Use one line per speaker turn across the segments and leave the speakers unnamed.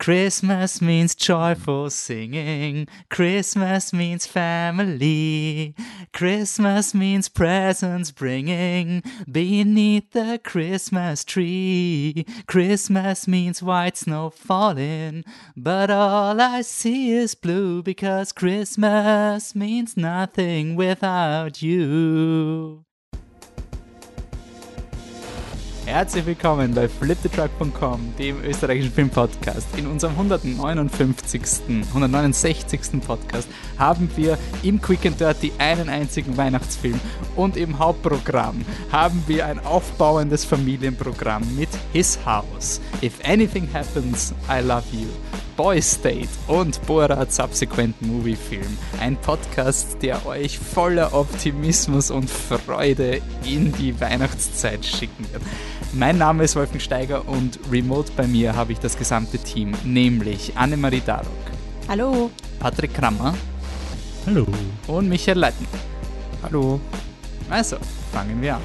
Christmas means joyful singing. Christmas means family. Christmas means presents bringing beneath the Christmas tree. Christmas means white snow falling, but all I see is blue because Christmas means nothing without you. Herzlich willkommen bei fliptetruck.com, dem österreichischen Filmpodcast. In unserem 169. Podcast haben wir im Quick and Dirty einen einzigen Weihnachtsfilm und im Hauptprogramm haben wir ein aufbauendes Familienprogramm mit His House, If Anything Happens, I Love You, Boys State und Borat Subsequent Movie Film. Ein Podcast, der euch voller Optimismus und Freude in die Weihnachtszeit schicken wird. Mein Name ist Wolfgang Steiger und remote bei mir habe ich das gesamte Team, nämlich Annemarie Darok.
Hallo.
Patrick Krammer.
Hallo.
Und Michael Leitner.
Hallo.
Also, fangen wir an.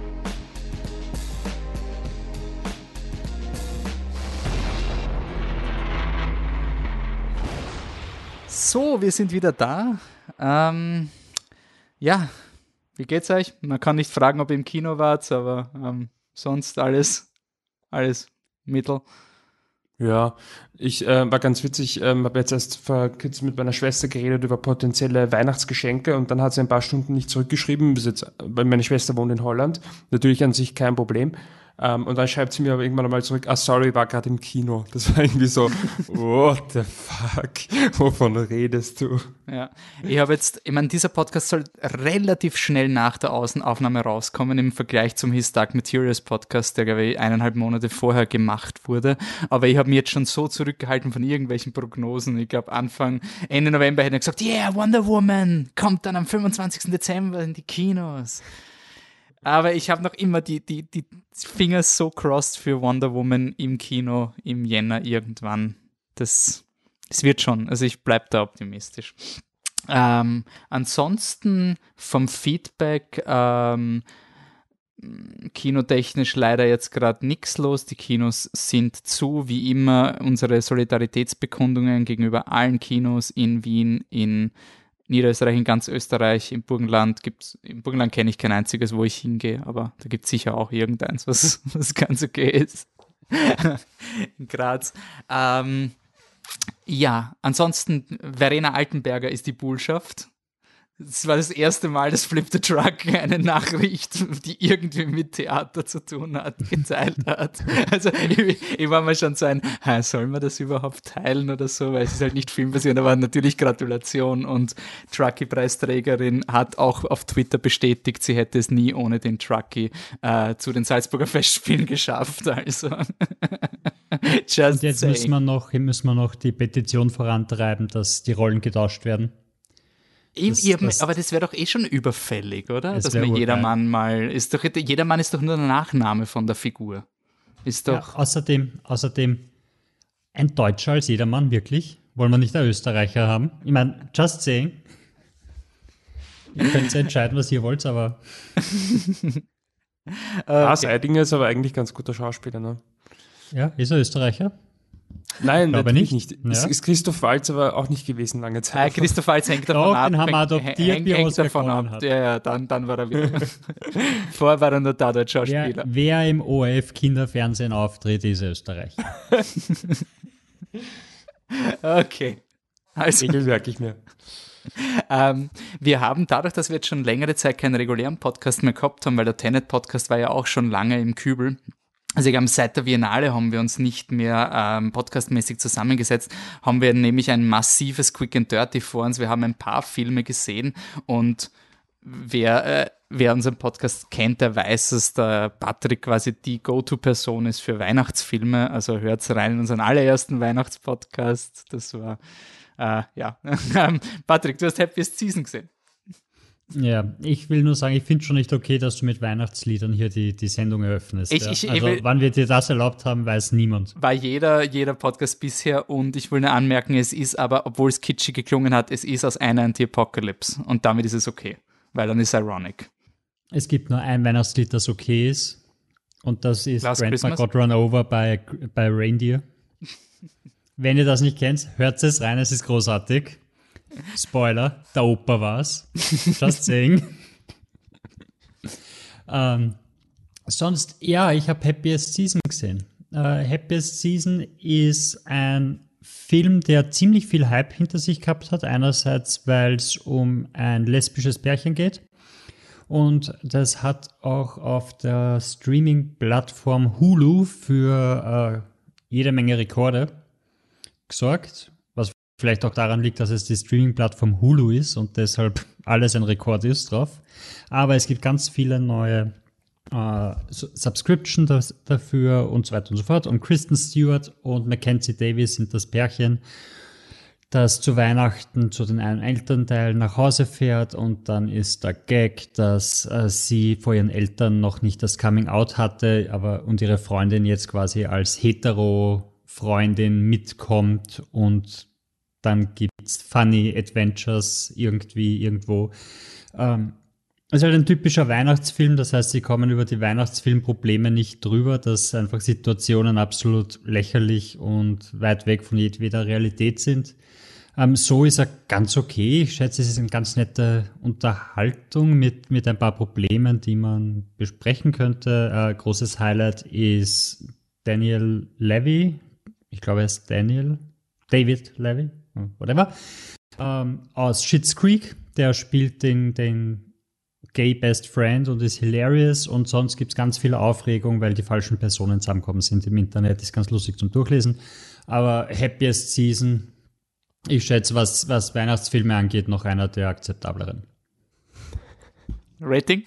So, wir sind wieder da. Ja, wie geht's euch? Man kann nicht fragen, ob ihr im Kino wart, aber sonst alles mittel.
Ja, ich war ganz witzig, habe jetzt erst vor kurzem mit meiner Schwester geredet über potenzielle Weihnachtsgeschenke und dann hat sie ein paar Stunden nicht zurückgeschrieben, weil meine Schwester wohnt in Holland, natürlich an sich kein Problem. Und dann schreibt sie mir aber irgendwann einmal zurück, sorry, war gerade im Kino. Das war irgendwie so, what the fuck, wovon redest du?
Ja, ich meine, dieser Podcast soll relativ schnell nach der Außenaufnahme rauskommen im Vergleich zum His Dark Materials Podcast, der, glaube ich, 1,5 Monate vorher gemacht wurde. Aber ich habe mich jetzt schon so zurückgehalten von irgendwelchen Prognosen. Ich glaube, Ende November hätte ich gesagt, yeah, Wonder Woman kommt dann am 25. Dezember in die Kinos. Aber ich habe noch immer die Finger so crossed für Wonder Woman im Kino im Jänner irgendwann. Das wird schon. Also ich bleibe da optimistisch. Ansonsten vom Feedback kinotechnisch leider jetzt gerade nichts los. Die Kinos sind zu, wie immer. Unsere Solidaritätsbekundungen gegenüber allen Kinos in Wien, in Niederösterreich, in ganz Österreich, im Burgenland kenne ich kein einziges, wo ich hingehe, aber da gibt es sicher auch irgendeins, was ganz okay ist. In Graz. Ja, ansonsten, Verena Altenberger ist die Bullschaft. Das war das erste Mal, dass Flip the Truck eine Nachricht, die irgendwie mit Theater zu tun hat, geteilt hat. Also ich war mal schon so soll man das überhaupt teilen oder so, weil es ist halt nicht filmbasiert, aber natürlich Gratulation, und Truckee-Preisträgerin hat auch auf Twitter bestätigt, sie hätte es nie ohne den Truckee zu den Salzburger Festspielen geschafft. Also
und jetzt müssen wir noch die Petition vorantreiben, dass die Rollen getauscht werden.
Aber das wäre doch eh schon überfällig, oder? Dass man jedermann jedermann ist doch nur der Nachname von der Figur. Ist doch.
Ja, außerdem ein Deutscher als jedermann, wirklich? Wollen wir nicht einen Österreicher haben? Ich meine, just saying. Ihr könnt entscheiden, was ihr wollt, aber.
Seidinger ist aber eigentlich ganz guter Schauspieler, ne?
Ja, ist er Österreicher?
Nein, natürlich nicht.
Ja.
Ist Christoph Waltz aber auch nicht gewesen lange Zeit.
Christoph Waltz hängt davon ab.
Den haben wir adoptiert, wie
hängt davon ab. Ja, dann war er wieder. Vorher war er nur Tatort-Schauspieler.
Wer im ORF-Kinderfernsehen auftritt, ist Österreicher.
Okay. Also
merke ich mir.
Wir haben dadurch, dass wir jetzt schon längere Zeit keinen regulären Podcast mehr gehabt haben, weil der Tenet-Podcast war ja auch schon lange im Kübel. Also seit der Biennale haben wir uns nicht mehr podcastmäßig zusammengesetzt, haben wir nämlich ein massives Quick and Dirty vor uns. Wir haben ein paar Filme gesehen und wer unseren Podcast kennt, der weiß, dass der Patrick quasi die Go-To-Person ist für Weihnachtsfilme. Also hört's rein in unseren allerersten Weihnachtspodcast. Das war, Patrick, du hast Happiest Season gesehen.
Ja, ich will nur sagen, ich finde schon nicht okay, dass du mit Weihnachtsliedern hier die Sendung eröffnest. Wann wir dir das erlaubt haben, weiß niemand.
War jeder Podcast bisher, und ich will nur anmerken, es ist aber, obwohl es kitschig geklungen hat, es ist aus einer the Apocalypse, und damit ist es okay, weil dann ist ironic.
Es gibt nur ein Weihnachtslied, das okay ist, und das ist
Last
Grandma
Christmas?
Got Run Over by Reindeer. Wenn ihr das nicht kennt, hört es rein, es ist großartig. Spoiler, der Opa war's. Just saying. Sonst, ja, ich habe Happiest Season gesehen. Happiest Season ist ein Film, der ziemlich viel Hype hinter sich gehabt hat. Einerseits, weil es um ein lesbisches Pärchen geht. Und das hat auch auf der Streaming-Plattform Hulu für jede Menge Rekorde gesorgt. Was vielleicht auch daran liegt, dass es die Streaming-Plattform Hulu ist und deshalb alles ein Rekord ist drauf. Aber es gibt ganz viele neue Subscription dafür und so weiter und so fort. Und Kristen Stewart und Mackenzie Davis sind das Pärchen, das zu Weihnachten zu den einen Elternteil nach Hause fährt und dann ist der Gag, dass sie vor ihren Eltern noch nicht das Coming-out hatte, und ihre Freundin jetzt quasi als Hetero-Freundin mitkommt und dann gibt's Funny Adventures irgendwo. Es ist halt ein typischer Weihnachtsfilm, das heißt, sie kommen über die Weihnachtsfilmprobleme nicht drüber, dass einfach Situationen absolut lächerlich und weit weg von jedweder Realität sind. So ist er ganz okay. Ich schätze, es ist eine ganz nette Unterhaltung mit ein paar Problemen, die man besprechen könnte. Großes Highlight ist Daniel Levy. Ich glaube, er ist David Levy, whatever. Aus Schitt's Creek. Der spielt den Gay Best Friend und ist hilarious. Und sonst gibt es ganz viel Aufregung, weil die falschen Personen zusammenkommen sind im Internet. Ist ganz lustig zum Durchlesen. Aber Happiest Season, ich schätze, was Weihnachtsfilme angeht, noch einer der akzeptableren.
Rating?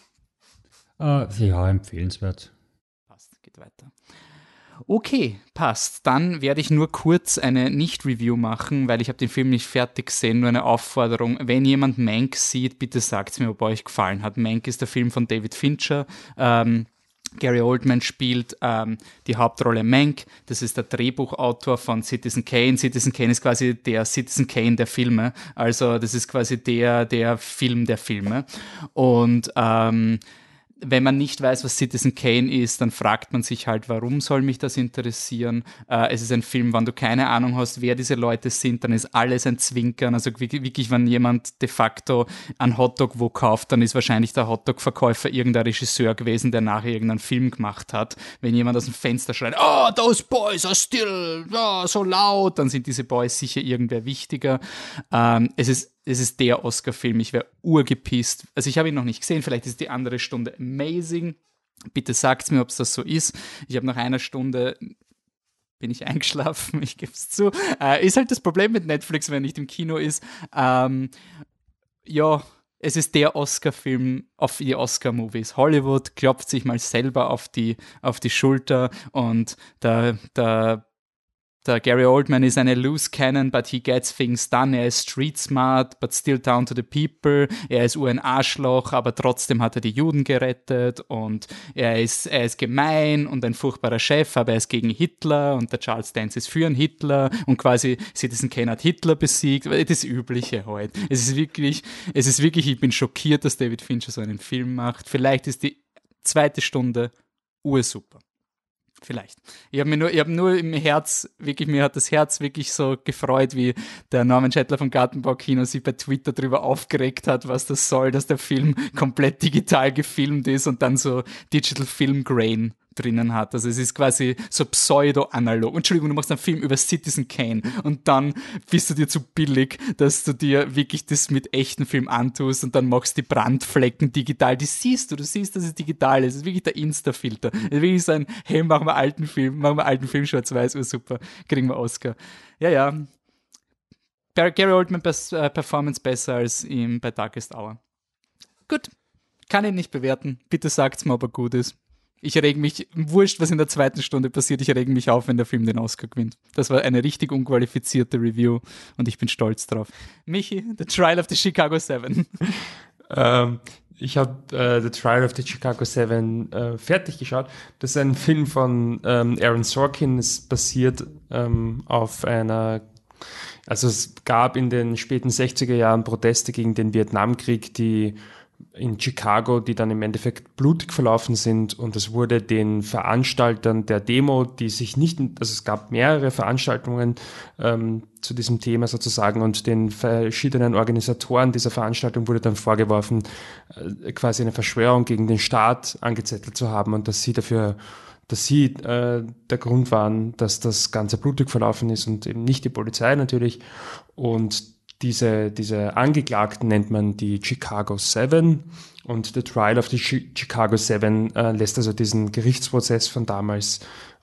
Ja, empfehlenswert.
Passt, geht weiter. Okay, passt. Dann werde ich nur kurz eine Nicht-Review machen, weil ich habe den Film nicht fertig gesehen. Nur eine Aufforderung. Wenn jemand Mank sieht, bitte sagt mir, ob euch gefallen hat. Mank ist der Film von David Fincher. Gary Oldman spielt die Hauptrolle Mank. Das ist der Drehbuchautor von Citizen Kane. Citizen Kane ist quasi der Citizen Kane der Filme. Also das ist quasi der Film der Filme. Und wenn man nicht weiß, was Citizen Kane ist, dann fragt man sich halt, warum soll mich das interessieren? Es ist ein Film, wenn du keine Ahnung hast, wer diese Leute sind, dann ist alles ein Zwinkern. Also wirklich, wenn jemand de facto einen Hotdog wo kauft, dann ist wahrscheinlich der Hotdog-Verkäufer irgendein Regisseur gewesen, der nachher irgendeinen Film gemacht hat. Wenn jemand aus dem Fenster schreit, "Oh, those boys are still so laut", dann sind diese Boys sicher irgendwer wichtiger. Es ist der Oscar-Film. Ich wäre urgepisst. Also ich habe ihn noch nicht gesehen. Vielleicht ist die andere Stunde amazing. Bitte sagt mir, ob es das so ist. Ich habe nach einer Stunde bin ich eingeschlafen. Ich gebe es zu. Ist halt das Problem mit Netflix, wenn er nicht im Kino ist. Ja, es ist der Oscar-Film auf die Oscar-Movies. Hollywood klopft sich mal selber auf die Schulter und der Gary Oldman ist eine loose cannon, but he gets things done. Er ist street smart, but still down to the people. Er ist ein Arschloch, aber trotzdem hat er die Juden gerettet. Und er ist gemein und ein furchtbarer Chef, aber er ist gegen Hitler. Und der Charles Dance ist für einen Hitler. Und quasi Citizen Kane hat Hitler besiegt. Das Übliche halt. Es ist wirklich, ich bin schockiert, dass David Fincher so einen Film macht. Vielleicht ist die zweite Stunde ursuper. Vielleicht. Ich habe nur im Herz, wirklich, mir hat das Herz wirklich so gefreut, wie der Norman Schettler vom Gartenbaukino sich bei Twitter darüber aufgeregt hat, was das soll, dass der Film komplett digital gefilmt ist und dann so Digital Film Grain drinnen hat. Also es ist quasi so pseudo-analog. Entschuldigung, du machst einen Film über Citizen Kane und dann bist du dir zu billig, dass du dir wirklich das mit echten Film antust und dann machst du die Brandflecken digital. Die siehst du siehst, dass es digital ist. Das ist wirklich der Insta-Filter. Das ist wirklich so ein, hey, machen wir alten Film schwarz-weiß, super, kriegen wir Oscar. Ja. Gary Oldman Performance besser als ihm bei Darkest Hour. Gut, kann ihn nicht bewerten. Bitte sagt's mir, ob er gut ist. Ich rege mich, wurscht, was in der zweiten Stunde passiert, ich rege mich auf, wenn der Film den Oscar gewinnt. Das war eine richtig unqualifizierte Review und ich bin stolz drauf. Michi, The Trial of the Chicago 7.
Ich habe The Trial of the Chicago 7 fertig geschaut. Das ist ein Film von Aaron Sorkin. Es basiert auf also es gab in den späten 60er Jahren Proteste gegen den Vietnamkrieg, die in Chicago, die dann im Endeffekt blutig verlaufen sind, und es wurde den Veranstaltern der Demo, die sich nicht, also es gab mehrere Veranstaltungen zu diesem Thema sozusagen, und den verschiedenen Organisatoren dieser Veranstaltung wurde dann vorgeworfen, quasi eine Verschwörung gegen den Staat angezettelt zu haben, und dass sie der Grund waren, dass das Ganze blutig verlaufen ist, und eben nicht die Polizei natürlich. Und diese Angeklagten nennt man die Chicago Seven, und The Trial of the Chicago Seven lässt also diesen Gerichtsprozess von damals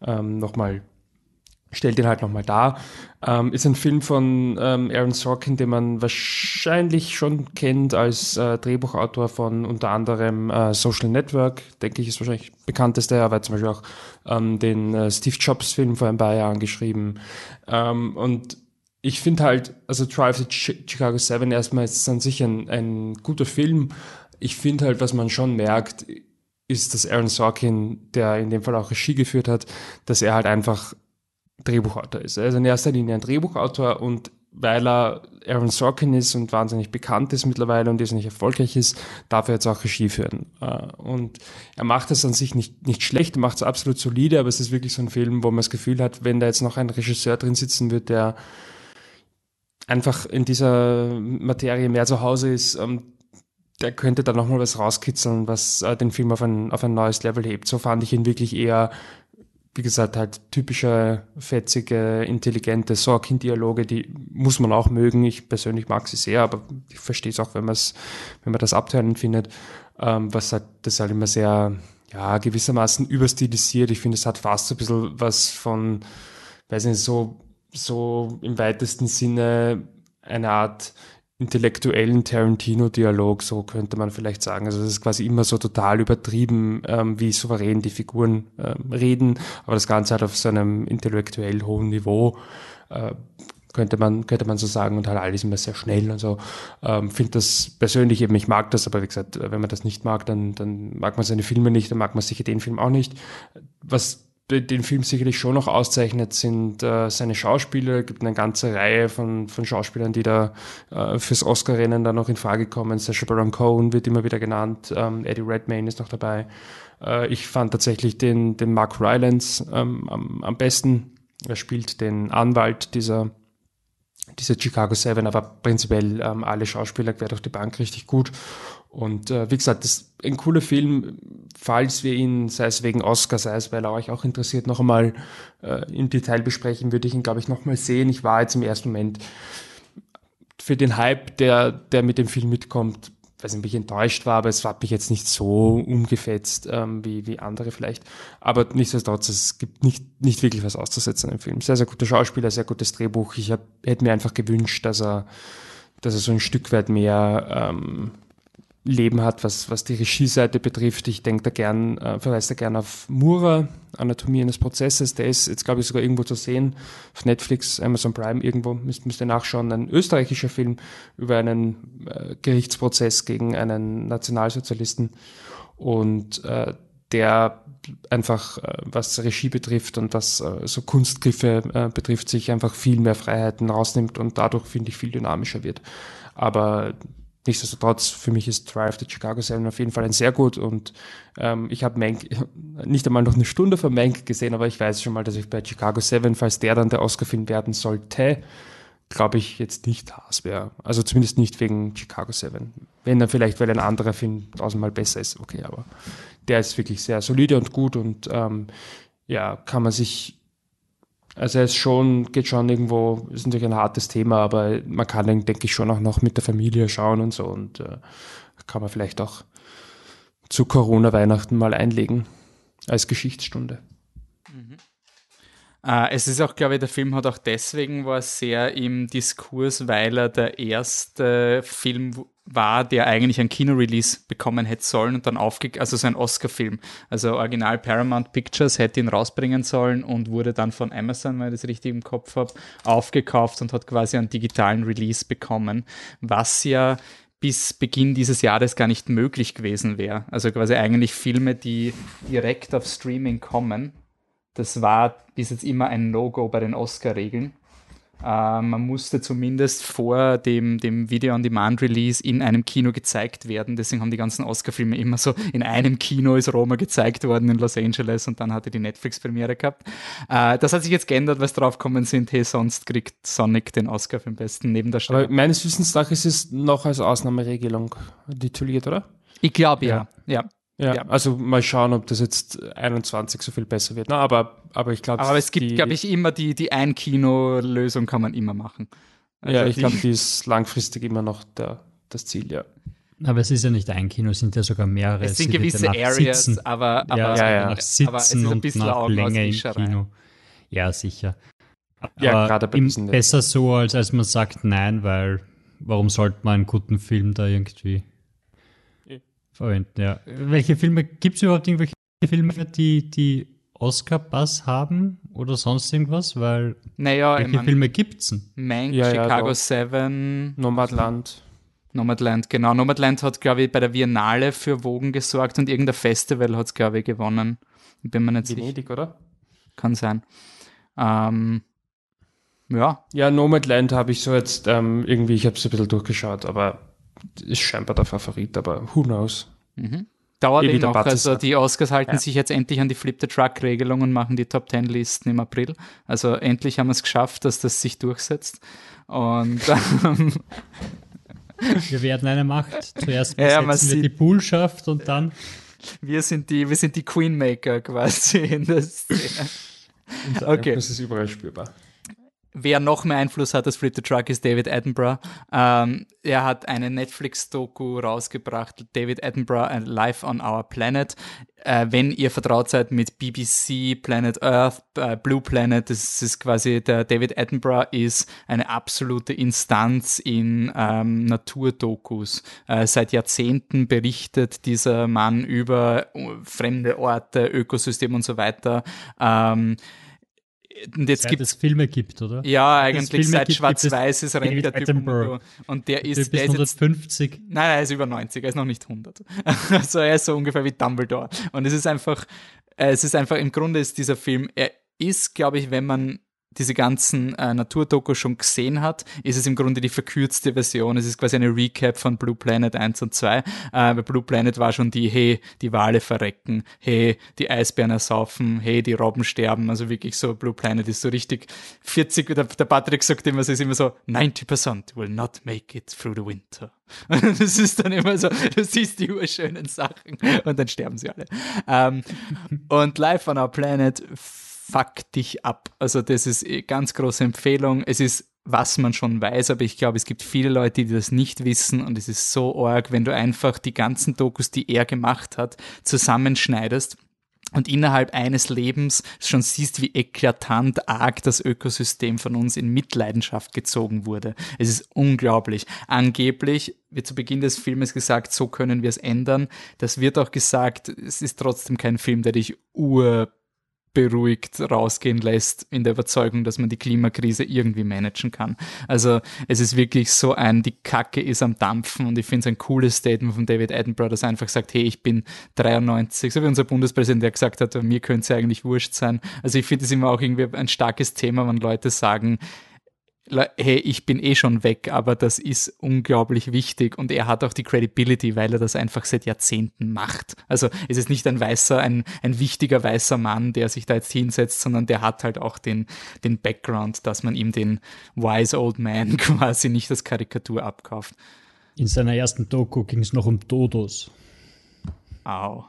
stellt ihn halt nochmal dar. Ist ein Film von Aaron Sorkin, den man wahrscheinlich schon kennt als Drehbuchautor von unter anderem Social Network, denke ich, ist wahrscheinlich bekannteste. Er hat zum Beispiel auch den Steve Jobs Film vor ein paar Jahren geschrieben. Und ich finde halt, also Trial of the Chicago Seven erstmal ist an sich ein guter Film. Ich finde halt, was man schon merkt, ist, dass Aaron Sorkin, der in dem Fall auch Regie geführt hat, dass er halt einfach Drehbuchautor ist. Er ist in erster Linie ein Drehbuchautor, und weil er Aaron Sorkin ist und wahnsinnig bekannt ist mittlerweile und nicht erfolgreich ist, darf er jetzt auch Regie führen. Und er macht das an sich nicht schlecht, er macht es absolut solide, aber es ist wirklich so ein Film, wo man das Gefühl hat, wenn da jetzt noch ein Regisseur drin sitzen wird, der einfach in dieser Materie mehr zu Hause ist, der könnte da nochmal was rauskitzeln, was den Film auf ein neues Level hebt. So fand ich ihn wirklich eher, wie gesagt, halt typische, fetzige, intelligente Sorkin-Dialoge, die muss man auch mögen. Ich persönlich mag sie sehr, aber ich verstehe es auch, wenn man das abtönend findet. Das ist halt immer sehr, ja, gewissermaßen überstilisiert. Ich finde, es hat fast so ein bisschen was von, weiß nicht, so im weitesten Sinne eine Art intellektuellen Tarantino-Dialog, so könnte man vielleicht sagen. Also das ist quasi immer so total übertrieben, wie souverän die Figuren reden, aber das Ganze halt auf so einem intellektuell hohen Niveau, könnte man so sagen, und halt alles immer sehr schnell und so. Finde das persönlich eben, ich mag das, aber wie gesagt, wenn man das nicht mag, dann mag man seine Filme nicht, dann mag man sicher den Film auch nicht. Was den Film sicherlich schon noch auszeichnet, sind seine Schauspieler. Es gibt eine ganze Reihe von Schauspielern, die da fürs Oscar-Rennen dann noch in Frage kommen. Sacha Baron Cohen wird immer wieder genannt, Eddie Redmayne ist noch dabei. Ich fand tatsächlich den Mark Rylance am besten. Er spielt den Anwalt dieser Chicago Seven, aber prinzipiell alle Schauspieler quer durch die Bank richtig gut. Und wie gesagt, das ist ein cooler Film, falls wir ihn, sei es wegen Oscar, sei es, weil er euch auch interessiert, noch einmal im Detail besprechen, würde ich ihn, glaube ich, noch mal sehen. Ich war jetzt im ersten Moment für den Hype, der mit dem Film mitkommt, weiß nicht, ob ich enttäuscht war, aber es hat mich jetzt nicht so umgefetzt wie andere vielleicht. Aber nichtsdestotrotz, es gibt nicht wirklich was auszusetzen im Film. Sehr, sehr guter Schauspieler, sehr gutes Drehbuch. Ich hätte mir einfach gewünscht, dass er so ein Stück weit mehr Leben hat, was die Regieseite betrifft. Ich denke verweise da gern auf Mura, Anatomie eines Prozesses. Der ist jetzt, glaube ich, sogar irgendwo zu sehen. Auf Netflix, Amazon Prime, irgendwo. Müsst ihr nachschauen. Ein österreichischer Film über einen Gerichtsprozess gegen einen Nationalsozialisten. Und der einfach, was Regie betrifft und was so Kunstgriffe betrifft, sich einfach viel mehr Freiheiten rausnimmt und dadurch, finde ich, viel dynamischer wird. Aber nichtsdestotrotz, für mich ist Trial of the Chicago Seven auf jeden Fall ein sehr gut, und ich habe Mank nicht einmal noch eine Stunde von Mank gesehen, aber ich weiß schon mal, dass ich bei Chicago Seven, falls der dann der Oscar-Film werden sollte, glaube ich jetzt nicht Haas wäre. Also zumindest nicht wegen Chicago Seven. Wenn dann vielleicht, weil ein anderer Film tausendmal besser ist, okay, aber der ist wirklich sehr solide und gut, und ja, kann man sich, also geht schon irgendwo, ist natürlich ein hartes Thema, aber man kann den, denke ich, schon auch noch mit der Familie schauen und so, und kann man vielleicht auch zu Corona-Weihnachten mal einlegen als Geschichtsstunde.
Es ist auch, glaube ich, der Film hat auch deswegen war sehr im Diskurs, weil er der erste Film war, der eigentlich ein Kinorelease bekommen hätte sollen und dann also so ein Oscar-Film. Also Original Paramount Pictures hätte ihn rausbringen sollen und wurde dann von Amazon, wenn ich das richtig im Kopf habe, aufgekauft und hat quasi einen digitalen Release bekommen, was ja bis Beginn dieses Jahres gar nicht möglich gewesen wäre. Also quasi eigentlich Filme, die direkt auf Streaming kommen. Das war bis jetzt immer ein No-Go bei den Oscar-Regeln. Man musste zumindest vor dem Video-on-Demand-Release in einem Kino gezeigt werden. Deswegen haben die ganzen Oscar-Filme immer so in einem Kino ist Roma gezeigt worden in Los Angeles und dann hatte die Netflix-Premiere gehabt. Das hat sich jetzt geändert, weil es drauf gekommen sind, hey, sonst kriegt Sonic den Oscar für den besten Nebendarsteller.
Aber meines Wissens nach ist es noch als Ausnahmeregelung tituliert, oder?
Ich glaube, ja.
Ja, also mal schauen, ob das jetzt 21 so viel besser wird. Na, aber ich glaube...
Aber es gibt, glaube ich, immer die Ein-Kino-Lösung kann man immer machen. Also
ja, ich glaube, die ist langfristig immer noch das Ziel, ja.
Aber es ist ja nicht ein Kino, es sind ja sogar mehrere.
Es sind gewisse Areas,
Sitzen.
aber
nach Sitzen
aber es ist ein bisschen
und nach Länge im
Augenauswischerei.
Kino. Ja, sicher.
Ja, gerade bei diesen...
Besser so, als man sagt nein, weil warum sollte man einen guten Film da irgendwie verwenden, ja. Welche Filme, gibt es überhaupt irgendwelche Filme, die Oscar-Pass haben oder sonst irgendwas? Weil welche Filme gibt's denn?
Mank, Chicago 7,
Nomadland,
genau. Nomadland hat, glaube ich, bei der Biennale für Wogen gesorgt und irgendein Festival hat es, glaube ich, gewonnen. Bin mir nicht sicher.
Venedig, oder?
Kann sein. Ja.
Ja, Nomadland habe ich so jetzt irgendwie, ich habe es ein bisschen durchgeschaut, aber ist scheinbar der Favorit, aber who knows?
Dauert noch. Also die Oscars halten sich jetzt endlich an die Flip-the-Truck-Regelung und machen die Top-10-Listen im April. Also endlich haben wir es geschafft, dass das sich durchsetzt. Und
wir werden eine Macht. Zuerst besetzen wir die Bullschaft und dann...
Wir sind die Queenmaker quasi in der Szene.
Okay. Das ist überall spürbar.
Wer noch mehr Einfluss hat als Flip the Truck ist David Attenborough. Er hat eine Netflix-Doku rausgebracht, David Attenborough, Life on Our Planet. Wenn ihr vertraut seid mit BBC, Planet Earth, Blue Planet, das ist quasi, der David Attenborough ist eine absolute Instanz in Naturdokus. Seit Jahrzehnten berichtet dieser Mann über fremde Orte, Ökosysteme und so weiter. Und jetzt
seit es Filme gibt, oder?
Ja, eigentlich seit Schwarz-Weiß ist rennt der Typ und der ist
150.
Nein, er ist über 90, er ist noch nicht 100. Also er ist so ungefähr wie Dumbledore. Und es ist einfach im Grunde ist dieser Film, er ist, glaube ich, wenn man diese ganzen Naturdokus schon gesehen hat, ist es im Grunde die verkürzte Version. Es ist quasi eine Recap von Blue Planet 1 und 2. Bei Blue Planet war schon die Wale verrecken, die Eisbären ersaufen, die Robben sterben. Also wirklich so, Blue Planet ist so richtig 40, der Patrick sagt immer, es ist immer so, 90% will not make it through the winter. Und das ist dann immer so, du siehst die urschönen Sachen und dann sterben sie alle. Und Life on Our Planet fuck dich ab. Also das ist eine ganz große Empfehlung. Es ist, was man schon weiß, aber ich glaube, es gibt viele Leute, die das nicht wissen und es ist so arg, wenn du einfach die ganzen Dokus, die er gemacht hat, zusammenschneidest und innerhalb eines Lebens schon siehst, wie eklatant arg das Ökosystem von uns in Mitleidenschaft gezogen wurde. Es ist unglaublich. Angeblich wird zu Beginn des Filmes gesagt, so können wir es ändern. Das wird auch gesagt, es ist trotzdem kein Film, der dich beruhigt rausgehen lässt in der Überzeugung, dass man die Klimakrise irgendwie managen kann. Also es ist wirklich so die Kacke ist am Dampfen und ich finde es ein cooles Statement von David Attenborough, das einfach sagt, hey, ich bin 93, so wie unser Bundespräsident, der gesagt hat, mir könnte es ja eigentlich wurscht sein. Also ich finde es immer auch irgendwie ein starkes Thema, wenn Leute sagen, hey, ich bin schon weg, aber das ist unglaublich wichtig und er hat auch die Credibility, weil er das einfach seit Jahrzehnten macht. Also es ist nicht ein wichtiger weißer Mann, der sich da jetzt hinsetzt, sondern der hat halt auch den Background, dass man ihm den wise old man quasi nicht als Karikatur abkauft.
In seiner ersten Doku ging es noch um Dodos.
Au.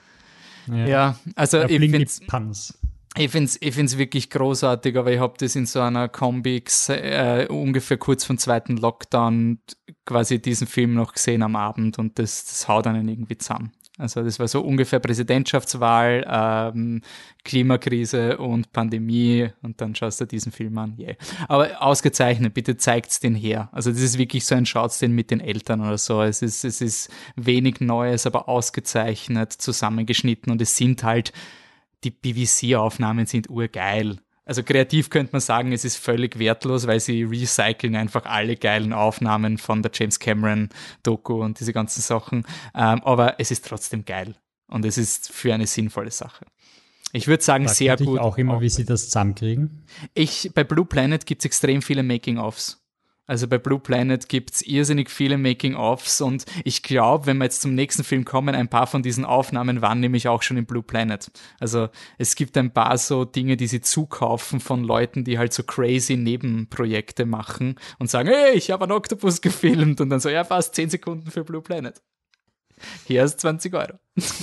Ja, also ich finde Ich find's wirklich großartig, aber ich habe das in so einer Kombi ungefähr kurz vom zweiten Lockdown quasi diesen Film noch gesehen am Abend und das haut einen irgendwie zusammen. Also das war so ungefähr Präsidentschaftswahl, Klimakrise und Pandemie und dann schaust du diesen Film an. Yeah. Aber ausgezeichnet, bitte zeigt's den her. Also das ist wirklich so ein Schaut's den mit den Eltern oder so. Es ist wenig Neues, aber ausgezeichnet, zusammengeschnitten und es sind halt die BBC-Aufnahmen sind urgeil. Also kreativ könnte man sagen, es ist völlig wertlos, weil sie recyceln einfach alle geilen Aufnahmen von der James Cameron-Doku und diese ganzen Sachen. Aber es ist trotzdem geil. Und es ist für eine sinnvolle Sache. Ich würde sagen,
Fragt
sehr
dich
gut.
auch immer, wie sie das zusammenkriegen.
Bei Blue Planet gibt es extrem viele Making-ofs. Also bei Blue Planet gibt es irrsinnig viele Making-ofs und ich glaube, wenn wir jetzt zum nächsten Film kommen, ein paar von diesen Aufnahmen waren nämlich auch schon in Blue Planet. Also es gibt ein paar so Dinge, die sie zukaufen von Leuten, die halt so crazy Nebenprojekte machen und sagen, hey, ich habe einen Oktopus gefilmt und dann so, ja, fast 10 Sekunden für Blue Planet. Hier ist 20 Euro.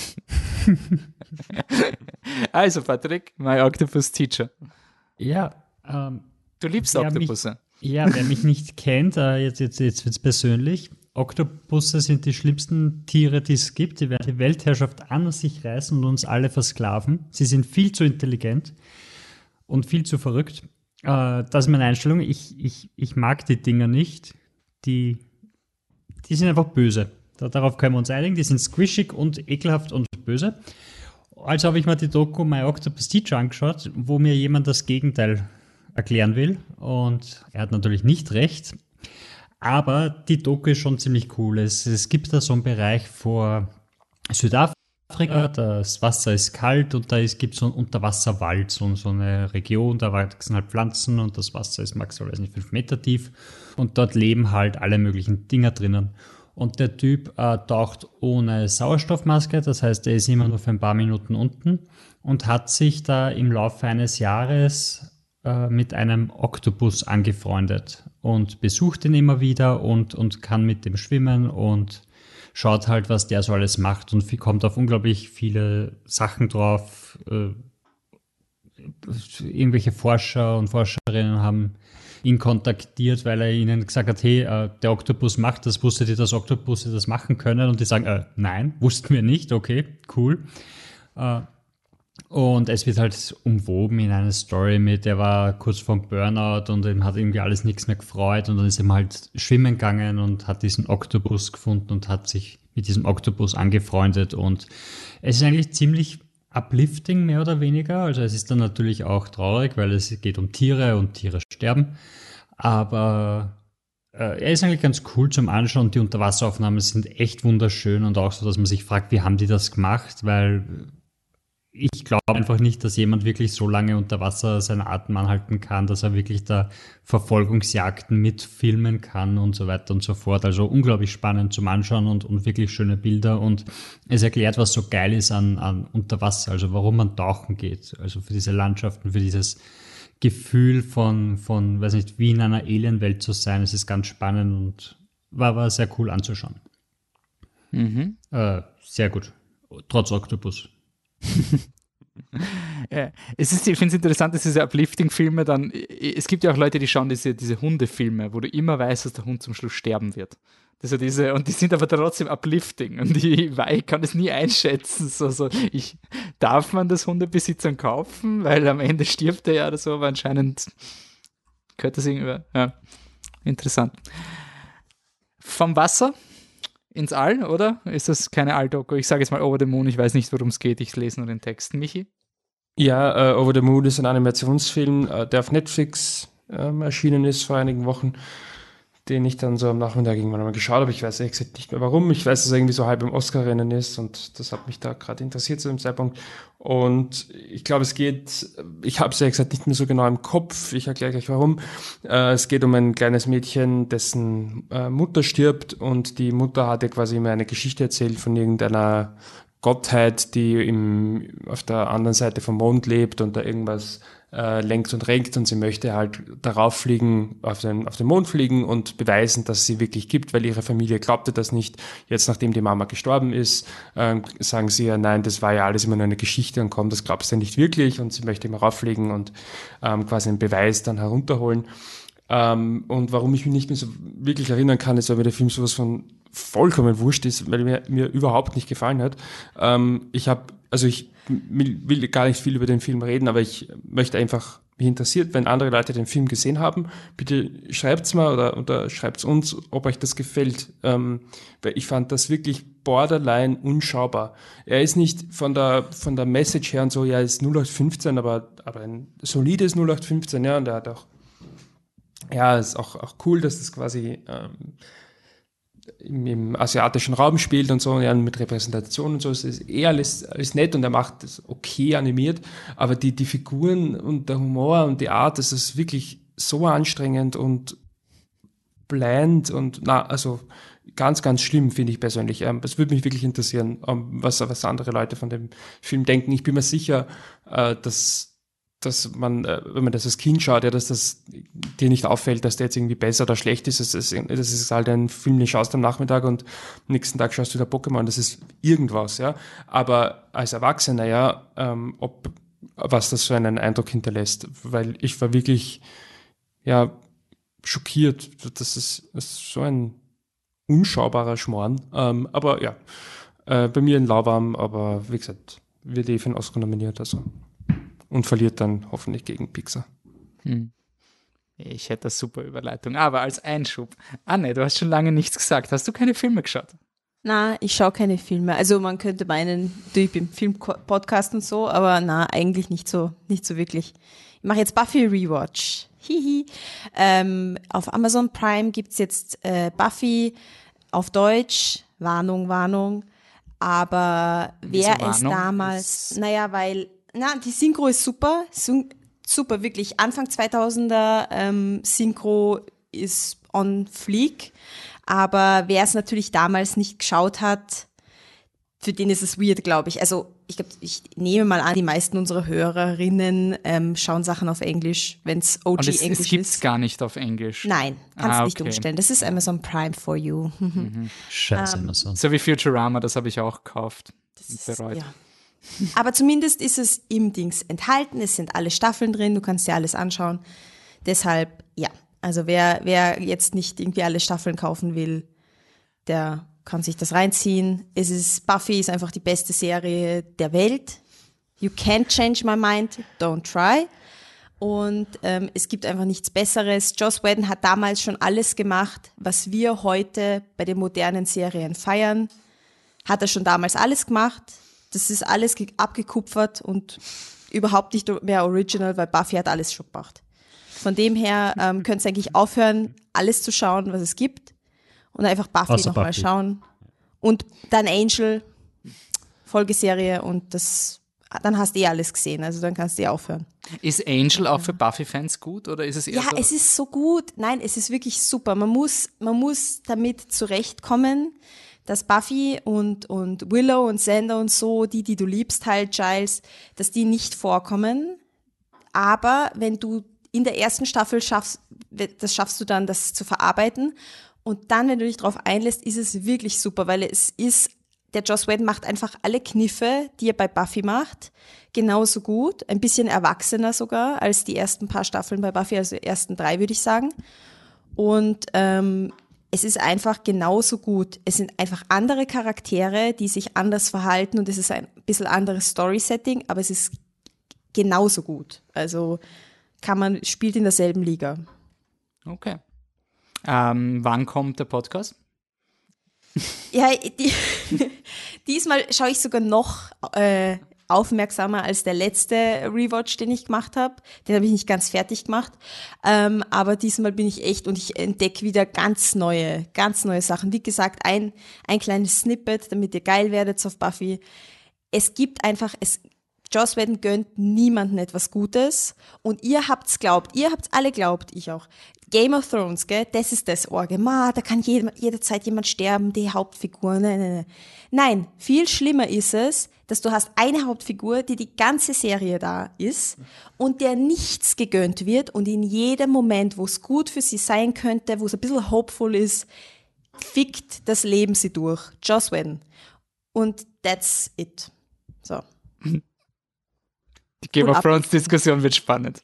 Also Patrick, my Octopus Teacher.
Ja,
Du liebst
wer
Oktopusse.
wer mich nicht kennt, jetzt wird es persönlich. Oktopusse sind die schlimmsten Tiere, die es gibt. Die werden die Weltherrschaft an sich reißen und uns alle versklaven. Sie sind viel zu intelligent und viel zu verrückt. Das ist meine Einstellung. Ich mag die Dinger nicht. Die sind einfach böse. Darauf können wir uns einigen. Die sind squishig und ekelhaft und böse. Also habe ich mal die Doku My Octopus Teacher angeschaut, wo mir jemand das Gegenteil erklären will. Und er hat natürlich nicht recht. Aber die Doku ist schon ziemlich cool. Es gibt da so einen Bereich vor Südafrika, das Wasser ist kalt und gibt es so einen Unterwasserwald, so eine Region, da wachsen halt Pflanzen und das Wasser ist maximal, 5 Meter tief. Und dort leben halt alle möglichen Dinger drinnen. Und der Typ taucht ohne Sauerstoffmaske, das heißt, er ist immer nur für ein paar Minuten unten und hat sich da im Laufe eines Jahres mit einem Oktopus angefreundet und besucht ihn immer wieder und kann mit dem schwimmen und schaut halt, was der so alles macht und kommt auf unglaublich viele Sachen drauf. Irgendwelche Forscher und Forscherinnen haben ihn kontaktiert, weil er ihnen gesagt hat, hey, der Oktopus macht das, wusstet ihr, dass Oktopusse das machen können? Und die sagen, nein, wussten wir nicht, okay, cool. Und es wird halt umwoben in eine Story mit, er war kurz vorm Burnout und ihm hat irgendwie alles nichts mehr gefreut und dann ist er halt schwimmen gegangen und hat diesen Oktopus gefunden und hat sich mit diesem Oktopus angefreundet und es ist eigentlich ziemlich uplifting, mehr oder weniger. Also es ist dann natürlich auch traurig, weil es geht um Tiere und Tiere sterben. Aber er ist eigentlich ganz cool zum Anschauen. Die Unterwasseraufnahmen sind echt wunderschön und auch so, dass man sich fragt, wie haben die das gemacht? Weil ich glaube einfach nicht, dass jemand wirklich so lange unter Wasser seinen Atem anhalten kann, dass er wirklich da Verfolgungsjagden mitfilmen kann und so weiter und so fort. Also unglaublich spannend zum Anschauen und wirklich schöne Bilder. Und es erklärt, was so geil ist an Unterwasser, also warum man tauchen geht. Also für diese Landschaften, für dieses Gefühl von, weiß nicht, wie in einer Alienwelt zu sein. Es ist ganz spannend und war sehr cool anzuschauen.
Mhm.
Sehr gut. Trotz Oktopus.
Ja, ich finde es interessant, dass diese Uplifting-Filme dann, es gibt ja auch Leute, die schauen diese Hundefilme, wo du immer weißt, dass der Hund zum Schluss sterben wird. Und die sind aber trotzdem uplifting und ich kann es nie einschätzen. Darf man das Hundebesitzern kaufen, weil am Ende stirbt er ja oder so, aber anscheinend gehört das irgendwie, ja, interessant. Vom Wasser ins All, oder? Ist das keine All-Doku? Ich sage jetzt mal Over the Moon, ich weiß nicht, worum es geht, ich lese nur den Text. Michi?
Ja, Over the Moon ist ein Animationsfilm, der auf Netflix erschienen ist vor einigen Wochen, den ich dann so am Nachmittag irgendwann mal geschaut habe. Ich weiß ehrlich gesagt nicht mehr warum. Ich weiß, dass er irgendwie so halb im Oscar-Rennen ist und das hat mich da gerade interessiert zu dem Zeitpunkt. Und ich glaube, ich habe es ehrlich gesagt nicht mehr so genau im Kopf. Ich erkläre gleich warum. Es geht um ein kleines Mädchen, dessen Mutter stirbt und die Mutter hat ihr quasi immer eine Geschichte erzählt von irgendeiner Gottheit, die auf der anderen Seite vom Mond lebt und da irgendwas lenkt und renkt und sie möchte halt darauf fliegen, auf den Mond fliegen und beweisen, dass es sie wirklich gibt, weil ihre Familie glaubte das nicht. Jetzt, nachdem die Mama gestorben ist, sagen sie ja, nein, das war ja alles immer nur eine Geschichte und komm, das glaubst du nicht wirklich und sie möchte immer rauffliegen und quasi einen Beweis dann herunterholen. Und warum ich mich nicht mehr so wirklich erinnern kann, ist, weil der Film sowas von vollkommen wurscht ist, weil mir überhaupt nicht gefallen hat. Ich will gar nicht viel über den Film reden, aber ich möchte einfach, mich interessiert, wenn andere Leute den Film gesehen haben, bitte schreibt's mal oder schreibt's uns, ob euch das gefällt, weil ich fand das wirklich borderline unschaubar. Er ist nicht von der Message her und so, ja, ist 0815, aber ein solides 0815, ja, und er hat auch, ja, ist auch cool, dass das quasi im asiatischen Raum spielt und so, ja, mit Repräsentation und so, es ist alles nett und er macht das okay animiert, aber die Figuren und der Humor und die Art, das ist wirklich so anstrengend und bland und also ganz, ganz schlimm, finde ich persönlich. Es würde mich wirklich interessieren, was andere Leute von dem Film denken. Ich bin mir sicher, dass man, wenn man das als Kind schaut, ja, dass das dir nicht auffällt, dass der jetzt irgendwie besser oder schlecht ist. Das ist halt ein Film, den schaust am Nachmittag und am nächsten Tag schaust du wieder Pokémon. Das ist irgendwas, ja. Aber als Erwachsener, ja, was das so einen Eindruck hinterlässt, weil ich war wirklich, ja, schockiert. Das ist so ein unschaubarer Schmarrn. Aber ja, bei mir ein Lauwarm, aber wie gesagt, wird für einen Oscar nominiert, also. Und verliert dann hoffentlich gegen Pixar.
Ich hätte eine super Überleitung. Aber als Einschub. Anne, du hast schon lange nichts gesagt. Hast du keine Filme geschaut?
Na, ich schaue keine Filme. Also man könnte meinen, ich bin Film-Podcast und so, aber na, eigentlich nicht so wirklich. Ich mache jetzt Buffy Rewatch. Hihi. Auf Amazon Prime gibt's jetzt Buffy auf Deutsch. Warnung, Warnung. Aber wer es damals, die Synchro ist super, super, wirklich. Anfang 2000er Synchro ist on fleek, aber wer es natürlich damals nicht geschaut hat, für den ist es weird, glaube ich. Also ich nehme mal an, die meisten unserer Hörerinnen schauen Sachen auf Englisch, wenn es OG Englisch ist.
Es gibt's gar nicht auf Englisch.
Nein, kannst nicht umstellen. Das ist Amazon Prime for you.
Scheiße Amazon.
So wie Futurama, das habe ich auch gekauft. Bereut.
Ja. Aber zumindest ist es im Dings enthalten, es sind alle Staffeln drin, du kannst dir alles anschauen. Deshalb, ja, also wer jetzt nicht irgendwie alle Staffeln kaufen will, der kann sich das reinziehen. Buffy ist einfach die beste Serie der Welt. You can't change my mind, don't try. Und es gibt einfach nichts Besseres. Joss Whedon hat damals schon alles gemacht, was wir heute bei den modernen Serien feiern. Hat er schon damals alles gemacht. Das ist alles abgekupfert und überhaupt nicht mehr original, weil Buffy hat alles schon gemacht. Von dem her könnt ihr eigentlich aufhören, alles zu schauen, was es gibt und einfach Buffy nochmal schauen. Und dann Angel, Folgeserie und dann hast du alles gesehen, also dann kannst du aufhören.
Ist Angel auch für Buffy-Fans gut oder ist es eher so?
Es ist so gut. Nein, es ist wirklich super. Man muss damit zurechtkommen, dass Buffy und Willow und Xander und so, die du liebst halt, Giles, dass die nicht vorkommen. Aber wenn du in der ersten Staffel schaffst du dann, das zu verarbeiten. Und dann, wenn du dich darauf einlässt, ist es wirklich super, weil der Joss Whedon macht einfach alle Kniffe, die er bei Buffy macht, genauso gut. Ein bisschen erwachsener sogar als die ersten paar Staffeln bei Buffy, also die ersten 3, würde ich sagen. Und es ist einfach genauso gut. Es sind einfach andere Charaktere, die sich anders verhalten und es ist ein bisschen anderes Story-Setting, aber es ist genauso gut. Also spielt in derselben Liga.
Okay. Wann kommt der Podcast?
Ja, diesmal schaue ich sogar noch aufmerksamer als der letzte Rewatch, den ich gemacht habe. Den habe ich nicht ganz fertig gemacht. Aber diesmal bin ich echt und ich entdecke wieder ganz neue Sachen. Wie gesagt, ein kleines Snippet, damit ihr geil werdet auf Buffy. Es gibt einfach, Joss Whedon gönnt niemandem etwas Gutes und ihr habt's alle glaubt, ich auch. Game of Thrones, gell, das ist das Orge. Da kann jederzeit jemand sterben, die Hauptfigur. Nein, viel schlimmer ist es, dass du hast eine Hauptfigur, die ganze Serie da ist und der nichts gegönnt wird und in jedem Moment, wo es gut für sie sein könnte, wo es ein bisschen hopeful ist, fickt das Leben sie durch. Joss Whedon. Und that's it. So.
Die Game of Thrones Diskussion wird spannend.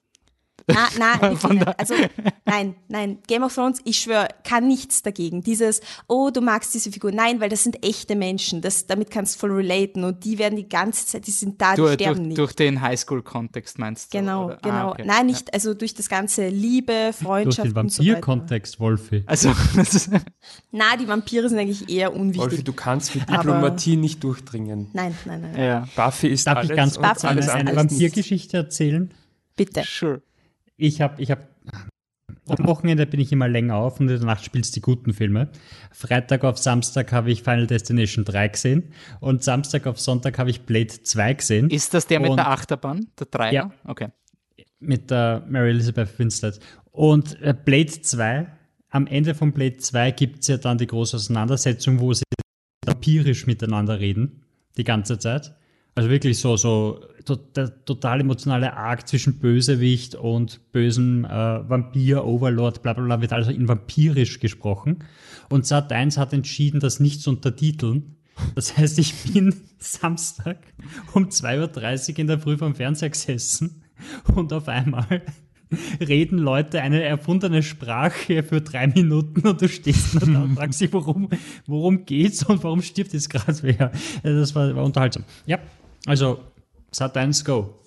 Nein, Game of Thrones, ich schwöre, kann nichts dagegen. Dieses, oh, du magst diese Figur. Nein, weil das sind echte Menschen, damit kannst du voll relaten und die werden die ganze Zeit, die sind da, die sterben nicht.
Durch den Highschool-Kontext meinst du?
Genau,
oder?
genau.
Okay.
Nein, nicht, also durch das ganze Liebe, Freundschaft
durch den Vampir-Kontext, Wolfi.
Also,
die Vampire sind eigentlich eher unwichtig.
Wolfi, du kannst für Diplomatie nicht durchdringen.
Nein.
Ja.
Buffy ist
Darf
alles
ich ganz kurz
alles
eine Vampirgeschichte erzählen?
Bitte.
Sure.
Ich hab Am Wochenende bin ich immer länger auf und in der Nacht spielst die guten Filme. Freitag auf Samstag habe ich Final Destination 3 gesehen und Samstag auf Sonntag habe ich Blade 2 gesehen.
Ist das der mit der Achterbahn, der Dreier?
Ja.
Okay.
Mit der Mary Elizabeth Winstead. Und Blade 2, am Ende von Blade 2 gibt es ja dann die große Auseinandersetzung, wo sie vampirisch miteinander reden, die ganze Zeit. Also wirklich so der total emotionale Arc zwischen Bösewicht und bösem Vampir, Overlord, bla bla bla, wird also in vampirisch gesprochen. Und Sat.1 hat entschieden, das nicht zu untertiteln. Das heißt, ich bin Samstag um 2:30 Uhr in der Früh vom Fernseher gesessen und auf einmal reden Leute eine erfundene Sprache für 3 Minuten und du stehst da und fragst dich, worum geht's und warum stirbt jetzt gerade wer. Also das war unterhaltsam. Ja, also Sat.1 Go.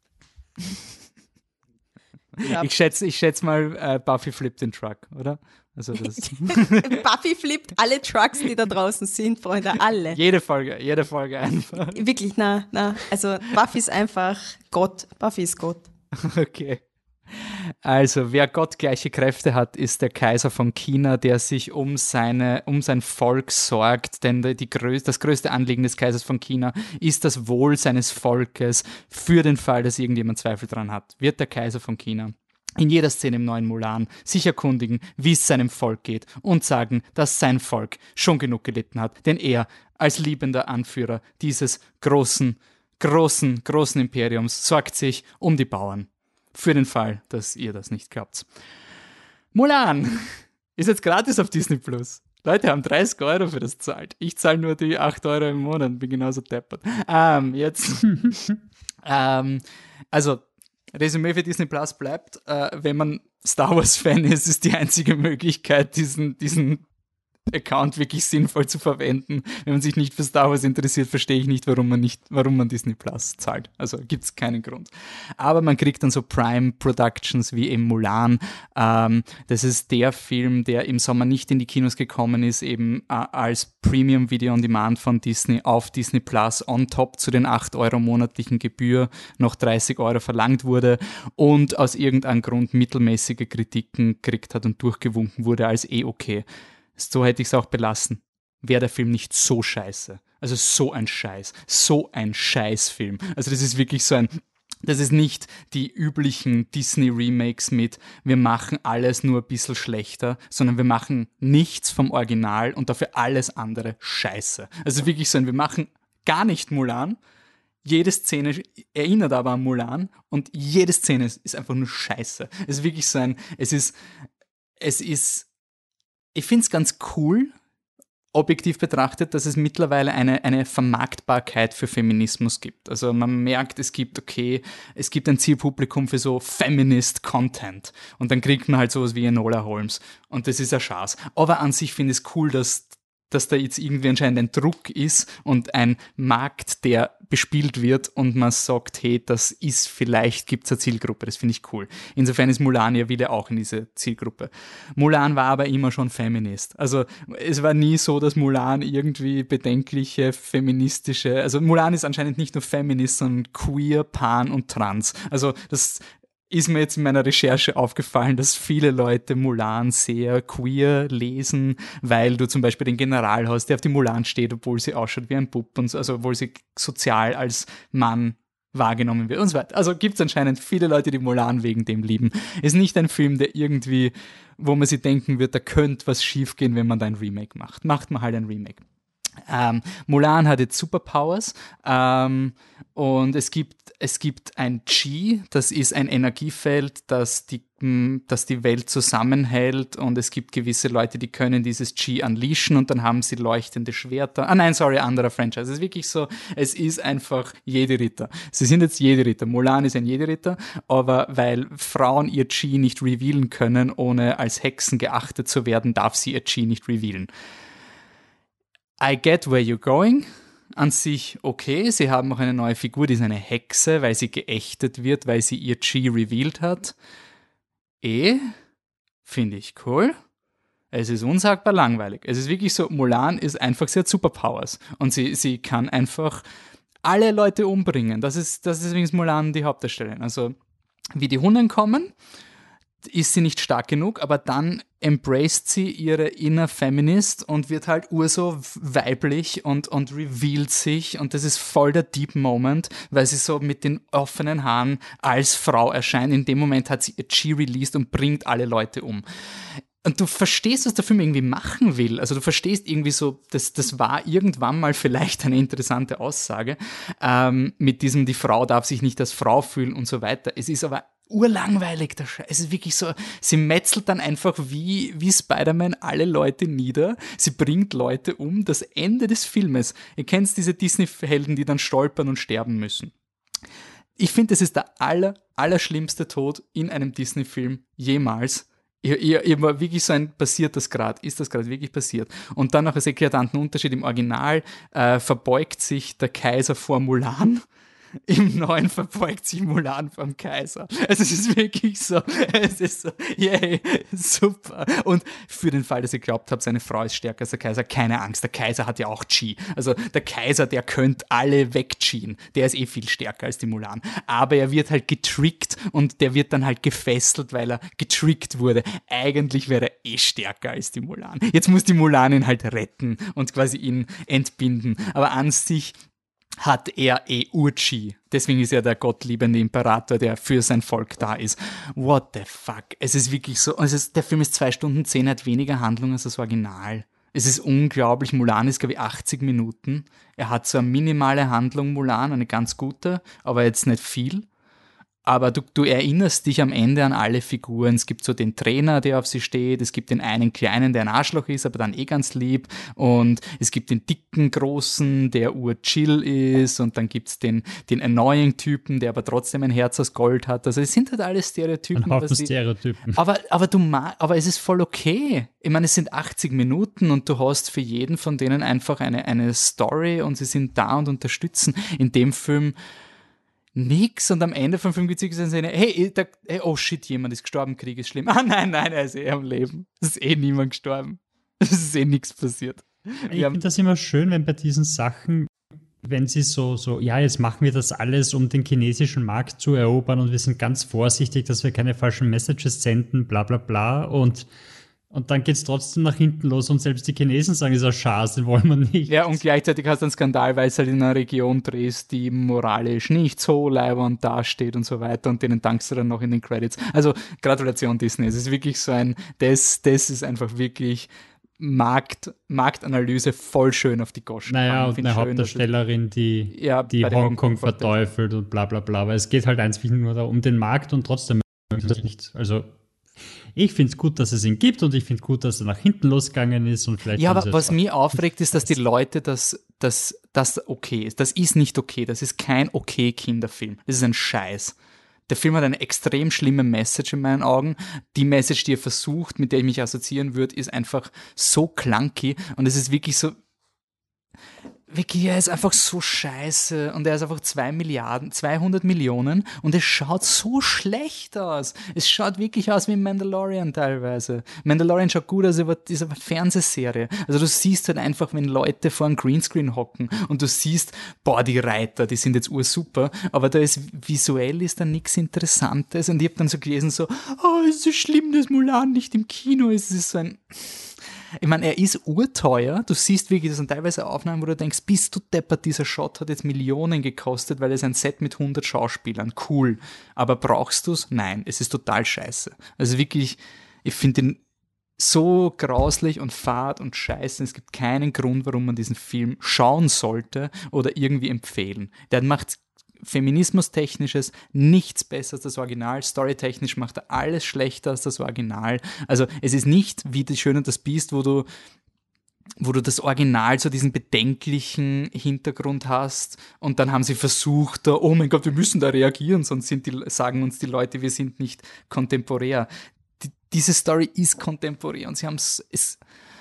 Ja.
Ich schätze mal, Buffy flippt den Truck, oder? Also das
Buffy flippt alle Trucks, die da draußen sind, Freunde, alle.
jede Folge einfach.
Wirklich, na. Also Buffy ist einfach Gott. Buffy ist Gott.
Okay. Also, wer gottgleiche Kräfte hat, ist der Kaiser von China, der sich um sein Volk sorgt, denn das größte Anliegen des Kaisers von China ist das Wohl seines Volkes für den Fall, dass irgendjemand Zweifel dran hat. Wird der Kaiser von China in jeder Szene im neuen Mulan sich erkundigen, wie es seinem Volk geht und sagen, dass sein Volk schon genug gelitten hat, denn er als liebender Anführer dieses großen Imperiums sorgt sich um die Bauern. Für den Fall, dass ihr das nicht glaubt. Mulan ist jetzt gratis auf Disney+. Leute haben 30 € für das zahlt. Ich zahle nur die 8 € im Monat, bin genauso deppert. Also, Resümee für Disney Plus bleibt, wenn man Star Wars-Fan ist, ist die einzige Möglichkeit, diesen Account wirklich sinnvoll zu verwenden. Wenn man sich nicht für Star Wars interessiert, verstehe ich nicht, warum man Disney Plus zahlt. Also gibt es keinen Grund. Aber man kriegt dann so Prime Productions wie eben Mulan. Das ist der Film, der im Sommer nicht in die Kinos gekommen ist, eben als Premium Video on Demand von Disney auf Disney Plus on top zu den 8 € monatlichen Gebühr noch 30 € verlangt wurde und aus irgendeinem Grund mittelmäßige Kritiken gekriegt hat und durchgewunken wurde als okay. So hätte ich es auch belassen. Wäre der Film nicht so scheiße. Also so ein Scheißfilm. Also das ist wirklich das ist nicht die üblichen Disney-Remakes mit, wir machen alles nur ein bisschen schlechter, sondern wir machen nichts vom Original und dafür alles andere scheiße. Also wirklich wir machen gar nicht Mulan, jede Szene erinnert aber an Mulan und jede Szene ist einfach nur scheiße. Es ist wirklich ich finde es ganz cool, objektiv betrachtet, dass es mittlerweile eine Vermarktbarkeit für Feminismus gibt. Also man merkt, es gibt ein Zielpublikum für so Feminist-Content. Und dann kriegt man halt sowas wie Enola Holmes. Und das ist ein Schatz. Aber an sich finde ich es cool, dass da jetzt irgendwie anscheinend ein Druck ist und ein Markt, der bespielt wird und man sagt, hey, vielleicht gibt es eine Zielgruppe, das finde ich cool. Insofern ist Mulan ja wieder auch in diese Zielgruppe. Mulan war aber immer schon Feminist. Also es war nie so, dass Mulan irgendwie bedenkliche, feministische, also Mulan ist anscheinend nicht nur Feminist, sondern queer, pan und trans. Also das ist mir jetzt in meiner Recherche aufgefallen, dass viele Leute Mulan sehr queer lesen, weil du zum Beispiel den General hast, der auf die Mulan steht, obwohl sie ausschaut wie ein Bub und so, also obwohl sie sozial als Mann wahrgenommen wird und so weiter. Also gibt es anscheinend viele Leute, die Mulan wegen dem lieben. Ist nicht ein Film, der irgendwie, wo man sich denken wird, da könnte was schiefgehen, wenn man da ein Remake macht. Macht man halt ein Remake. Mulan hat jetzt Superpowers und es gibt ein Qi, das ist ein Energiefeld, das die Welt zusammenhält und es gibt gewisse Leute, die können dieses Qi unleashen und dann haben sie leuchtende Schwerter. Anderer Franchise. Es ist wirklich so, es ist einfach Jedi-Ritter. Sie sind jetzt Jedi-Ritter. Mulan ist ein Jedi-Ritter, aber weil Frauen ihr Qi nicht revealen können, ohne als Hexen geachtet zu werden, darf sie ihr Qi nicht revealen. I get where you're going. An sich okay. Sie haben auch eine neue Figur, die ist eine Hexe, weil sie geächtet wird, weil sie ihr Qi revealed hat. Finde ich cool. Es ist unsagbar langweilig. Es ist wirklich so, Mulan ist einfach, sie hat Superpowers. Und sie kann einfach alle Leute umbringen. Das ist übrigens Mulan die Hauptdarstellerin. Also, wie die Hunden kommen, ist sie nicht stark genug, aber dann embraced sie ihre inner Feminist und wird halt urso weiblich und revealt sich und das ist voll der Deep Moment, weil sie so mit den offenen Haaren als Frau erscheint. In dem Moment hat sie ihr Chi released und bringt alle Leute um. Und du verstehst, was der Film irgendwie machen will. Also du verstehst irgendwie so, das war irgendwann mal vielleicht eine interessante Aussage mit diesem, die Frau darf sich nicht als Frau fühlen und so weiter. Es ist aber urlangweilig, der Scheiß. Es ist wirklich so, sie metzelt dann einfach wie Spider-Man alle Leute nieder. Sie bringt Leute um. Das Ende des Filmes. Ihr kennt diese Disney-Helden, die dann stolpern und sterben müssen. Ich finde, das ist der allerschlimmste Tod in einem Disney-Film jemals. Ich war wirklich so passiert das gerade? Ist das gerade wirklich passiert? Und dann noch als eklatanten Unterschied im Original verbeugt sich der Kaiser vor Mulan. Im Neuen verbeugt sich Mulan vom Kaiser. Also es ist wirklich so, es ist so, yay, super. Und für den Fall, dass ihr glaubt habt, seine Frau ist stärker als der Kaiser, keine Angst, der Kaiser hat ja auch Chi. Also der Kaiser, der könnte alle wegchien. Der ist viel stärker als die Mulan. Aber er wird halt getrickt und der wird dann halt gefesselt, weil er getrickt wurde. Eigentlich wäre er stärker als die Mulan. Jetzt muss die Mulan ihn halt retten und quasi ihn entbinden. Aber an sich hat er Urchi. Deswegen ist er der gottliebende Imperator, der für sein Volk da ist. What the fuck? Es ist wirklich so, der Film ist 2 Stunden 10, hat weniger Handlung als das Original. Es ist unglaublich. Mulan ist, glaube ich, 80 Minuten. Er hat so eine minimale Handlung, Mulan, eine ganz gute, aber jetzt nicht viel. Aber du erinnerst dich am Ende an alle Figuren. Es gibt so den Trainer, der auf sie steht. Es gibt den einen Kleinen, der ein Arschloch ist, aber dann ganz lieb. Und es gibt den dicken, großen, der chill ist. Und dann gibt's den Annoying-Typen, der aber trotzdem ein Herz aus Gold hat. Also es sind halt alle Stereotypen.
Ein Haufen Stereotypen.
Aber es ist voll okay. Ich meine, es sind 80 Minuten und du hast für jeden von denen einfach eine Story und sie sind da und unterstützen. In dem Film nix und am Ende vom Film gibt es eine Szene, hey, oh shit, jemand ist gestorben, Krieg ist schlimm. Ah nein, er ist am Leben. Es ist niemand gestorben. Es ist nichts passiert.
Ich finde das immer schön, wenn bei diesen Sachen, wenn sie so, ja, jetzt machen wir das alles, um den chinesischen Markt zu erobern und wir sind ganz vorsichtig, dass wir keine falschen Messages senden, bla bla bla und dann geht es trotzdem nach hinten los und selbst die Chinesen sagen, ist ein Schatz, den wollen wir nicht.
Ja, und gleichzeitig hast du einen Skandal, weil es halt in einer Region drehst, die moralisch nicht so leibernd dasteht und so weiter und denen dankst du dann noch in den Credits. Also Gratulation Disney, es ist wirklich so das ist einfach wirklich Marktanalyse voll schön auf die Goschen.
Naja, und eine Hauptdarstellerin, die Hongkong verteufelt und bla bla bla, weil es geht halt einfach nur um den Markt und trotzdem das nicht, also ich finde es gut, dass es ihn gibt und ich finde gut, dass er nach hinten losgegangen ist und vielleicht.
Ja, aber was mich aufregt, ist, dass die Leute das okay ist. Das ist nicht okay. Das ist kein okay Kinderfilm. Das ist ein Scheiß. Der Film hat eine extrem schlimme Message in meinen Augen. Die Message, die er versucht, mit der ich mich assoziieren würde, ist einfach so clunky und es ist wirklich so. Vicky, er ist einfach so scheiße und er ist einfach 200 Millionen und es schaut so schlecht aus. Es schaut wirklich aus wie Mandalorian teilweise. Mandalorian schaut gut aus, aber ist eine Fernsehserie. Also du siehst halt einfach, wenn Leute vor einem Greenscreen hocken und du siehst, boah, die Reiter, die sind jetzt ursuper, aber visuell ist da nichts Interessantes und ich habe dann so gelesen so, oh, ist so schlimm, dass Mulan nicht im Kino ist. Es ist so ein... Ich meine, er ist urteuer. Du siehst wirklich, das sind teilweise Aufnahmen, wo du denkst, bist du deppert, dieser Shot hat jetzt Millionen gekostet, weil es ein Set mit 100 Schauspielern. Cool. Aber brauchst du's? Nein, es ist total scheiße. Also wirklich, ich finde ihn so grauslich und fad und scheiße. Es gibt keinen Grund, warum man diesen Film schauen sollte oder irgendwie empfehlen. Der macht Feminismus-technisches nichts besser als das Original. Storytechnisch macht er alles schlechter als das Original. Also es ist nicht wie Die Schöne und das Biest, wo du das Original so diesen bedenklichen Hintergrund hast und dann haben sie versucht, oh mein Gott, wir müssen da reagieren, sonst sagen uns die Leute, wir sind nicht kontemporär. Diese Story ist kontemporär und sie haben es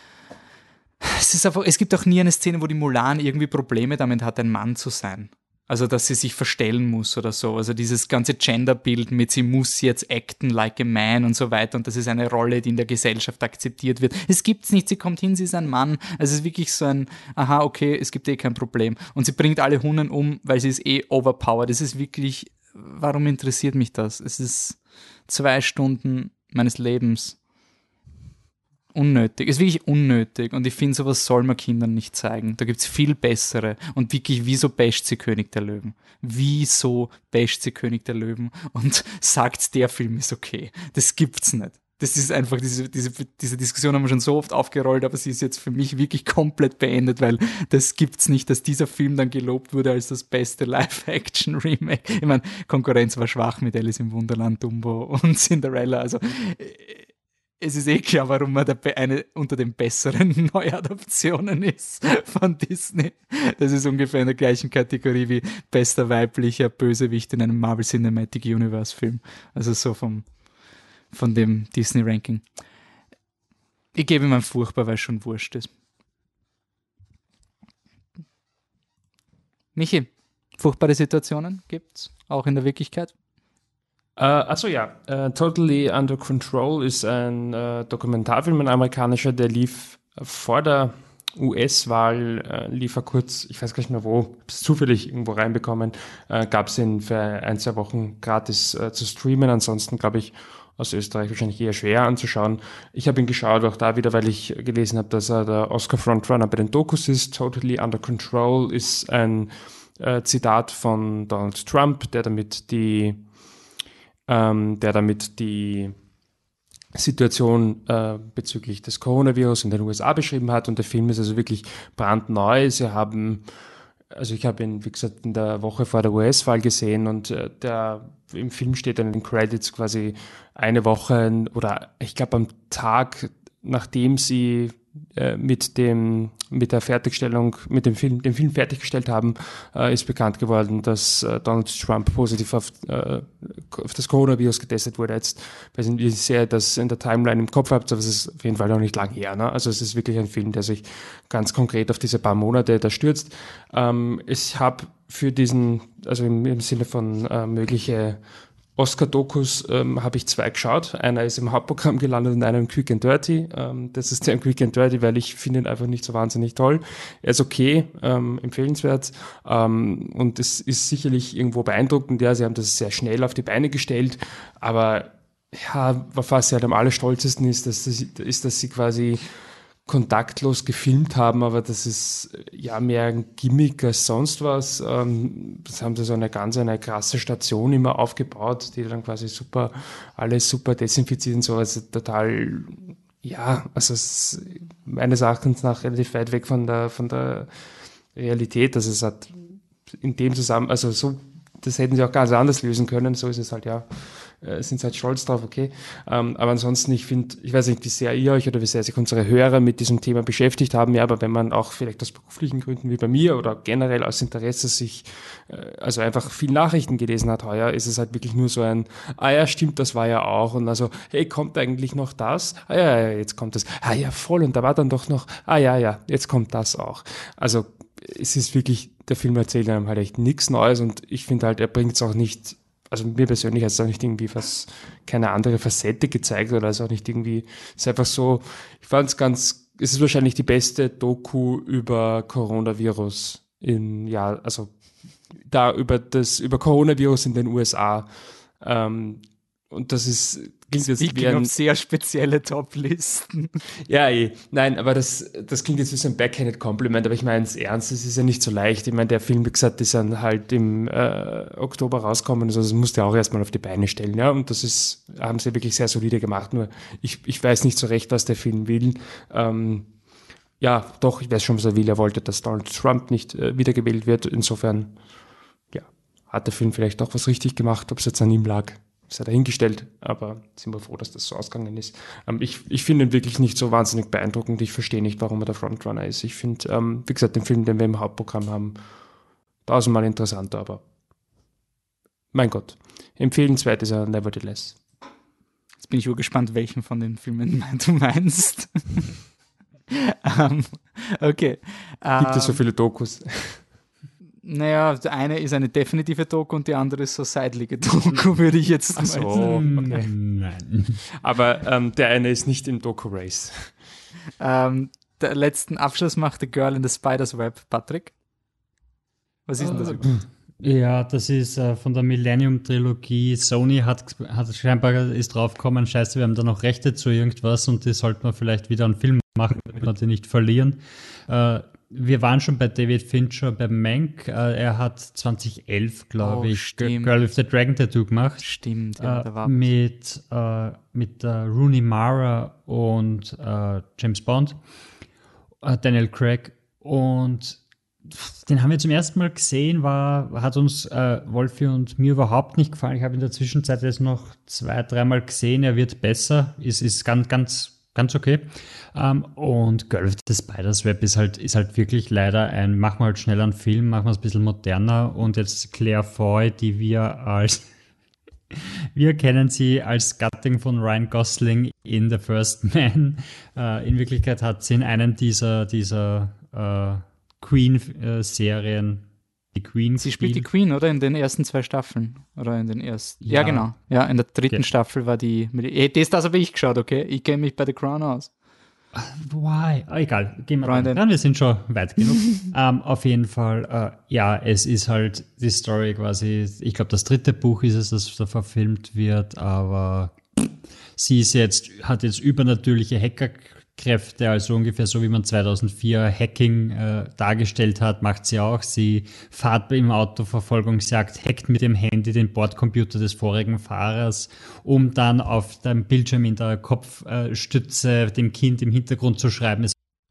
ist einfach, es gibt auch nie eine Szene, wo die Mulan irgendwie Probleme damit hat, ein Mann zu sein. Also, dass sie sich verstellen muss oder so. Also dieses ganze Genderbild mit, sie muss jetzt acten like a man und so weiter und das ist eine Rolle, die in der Gesellschaft akzeptiert wird. Es gibt's nicht, sie kommt hin, sie ist ein Mann. Also es ist wirklich so ein, aha, okay, es gibt kein Problem. Und sie bringt alle Hunden um, weil sie ist overpowered. Es ist wirklich, warum interessiert mich das? Es ist 2 Stunden meines Lebens. Unnötig. Ist wirklich unnötig. Und ich finde, sowas soll man Kindern nicht zeigen. Da gibt es viel bessere. Und wirklich, wieso basht sie König der Löwen? Wieso basht sie König der Löwen und sagt, der Film ist okay? Das gibt's nicht. Das ist einfach, diese Diskussion haben wir schon so oft aufgerollt, aber sie ist jetzt für mich wirklich komplett beendet, weil das gibt's nicht, dass dieser Film dann gelobt wurde als das beste Live-Action-Remake. Ich meine, Konkurrenz war schwach mit Alice im Wunderland, Dumbo und Cinderella. Also es ist klar, warum man eine unter den besseren Neuadaptionen ist von Disney. Das ist ungefähr in der gleichen Kategorie wie bester weiblicher Bösewicht in einem Marvel Cinematic Universe Film. Also so von dem Disney-Ranking. Ich gebe ihm ein furchtbar, weil es schon wurscht ist. Michi, furchtbare Situationen gibt's auch in der Wirklichkeit?
Totally Under Control ist ein Dokumentarfilm, ein amerikanischer, der lief vor der US-Wahl, lief er kurz, ich weiß gar nicht mehr wo, habe es zufällig irgendwo reinbekommen, gab es ihn für 1-2 Wochen gratis zu streamen, ansonsten glaube ich aus Österreich wahrscheinlich eher schwer anzuschauen. Ich habe ihn geschaut, auch da wieder, weil ich gelesen habe, dass er der Oscar-Frontrunner bei den Dokus ist. Totally Under Control ist ein Zitat von Donald Trump, der damit die Situation bezüglich des Coronavirus in den USA beschrieben hat, und der Film ist also wirklich brandneu. Ich habe ihn, wie gesagt, in der Woche vor der US-Wahl gesehen, und im Film steht dann in den Credits quasi eine Woche oder ich glaube am Tag, nachdem sie den Film fertiggestellt haben, ist bekannt geworden, dass Donald Trump positiv auf das Coronavirus getestet wurde. Jetzt weiß ich nicht, wie sehr ihr das in der Timeline im Kopf habt, aber es ist auf jeden Fall noch nicht lang her. Ne? Also es ist wirklich ein Film, der sich ganz konkret auf diese paar Monate da stürzt. Ich habe für diesen, also im Sinne von mögliche Oscar-Dokus habe ich 2 geschaut. Einer ist im Hauptprogramm gelandet und einer im Quick and Dirty. Das ist der im Quick and Dirty, weil ich finde ihn einfach nicht so wahnsinnig toll. Er ist okay, empfehlenswert, und es ist sicherlich irgendwo beeindruckend. Ja, sie haben das sehr schnell auf die Beine gestellt, aber ja, was sie halt am allerstolzesten ist, dass sie quasi kontaktlos gefilmt haben, aber das ist ja mehr ein Gimmick als sonst was. Das haben sie so eine krasse Station immer aufgebaut, die dann quasi alles super desinfiziert und so, also total, ja, also es ist meines Erachtens nach relativ weit weg von der Realität, also es hat in dem Zusammenhang, also so, das hätten sie auch ganz anders lösen können, so ist es halt, ja, sind sie halt stolz drauf, okay. Aber ansonsten, ich weiß nicht, wie sehr ihr euch oder wie sehr sich unsere Hörer mit diesem Thema beschäftigt haben, ja, aber wenn man auch vielleicht aus beruflichen Gründen wie bei mir oder generell aus Interesse sich, also einfach viel Nachrichten gelesen hat heuer, ist es halt wirklich nur so ein, ja, stimmt, das war ja auch, und also, hey, kommt eigentlich noch das? Ja, jetzt kommt das. Ja, voll, und da war dann doch noch, ja, jetzt kommt das auch. Also, es ist wirklich, der Film erzählt einem halt echt nichts Neues, und ich finde halt, er bringt es auch nicht, also mir persönlich hat es auch nicht irgendwie keine andere Facette gezeigt, oder ist auch nicht irgendwie, es ist einfach so, ich fand es ist wahrscheinlich die beste Doku über Coronavirus also da über Coronavirus in den USA, und das klingt jetzt wie
auf sehr spezielle Top-Listen.
Ja, nein, aber das klingt jetzt wie so ein backhanded Compliment, aber ich meine es ernst, es ist ja nicht so leicht. Ich meine, der Film, wie gesagt, ist dann halt im Oktober rauskommen, also das musste er auch erstmal auf die Beine stellen, ja, und haben sie wirklich sehr solide gemacht, nur ich weiß nicht so recht, was der Film will. Ja, doch, ich weiß schon, was er will. Er wollte, dass Donald Trump nicht wiedergewählt wird, insofern, ja, hat der Film vielleicht auch was richtig gemacht, ob es jetzt an ihm lag. Ist ja dahingestellt, aber sind wir froh, dass das so ausgegangen ist. Ich finde ihn wirklich nicht so wahnsinnig beeindruckend. Ich verstehe nicht, warum er der Frontrunner ist. Ich finde, wie gesagt, den Film, den wir im Hauptprogramm haben, 1000-mal interessanter, aber mein Gott, empfehlenswert ist er nevertheless.
Jetzt bin ich gespannt, welchen von den Filmen du meinst. Okay.
Gibt es so viele Dokus?
Naja, der eine ist eine definitive Doku und die andere ist so seidlige Doku, würde ich jetzt mal sagen.
Okay. Nein. Aber der eine ist nicht im Doku-Race.
Der letzten Abschluss macht The Girl in the Spider's Web, Patrick. Was ist denn das überhaupt?
Ja, das ist von der Millennium-Trilogie. Sony hat scheinbar ist draufgekommen, scheiße, wir haben da noch Rechte zu irgendwas und die sollten wir vielleicht wieder einen Film machen, damit wir die nicht verlieren. Wir waren schon bei David Fincher, bei Mank. Er hat 2011, glaube ich,
stimmt.
Girl with the Dragon Tattoo gemacht.
Stimmt, ja, da war
mit Rooney Mara und James Bond, Daniel Craig. Und den haben wir zum ersten Mal gesehen, hat uns Wolfi und mir überhaupt nicht gefallen. Ich habe in der Zwischenzeit jetzt noch 2-3 Mal gesehen. Er wird besser, ist ganz okay. Und Girl with the Spider's Web ist halt wirklich leider machen wir halt schnell einen Film, machen wir es ein bisschen moderner. Und jetzt Claire Foy, die wir kennen sie als Gattin von Ryan Gosling in The First Man. In Wirklichkeit hat sie in einem dieser Queen-Serien die Queen.
Sie spielt die Queen, oder? In den ersten 2 Staffeln. Oder in den ersten. Ja, genau. Ja, in der 3. Staffel war die. Das habe ich geschaut, okay? Ich kenne mich bei The Crown aus.
Why? Egal, gehen wir dran. Wir sind schon weit genug. Auf jeden Fall, es ist halt die Story quasi, ich glaube, das 3. Buch ist es, das da verfilmt wird, aber sie hat jetzt übernatürliche Hackerkräfte, also ungefähr so, wie man 2004 Hacking dargestellt hat, macht sie auch. Sie fährt im Autoverfolgungsjagd, hackt mit dem Handy den Bordcomputer des vorigen Fahrers, um dann auf dem Bildschirm in der Kopfstütze dem Kind im Hintergrund zu schreiben.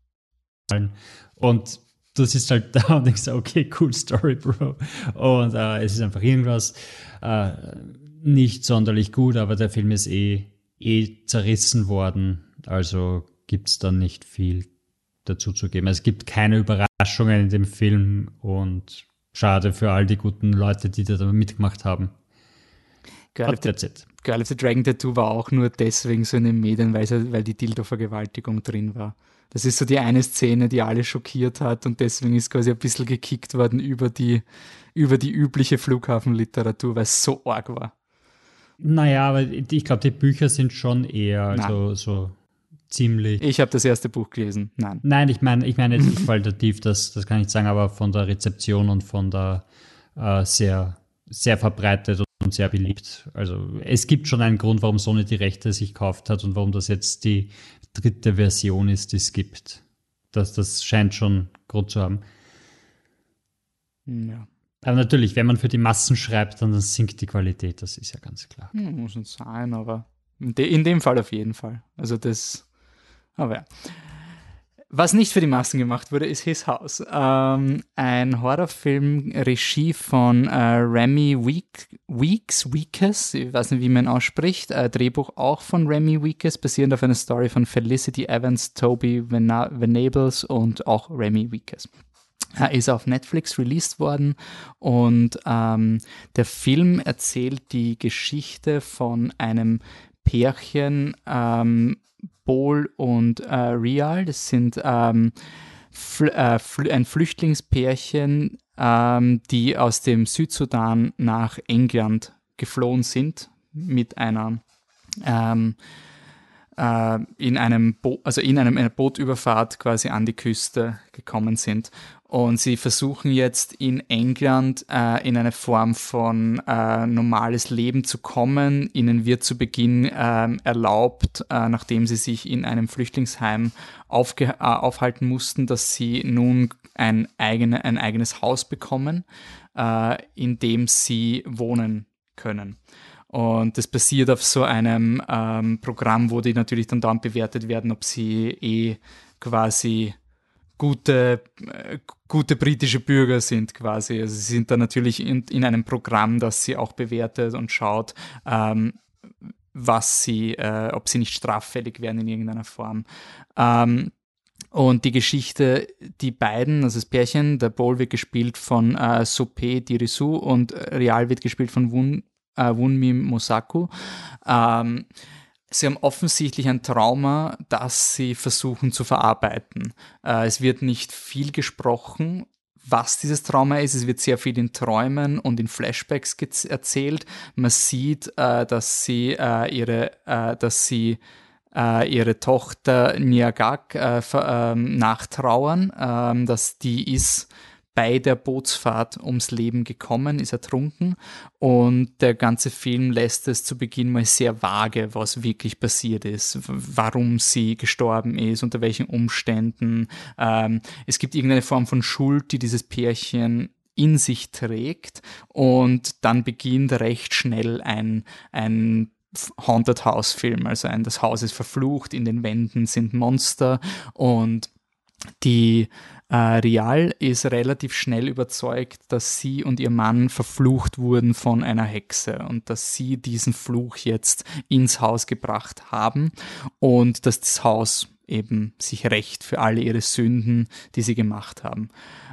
Und du sitzt halt da und denkst, okay, cool Story, Bro. Und es ist einfach irgendwas nicht sonderlich gut, aber der Film ist eh zerrissen worden. Also gibt es dann nicht viel dazu zu geben. Es gibt keine Überraschungen in dem Film und schade für all die guten Leute, die da mitgemacht haben.
Girl of the Dragon Tattoo war auch nur deswegen so in den Medien, weil die Dildo-Vergewaltigung drin war. Das ist so die eine Szene, die alle schockiert hat und deswegen ist quasi ein bisschen gekickt worden über die übliche Flughafenliteratur, weil es so arg war.
Naja, aber ich glaube, die Bücher sind schon eher so ziemlich.
Ich habe das erste Buch gelesen.
Nein, ich meine jetzt nicht qualitativ, das kann ich sagen, aber von der Rezeption und von der sehr, sehr verbreitet und sehr beliebt. Also es gibt schon einen Grund, warum Sony die Rechte sich gekauft hat und warum das jetzt die 3. Version ist, die es gibt. Das scheint schon Grund zu haben.
Ja.
Aber natürlich, wenn man für die Massen schreibt, dann sinkt die Qualität, das ist ja ganz klar.
Muss nicht sein, aber in dem Fall auf jeden Fall. Also aber ja. Was nicht für die Massen gemacht wurde, ist His House. Ein Horrorfilm, Regie von Remy Weekes, ich weiß nicht, wie man ihn ausspricht, Drehbuch auch von Remy Weekes, basierend auf einer Story von Felicity Evans, Toby Venables und auch Remy Weekes. Ist auf Netflix released worden und der Film erzählt die Geschichte von einem Pärchen, Bol und Rial. Das sind ein Flüchtlingspärchen, die aus dem Südsudan nach England geflohen sind mit einer in einer Bootüberfahrt quasi an die Küste gekommen sind. Und sie versuchen jetzt in England in eine Form von normales Leben zu kommen. Ihnen wird zu Beginn erlaubt, nachdem sie sich in einem Flüchtlingsheim aufhalten mussten, dass sie nun ein eigenes Haus bekommen, in dem sie wohnen können. Und das basiert auf so einem Programm, wo die natürlich dann dauernd bewertet werden, ob sie quasi gute britische Bürger sind quasi. Also sie sind dann natürlich in einem Programm, das sie auch bewertet und schaut, ob sie nicht straffällig werden in irgendeiner Form. Und die Geschichte, die beiden, also das Pärchen, der Bol wird gespielt von Sopé Dirisu und Rial wird gespielt von Wunmi Mosaku. Sie haben offensichtlich ein Trauma, das sie versuchen zu verarbeiten. Es wird nicht viel gesprochen, was dieses Trauma ist. Es wird sehr viel in Träumen und in Flashbacks erzählt. Man sieht, dass sie ihre Tochter Niagak nachtrauern, dass die ist bei der Bootsfahrt ums Leben gekommen, ist ertrunken, und der ganze Film lässt es zu Beginn mal sehr vage, was wirklich passiert ist, warum sie gestorben ist, unter welchen Umständen. Es gibt irgendeine Form von Schuld, die dieses Pärchen in sich trägt, und dann beginnt recht schnell ein Haunted House Film, also das Haus ist verflucht, in den Wänden sind Monster, und die Rial ist relativ schnell überzeugt, dass sie und ihr Mann verflucht wurden von einer Hexe und dass sie diesen Fluch jetzt ins Haus gebracht haben und dass das Haus eben sich rächt für alle ihre Sünden, die sie gemacht haben.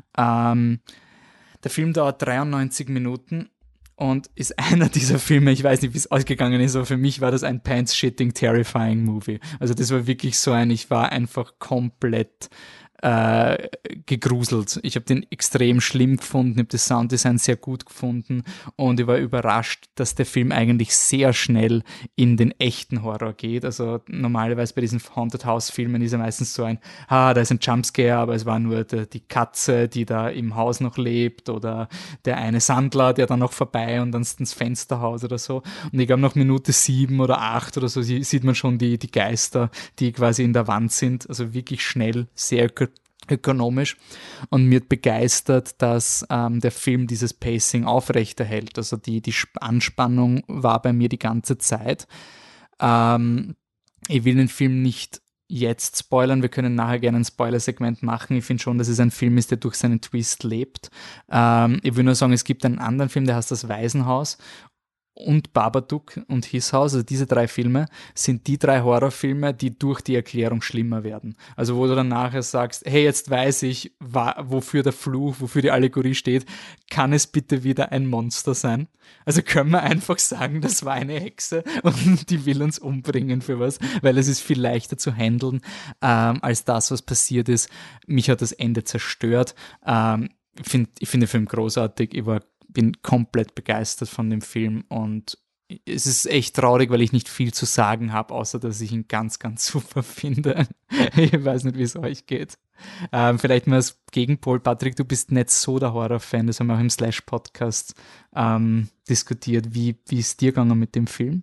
Der Film dauert 93 Minuten und ist einer dieser Filme, ich weiß nicht, wie es ausgegangen ist, aber für mich war das ein pants-shitting, terrifying Movie. Also das war wirklich so ich war einfach komplett gegruselt. Ich habe den extrem schlimm gefunden, habe das Sounddesign sehr gut gefunden und ich war überrascht, dass der Film eigentlich sehr schnell in den echten Horror geht. Also normalerweise bei diesen Haunted House Filmen ist ja meistens so da ist ein Jumpscare, aber es war nur die Katze, die da im Haus noch lebt, oder der eine Sandler, der dann noch vorbei und dann ins Fenster haut oder so. Und ich glaube, nach Minute 7 oder 8 oder so sieht man schon die Geister, die quasi in der Wand sind. Also wirklich schnell, sehr ökonomisch, und mir begeistert, dass der Film dieses Pacing aufrechterhält. Also die Anspannung war bei mir die ganze Zeit. Ich will den Film nicht jetzt spoilern, wir können nachher gerne ein Spoiler-Segment machen. Ich finde schon, dass es ein Film ist, der durch seinen Twist lebt. Ich will nur sagen, es gibt einen anderen Film, der heißt Das Waisenhaus, und Babadook und His House, also diese 3 Filme, sind die 3 Horrorfilme, die durch die Erklärung schlimmer werden. Also wo du dann nachher sagst, hey, jetzt weiß ich, wofür der Fluch, wofür die Allegorie steht, kann es bitte wieder ein Monster sein? Also können wir einfach sagen, das war eine Hexe und die will uns umbringen für was, weil es ist viel leichter zu handeln, als das, was passiert ist. Mich hat das Ende zerstört. Ich finde den Film großartig, bin komplett begeistert von dem Film, und es ist echt traurig, weil ich nicht viel zu sagen habe, außer dass ich ihn ganz, ganz super finde. Ich weiß nicht, wie es euch geht. Vielleicht mal als Gegenpol, Patrick, du bist nicht so der Horror-Fan, das haben wir auch im Slash-Podcast diskutiert. Wie ist dir gegangen mit dem Film?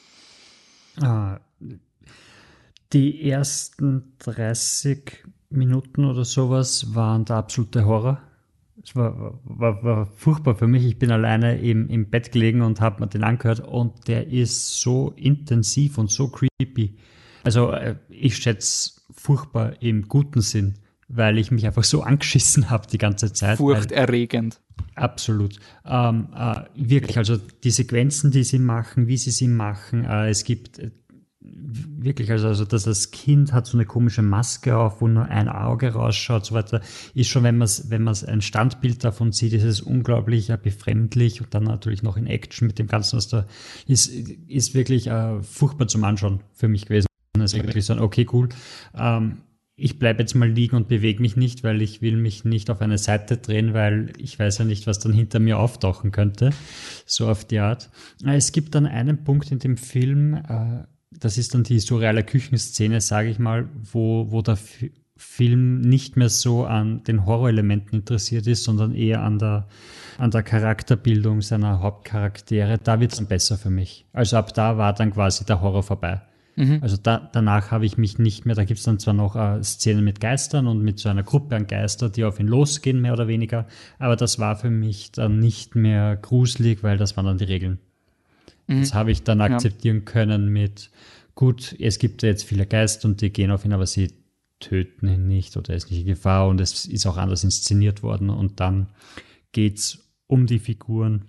Die ersten 30 Minuten oder sowas waren der absolute Horror. Es war furchtbar für mich. Ich bin alleine im Bett gelegen und habe mir den angehört, und der ist so intensiv und so creepy. Also ich schätze furchtbar im guten Sinn, weil ich mich einfach so angeschissen habe die ganze Zeit.
Furchterregend.
Absolut. Wirklich, also die Sequenzen, die sie machen, wie sie sie machen, es gibt wirklich, also das Kind hat so eine komische Maske auf, wo nur ein Auge rausschaut, so weiter, ist schon, wenn man ein Standbild davon sieht, ist es unglaublich befremdlich, und dann natürlich noch in Action mit dem Ganzen, was da ist wirklich furchtbar zum Anschauen für mich gewesen. Es ist wirklich so, okay, cool. Ich bleibe jetzt mal liegen und bewege mich nicht, weil ich will mich nicht auf eine Seite drehen, weil ich weiß ja nicht, was dann hinter mir auftauchen könnte, so auf die Art. Es gibt dann einen Punkt in dem Film, das ist dann die surreale Küchenszene, sage ich mal, wo der Film nicht mehr so an den Horrorelementen interessiert ist, sondern eher an der Charakterbildung seiner Hauptcharaktere. Da wird es dann besser für mich. Also ab da war dann quasi der Horror vorbei. Mhm. Also danach habe ich mich nicht mehr, da gibt es dann zwar noch Szenen mit Geistern und mit so einer Gruppe an Geister, die auf ihn losgehen, mehr oder weniger, aber das war für mich dann nicht mehr gruselig, weil das waren dann die Regeln. Das habe ich dann akzeptieren können mit, gut, es gibt ja jetzt viele Geister und die gehen auf ihn, aber sie töten ihn nicht oder er ist nicht in Gefahr, und es ist auch anders inszeniert worden, und dann geht es um die Figuren.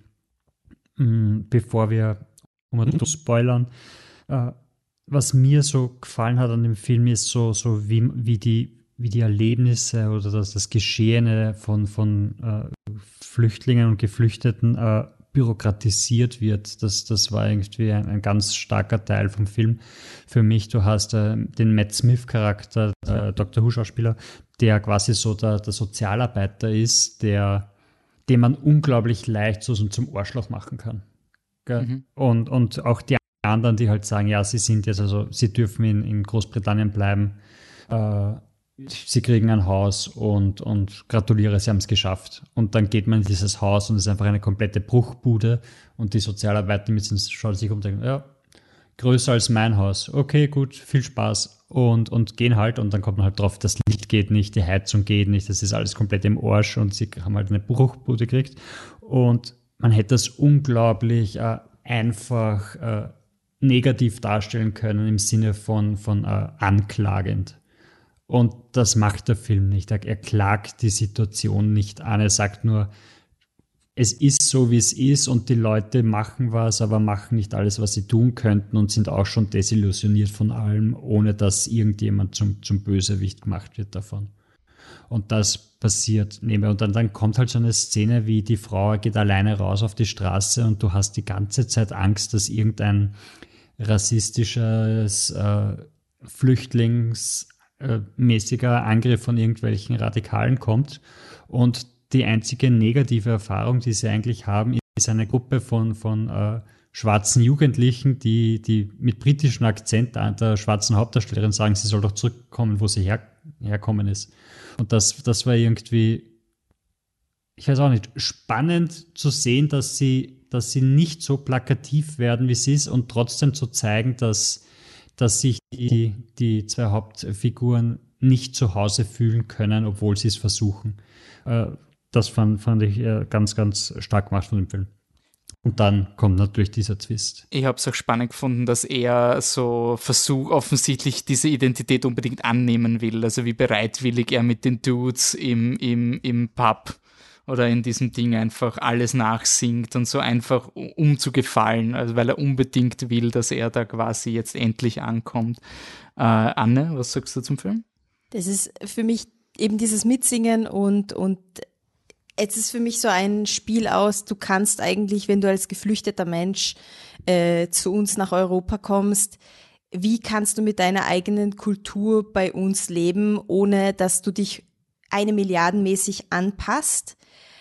Bevor wir spoilern, was mir so gefallen hat an dem Film ist so wie die Erlebnisse oder das Geschehene von Flüchtlingen und Geflüchteten bürokratisiert wird. Das war irgendwie ein ganz starker Teil vom Film für mich. Du hast den Matt Smith-Charakter, Dr. Who-Schauspieler, der quasi so der Sozialarbeiter ist, den man unglaublich leicht so zum Arschloch machen kann. Mhm. Und auch die anderen, die halt sagen, ja, sie sind jetzt, also sie dürfen in Großbritannien bleiben, sie kriegen ein Haus und gratuliere, sie haben es geschafft. Und dann geht man in dieses Haus und es ist einfach eine komplette Bruchbude und die Sozialarbeiter schauen sich um und denken, ja, größer als mein Haus. Okay, gut, viel Spaß. Und gehen halt und dann kommt man halt drauf, das Licht geht nicht, die Heizung geht nicht, das ist alles komplett im Arsch und sie haben halt eine Bruchbude gekriegt. Und man hätte das unglaublich einfach negativ darstellen können im Sinne von anklagend. Und das macht der Film nicht. Er klagt die Situation nicht an. Er sagt nur, es ist so, wie es ist und die Leute machen was, aber machen nicht alles, was sie tun könnten und sind auch schon desillusioniert von allem, ohne dass irgendjemand zum Bösewicht gemacht wird davon. Und das passiert nebenbei. Und dann kommt halt so eine Szene, wie die Frau geht alleine raus auf die Straße und du hast die ganze Zeit Angst, dass irgendein rassistisches flüchtlingsmäßiger Angriff von irgendwelchen Radikalen kommt. Und die einzige negative Erfahrung, die sie eigentlich haben, ist eine Gruppe von schwarzen Jugendlichen, die mit britischem Akzent der schwarzen Hauptdarstellerin sagen, sie soll doch zurückkommen, wo sie herkommen ist. Und das war irgendwie, ich weiß auch nicht, spannend zu sehen, dass sie nicht so plakativ werden, wie sie ist und trotzdem zu zeigen, dass sich die zwei Hauptfiguren nicht zu Hause fühlen können, obwohl sie es versuchen. Das fand ich ganz, ganz stark gemacht von dem Film. Und dann kommt natürlich dieser Twist.
Ich habe es auch spannend gefunden, dass er so offensichtlich diese Identität unbedingt annehmen will. Also wie bereitwillig er mit den Dudes im Pub oder in diesem Ding einfach alles nachsingt und so einfach um zu gefallen, also weil er unbedingt will, dass er da quasi jetzt endlich ankommt. Anne, was sagst du zum Film?
Das ist für mich eben dieses Mitsingen und es ist für mich so ein Spiel aus, du kannst eigentlich, wenn du als geflüchteter Mensch zu uns nach Europa kommst, wie kannst du mit deiner eigenen Kultur bei uns leben, ohne dass du dich 1 milliardenmäßig anpasst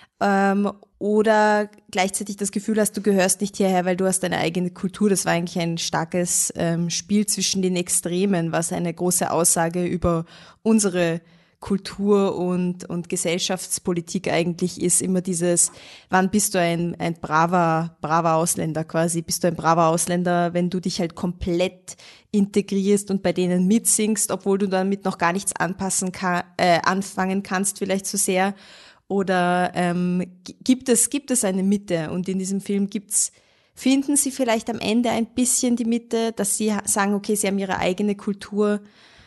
oder gleichzeitig das Gefühl hast, du gehörst nicht hierher, weil du hast deine eigene Kultur. Das war eigentlich ein starkes Spiel zwischen den Extremen, was eine große Aussage über unsere Kultur und Gesellschaftspolitik eigentlich ist. Immer dieses, wann bist du ein braver Ausländer quasi? Bist du ein braver Ausländer, wenn du dich halt komplett integrierst und bei denen mitsingst, obwohl du damit noch gar nichts anfangen kannst vielleicht so sehr? Oder gibt es eine Mitte? Und in diesem Film finden sie vielleicht am Ende ein bisschen die Mitte, dass sie sagen, okay, sie haben ihre eigene Kultur,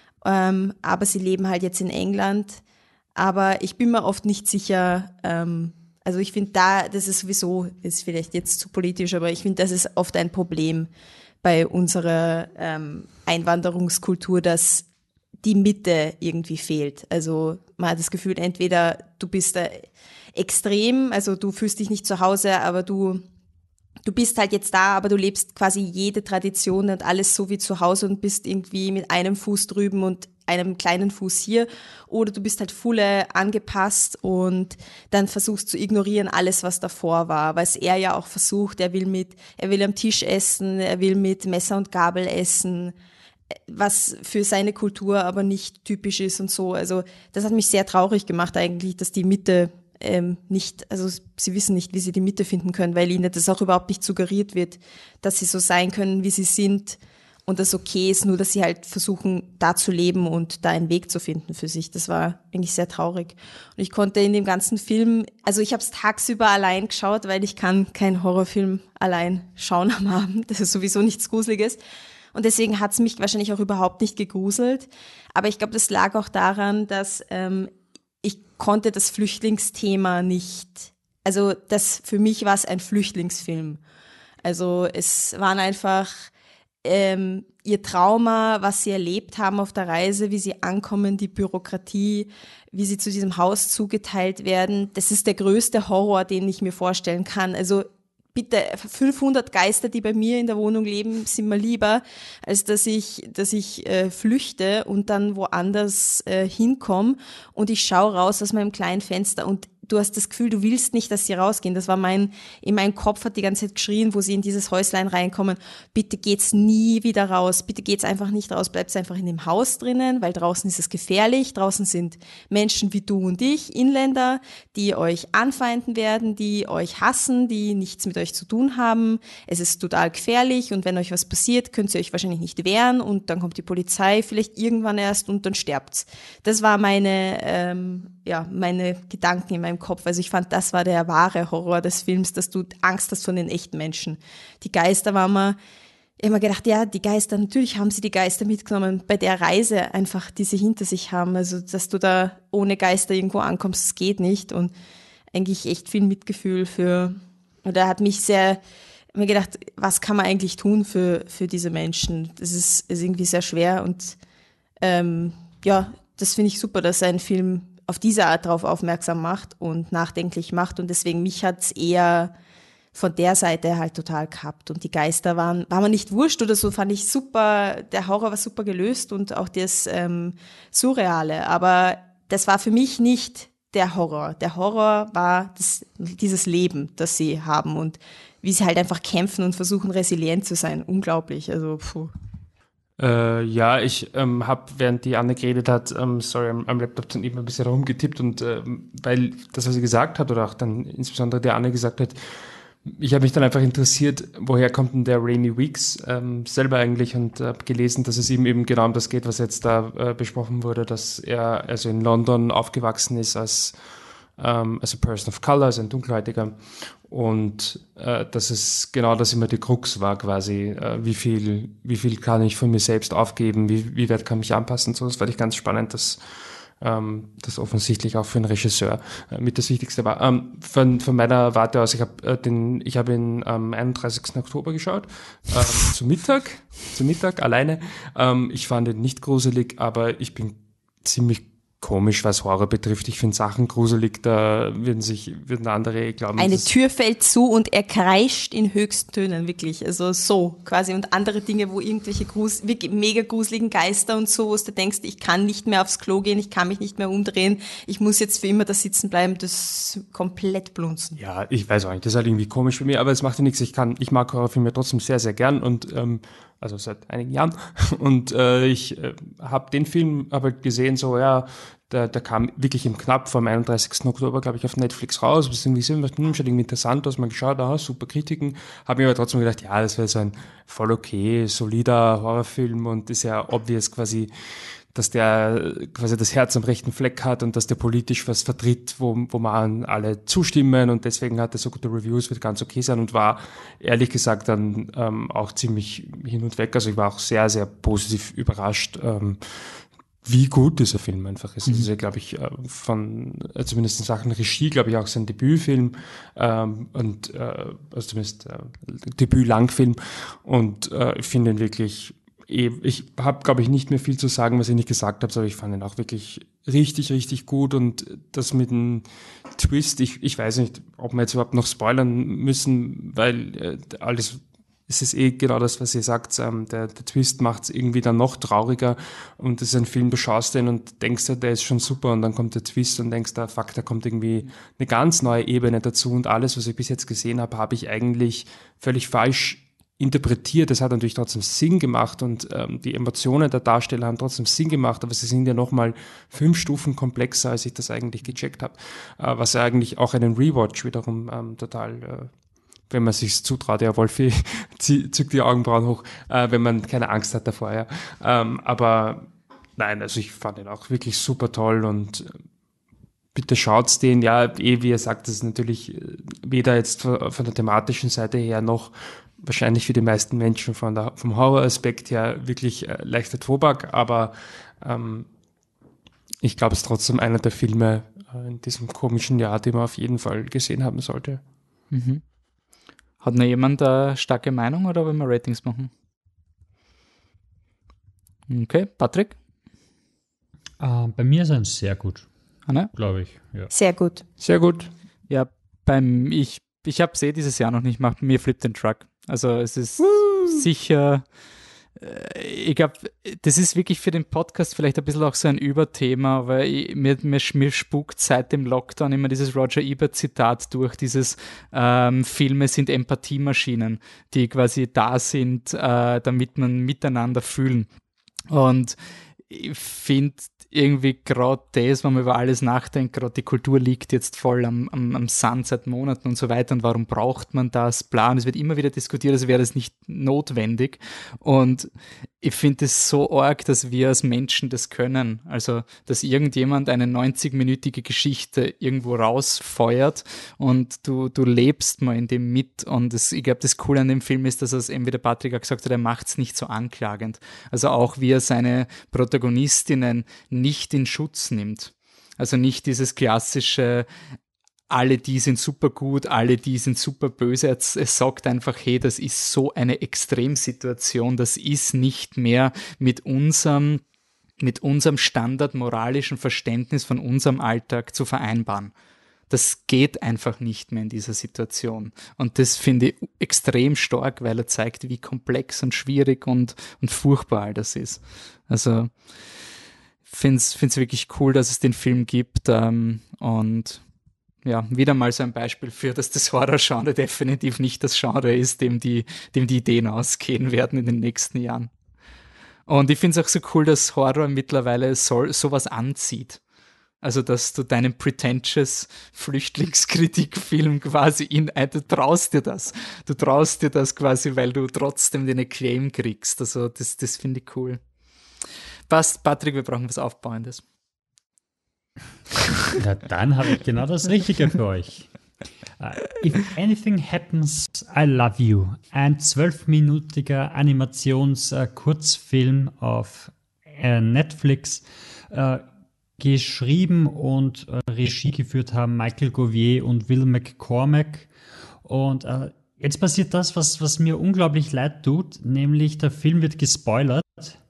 aber sie leben halt jetzt in England. Aber ich bin mir oft nicht sicher, also ich finde das ist sowieso, ist vielleicht jetzt zu politisch, aber ich finde, das ist oft ein Problem bei unserer Einwanderungskultur, dass die Mitte irgendwie fehlt. Also man hat das Gefühl, entweder du bist da extrem, also du fühlst dich nicht zu Hause, aber du bist halt jetzt da, aber du lebst quasi jede Tradition und alles so wie zu Hause und bist irgendwie mit einem Fuß drüben und einem kleinen Fuß hier. Oder du bist halt voll angepasst und dann versuchst zu ignorieren alles, was davor war. Was er ja auch versucht, er will am Tisch essen, er will mit Messer und Gabel essen, was für seine Kultur aber nicht typisch ist und so. Also das hat mich sehr traurig gemacht eigentlich, dass die Mitte nicht, also sie wissen nicht, wie sie die Mitte finden können, weil ihnen das auch überhaupt nicht suggeriert wird, dass sie so sein können, wie sie sind und das okay ist, nur dass sie halt versuchen, da zu leben und da einen Weg zu finden für sich. Das war eigentlich sehr traurig. Und ich konnte in dem ganzen Film, also ich habe es tagsüber allein geschaut, weil ich kann keinen Horrorfilm allein schauen am Abend. Das ist sowieso nichts Gruseliges. Und deswegen hat es mich wahrscheinlich auch überhaupt nicht gegruselt. Aber ich glaube, das lag auch daran, dass ich konnte das Flüchtlingsthema nicht, also für mich war es ein Flüchtlingsfilm. Also es waren einfach ihr Trauma, was sie erlebt haben auf der Reise, wie sie ankommen, die Bürokratie, wie sie zu diesem Haus zugeteilt werden. Das ist der größte Horror, den ich mir vorstellen kann. Also bitte, 500 Geister, die bei mir in der Wohnung leben, sind mir lieber, als dass ich flüchte und dann woanders hinkomme und ich schaue raus aus meinem kleinen Fenster und du hast das Gefühl, du willst nicht, dass sie rausgehen. Das war in meinem Kopf hat die ganze Zeit geschrien, wo sie in dieses Häuslein reinkommen, bitte geht's nie wieder raus, bitte geht's einfach nicht raus, bleibt's einfach in dem Haus drinnen, weil draußen ist es gefährlich, draußen sind Menschen wie du und ich, Inländer, die euch anfeinden werden, die euch hassen, die nichts mit euch zu tun haben, es ist total gefährlich und wenn euch was passiert, könnt ihr euch wahrscheinlich nicht wehren und dann kommt die Polizei vielleicht irgendwann erst und dann sterbt's. Das war meine Gedanken in meinem Kopf. Also ich fand, das war der wahre Horror des Films, dass du Angst hast vor den echten Menschen. Die Geister waren mir, ich habe mir gedacht, ja, die Geister, natürlich haben sie die Geister mitgenommen bei der Reise einfach, die sie hinter sich haben. Also, dass du da ohne Geister irgendwo ankommst, das geht nicht und eigentlich echt viel Mitgefühl oder hat mich mir gedacht, was kann man eigentlich tun für diese Menschen? Das ist irgendwie sehr schwer und das finde ich super, dass ein Film auf diese Art darauf aufmerksam macht und nachdenklich macht und deswegen mich hat's eher von der Seite halt total gehabt und die Geister war mir nicht wurscht oder so, fand ich super, der Horror war super gelöst und auch das Surreale, aber das war für mich nicht der Horror. Der Horror war dieses Leben, das sie haben und wie sie halt einfach kämpfen und versuchen resilient zu sein, unglaublich, also puh.
Ich habe, während die Anne geredet hat, am Laptop dann eben ein bisschen rumgetippt und weil das, was sie gesagt hat oder auch dann insbesondere die Anne gesagt hat, ich habe mich dann einfach interessiert, woher kommt denn der Rainy Weeks selber eigentlich und habe gelesen, dass es ihm eben genau um das geht, was jetzt da besprochen wurde, dass er also in London aufgewachsen ist als a person of color, als ein Dunkelhäutiger und dass es genau das immer die Krux war quasi, wie viel kann ich von mir selbst aufgeben, wie weit kann ich mich anpassen, so, das fand ich ganz spannend, dass das offensichtlich auch für einen Regisseur mit das Wichtigste war. Von meiner Warte aus, ich habe ihn am 31. Oktober geschaut, zu Mittag alleine. Ich fand ihn nicht gruselig, aber ich bin ziemlich komisch, was Horror betrifft. Ich finde Sachen gruselig, da würden andere glauben.
Eine Tür fällt zu und er kreischt in höchsten Tönen, wirklich. Also so quasi. Und andere Dinge, wo irgendwelche mega gruseligen Geister und so, wo du denkst, ich kann nicht mehr aufs Klo gehen, ich kann mich nicht mehr umdrehen, ich muss jetzt für immer da sitzen bleiben, das komplett blunzen.
Ja, ich weiß auch nicht, das ist halt irgendwie komisch für mich, aber es macht ja nichts. Ich mag Horrorfilme trotzdem sehr, sehr gern und also seit einigen Jahren. Und ich habe den Film aber gesehen, so ja, der kam wirklich im Knapp vom 31. Oktober, glaube ich, auf Netflix raus. Das ist irgendwie schaut irgendwie interessant aus, man geschaut, super Kritiken. Habe mir aber trotzdem gedacht, ja, das wäre so ein voll okay, solider Horrorfilm und ist ja obvious quasi, dass der quasi das Herz am rechten Fleck hat und dass der politisch was vertritt, wo man alle zustimmen und deswegen hat er so gute Reviews, wird ganz okay sein und war ehrlich gesagt dann auch ziemlich hin und weg. Also ich war auch sehr, sehr positiv überrascht, wie gut dieser Film einfach ist. Das ist ja, glaube ich, zumindest in Sachen Regie, glaube ich, auch sein Debütfilm und also zumindest Debüt-Langfilm und ich finde ihn wirklich ich habe, glaube ich, nicht mehr viel zu sagen, was ich nicht gesagt habe, aber ich fand ihn auch wirklich richtig, richtig gut und das mit dem Twist, ich weiß nicht, ob wir jetzt überhaupt noch spoilern müssen, weil es ist genau das, was ihr sagt, der Twist macht es irgendwie dann noch trauriger und das ist ein Film, du schaust den und denkst dir, der ist schon super und dann kommt der Twist und denkst, fuck, da kommt irgendwie eine ganz neue Ebene dazu und alles, was ich bis jetzt gesehen habe, habe ich eigentlich völlig falsch interpretiert. Das hat natürlich trotzdem Sinn gemacht und die Emotionen der Darsteller haben trotzdem Sinn gemacht, aber sie sind ja nochmal 5 Stufen komplexer, als ich das eigentlich gecheckt habe, was ja eigentlich auch einen Rewatch wiederum total, wenn man sich's zutraut, ja, Wolfi zückt die Augenbrauen hoch, wenn man keine Angst hat davor, ja. Aber nein, also ich fand ihn auch wirklich super toll und bitte schaut's den, ja, wie ihr sagt, das ist natürlich weder jetzt von der thematischen Seite her noch wahrscheinlich für die meisten Menschen vom Horroraspekt her wirklich leichter Tobak, aber ich glaube, es ist trotzdem einer der Filme in diesem komischen Jahr, den man auf jeden Fall gesehen haben sollte.
Mhm. Hat noch jemand eine starke Meinung oder wollen wir Ratings machen? Okay, Patrick?
Bei mir ist er sehr gut, glaube ich. Ja.
Sehr gut.
Sehr gut.
Ja, ich habe es dieses Jahr noch nicht gemacht, mir flippt den Truck. Also es ist sicher ich glaube, das ist wirklich für den Podcast vielleicht ein bisschen auch so ein Überthema, weil mir spukt seit dem Lockdown immer dieses Roger Ebert-Zitat durch, dieses Filme sind Empathiemaschinen, die quasi da sind, damit man miteinander fühlen. Und ich finde irgendwie gerade das, wenn man über alles nachdenkt, gerade die Kultur liegt jetzt voll am Sand seit Monaten und so weiter und warum braucht man das, bla, und es wird immer wieder diskutiert, als wäre das nicht notwendig, und ich finde es so arg, dass wir als Menschen das können, also dass irgendjemand eine 90-minütige Geschichte irgendwo rausfeuert und du lebst mal in dem mit, und ich glaube, das Coole an dem Film ist, dass es eben, wie der Patrick auch gesagt hat, er macht es nicht so anklagend, also auch wie er seine Protagonistinnen nicht in Schutz nimmt, also nicht dieses klassische alle die sind super gut, alle die sind super böse. Es sagt einfach, hey, das ist so eine Extremsituation, das ist nicht mehr mit unserem Standard moralischen Verständnis von unserem Alltag zu vereinbaren. Das geht einfach nicht mehr in dieser Situation. Und das finde ich extrem stark, weil er zeigt, wie komplex und schwierig und furchtbar all das ist. Also finde es wirklich cool, dass es den Film gibt, und ja, wieder mal so ein Beispiel für, dass das Horror-Genre definitiv nicht das Genre ist, dem die Ideen ausgehen werden in den nächsten Jahren. Und ich finde es auch so cool, dass Horror mittlerweile sowas anzieht. Also, dass du deinen pretentious Flüchtlingskritikfilm quasi du traust dir das. Du traust dir das quasi, weil du trotzdem den Acclaim kriegst. Also, das finde ich cool. Passt, Patrick, wir brauchen was Aufbauendes.
Ja, dann habe ich genau das Richtige für euch. If Anything Happens, I Love You. Ein 12-minütiger Animations-Kurzfilm auf Netflix. Geschrieben und Regie geführt haben Michael Gouvier und Will McCormack. Und jetzt passiert das, was mir unglaublich leid tut, nämlich der Film wird gespoilert.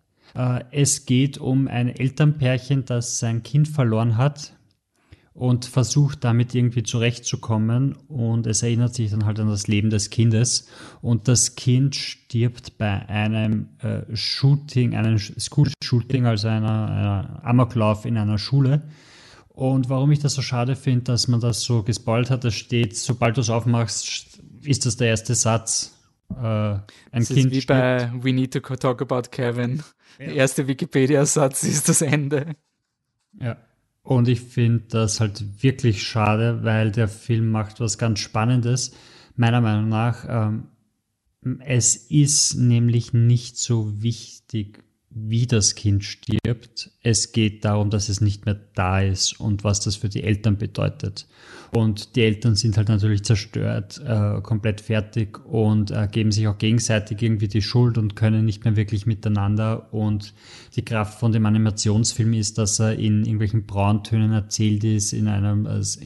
Es geht um ein Elternpärchen, das sein Kind verloren hat und versucht damit irgendwie zurechtzukommen, und es erinnert sich dann halt an das Leben des Kindes, und das Kind stirbt bei einem Shooting, einem School-Shooting, also einer Amoklauf in einer Schule. Und warum ich das so schade finde, dass man das so gespoilt hat, da steht, sobald du es aufmachst, ist das der erste Satz. Ein
das
Kind
ist wie bei We Need to Talk About Kevin. Ja. Der erste Wikipedia-Satz ist das Ende.
Ja, und ich finde das halt wirklich schade, weil der Film macht was ganz Spannendes, meiner Meinung nach. Es ist nämlich nicht so wichtig, wie das Kind stirbt. Es geht darum, dass es nicht mehr da ist und was das für die Eltern bedeutet. Und die Eltern sind halt natürlich zerstört, komplett fertig, und geben sich auch gegenseitig irgendwie die Schuld und können nicht mehr wirklich miteinander. Und die Kraft von dem Animationsfilm ist, dass er in irgendwelchen Brauntönen erzählt ist, in einem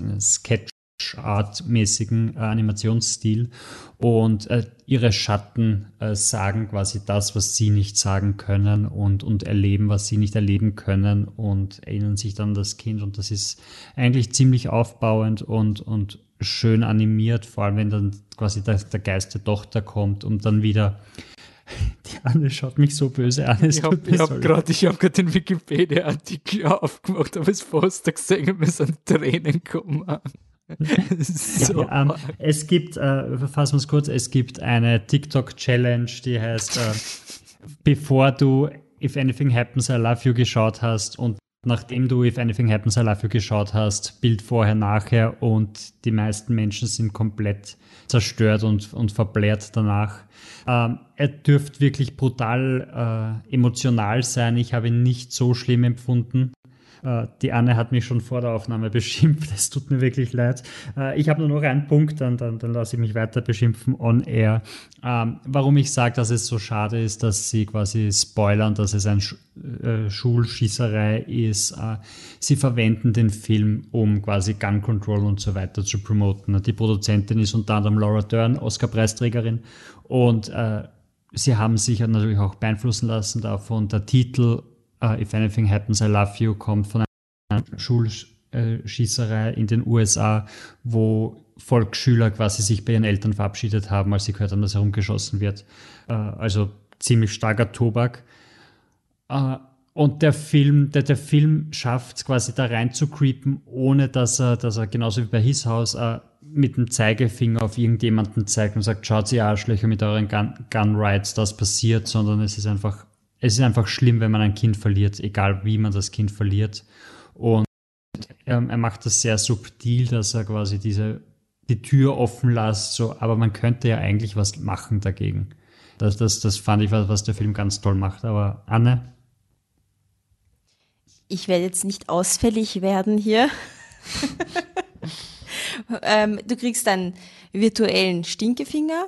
Sketch-Art-mäßigen Animationsstil, und ihre Schatten sagen quasi das, was sie nicht sagen können, und erleben, was sie nicht erleben können, und erinnern sich dann an das Kind, und das ist eigentlich ziemlich aufbauend und schön animiert, vor allem wenn dann quasi der Geist der Tochter kommt und dann wieder. Die Anne schaut mich so böse an.
Ich hab gerade den Wikipedia-Artikel aufgemacht, aber das Poster gesehen und mir sind Tränen gekommen.
So. Ja, es gibt, fassen wir es kurz, es gibt eine TikTok-Challenge, die heißt, bevor du If Anything Happens, I Love You geschaut hast, und nachdem du If Anything Happens, I Love You geschaut hast, Bild vorher, nachher, und die meisten Menschen sind komplett zerstört und verblärt danach. Er dürfte wirklich brutal emotional sein. Ich habe ihn nicht so schlimm empfunden. Die Anne hat mich schon vor der Aufnahme beschimpft, es tut mir wirklich leid. Ich habe nur noch einen Punkt, dann lasse ich mich weiter beschimpfen on air. Warum ich sage, dass es so schade ist, dass sie quasi spoilern, dass es eine Schulschießerei ist. Sie verwenden den Film, um quasi Gun Control und so weiter zu promoten. Die Produzentin ist unter anderem Laura Dern, Oscar-Preisträgerin, und sie haben sich natürlich auch beeinflussen lassen davon. Der Titel If Anything Happens, I Love You kommt von einer Schulschießerei in den USA, wo Volksschüler quasi sich bei ihren Eltern verabschiedet haben, als sie gehört haben, dass herumgeschossen wird. Also ziemlich starker Tobak. Und der Film schafft es quasi da rein zu creepen, ohne dass er genauso wie bei His House mit dem Zeigefinger auf irgendjemanden zeigt und sagt, schaut ihr Arschlöcher mit euren Gun Rights, das passiert, sondern es ist einfach schlimm, wenn man ein Kind verliert, egal wie man das Kind verliert. Und er macht das sehr subtil, dass er quasi die Tür offen lässt, so, aber man könnte ja eigentlich was machen dagegen. Das fand ich, was der Film ganz toll macht. Aber Anne?
Ich werde jetzt nicht ausfällig werden hier. Du kriegst einen virtuellen Stinkefinger.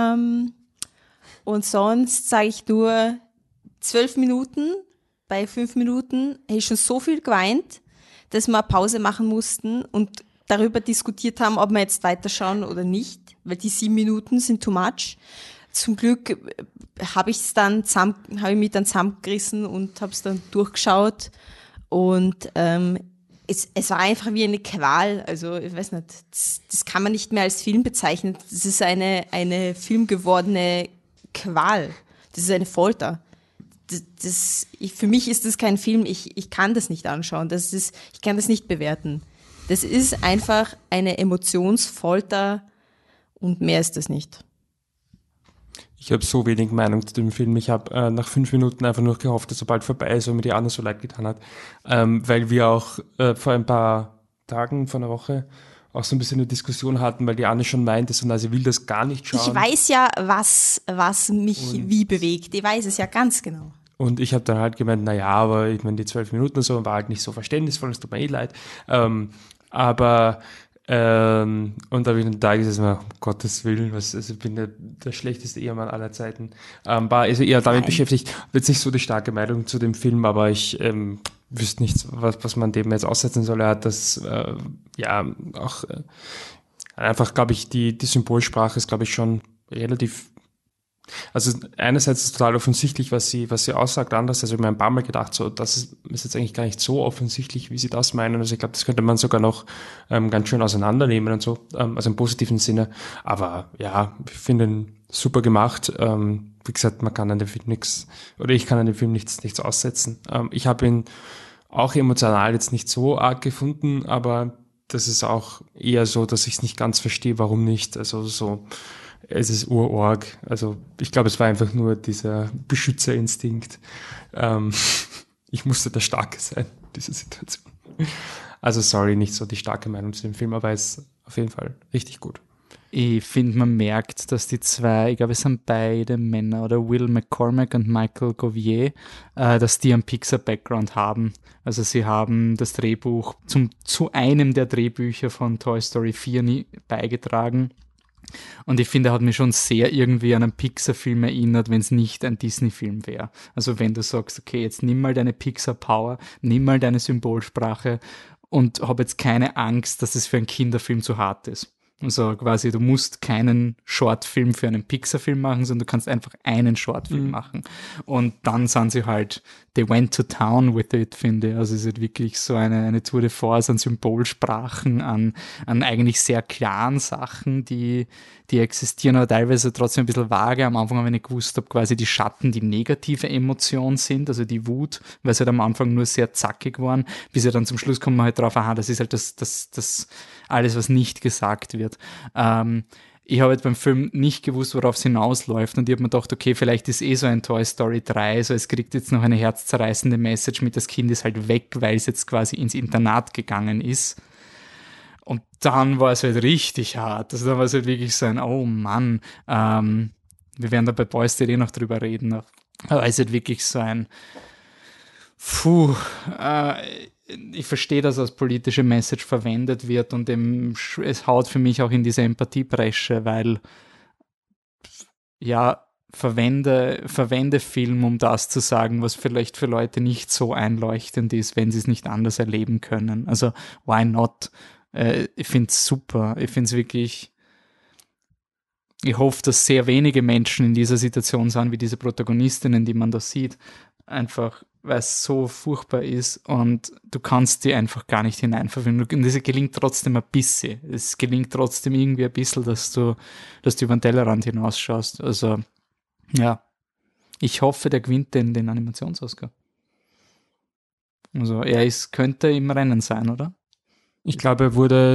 Und sonst sage ich nur 12 Minuten. Bei 5 Minuten habe ich schon so viel geweint, dass wir eine Pause machen mussten und darüber diskutiert haben, ob wir jetzt weiterschauen oder nicht, weil die 7 Minuten sind too much. Zum Glück habe ich mich dann zusammengerissen und habe es dann durchgeschaut. Und es war einfach wie eine Qual. Also ich weiß nicht, das kann man nicht mehr als Film bezeichnen. Das ist eine filmgewordene Qual. Das ist eine Folter. Für mich ist das kein Film. Ich kann das nicht anschauen. Ich kann das nicht bewerten. Das ist einfach eine Emotionsfolter und mehr ist das nicht.
Ich habe so wenig Meinung zu dem Film. Ich habe nach 5 Minuten einfach nur gehofft, dass er bald vorbei ist und mir die Anna so leid getan hat. Weil wir auch vor ein paar Tagen, vor einer Woche, auch so ein bisschen eine Diskussion hatten, weil die Anne schon meinte, so, sie will das gar nicht schauen.
Ich weiß ja, was mich wie bewegt. Ich weiß es ja ganz genau.
Und ich habe dann halt gemeint, aber ich meine, die 12 Minuten und so war halt nicht so verständnisvoll, es tut mir leid. Und da habe ich dann da gesessen, um Gottes Willen, ich bin der schlechteste Ehemann aller Zeiten. War also eher damit beschäftigt, wird nicht so die starke Meinung zu dem Film, aber ich wüsste nicht, was man dem jetzt aussetzen soll. Er hat das, auch einfach, glaube ich, die Symbolsprache ist, glaube ich, schon relativ. Also einerseits ist es total offensichtlich, was sie aussagt, andererseits habe ich mir ein paar Mal gedacht, so, das ist jetzt eigentlich gar nicht so offensichtlich, wie sie das meinen. Also ich glaube, das könnte man sogar noch ganz schön auseinandernehmen und so, also im positiven Sinne. Aber ja, ich finde ihn super gemacht. Wie gesagt, man kann an dem Film ich kann an dem Film nichts aussetzen. Ich habe ihn auch emotional jetzt nicht so arg gefunden, aber das ist auch eher so, dass ich es nicht ganz verstehe, warum nicht. Also so, es ist urorg. Also ich glaube, es war einfach nur dieser Beschützerinstinkt. Ich musste der Starke sein, diese Situation. Also sorry, nicht so die starke Meinung zu dem Film, aber es ist auf jeden Fall richtig gut.
Ich finde, man merkt, dass die zwei, ich glaube, es sind beide Männer, oder Will McCormack und Michael Gouvier, dass die einen Pixar-Background haben. Also sie haben das Drehbuch zu einem der Drehbücher von Toy Story 4 beigetragen. Und ich finde, er hat mich schon sehr irgendwie an einen Pixar-Film erinnert, wenn es nicht ein Disney-Film wäre. Also wenn du sagst, okay, jetzt nimm mal deine Pixar-Power, nimm mal deine Symbolsprache und hab jetzt keine Angst, dass es für einen Kinderfilm zu hart ist. Also quasi, du musst keinen Shortfilm für einen Pixar-Film machen, sondern du kannst einfach einen Shortfilm machen. Und dann sind sie halt, they went to town with it, finde ich. Also es ist halt wirklich so eine Tour de force an Symbolsprachen, an eigentlich sehr klaren Sachen, die existieren, aber teilweise trotzdem ein bisschen vage. Am Anfang habe ich nicht gewusst, ob quasi die Schatten die negative Emotion sind, also die Wut, weil es halt am Anfang nur sehr zackig waren, bis ja dann zum Schluss kommen wir halt drauf, das ist halt das alles, was nicht gesagt wird. Ich habe jetzt beim Film nicht gewusst, worauf es hinausläuft, und ich habe mir gedacht, okay, vielleicht ist so ein Toy Story 3, so es kriegt jetzt noch eine herzzerreißende Message mit, das Kind ist halt weg, weil es jetzt quasi ins Internat gegangen ist. Und dann war es halt richtig hart. Also dann war es halt wirklich so ein, oh Mann, wir werden da bei Boy Story noch drüber reden, aber es ist halt wirklich so ein, ich verstehe, dass als politische Message verwendet wird, und es haut für mich auch in diese Empathiebresche, weil ja, verwende Film, um das zu sagen, was vielleicht für Leute nicht so einleuchtend ist, wenn sie es nicht anders erleben können. Also why not? Ich finde es super. Ich finde es wirklich, ich hoffe, dass sehr wenige Menschen in dieser Situation sind, wie diese Protagonistinnen, die man da sieht, einfach, weil es so furchtbar ist und du kannst die einfach gar nicht hineinverwenden. Und es gelingt trotzdem ein bisschen. Es gelingt trotzdem irgendwie ein bisschen, dass du über den Tellerrand hinausschaust. Also, ja, Ich hoffe, der gewinnt den Animationsoscar. Also könnte im Rennen sein, oder?
Ich glaube,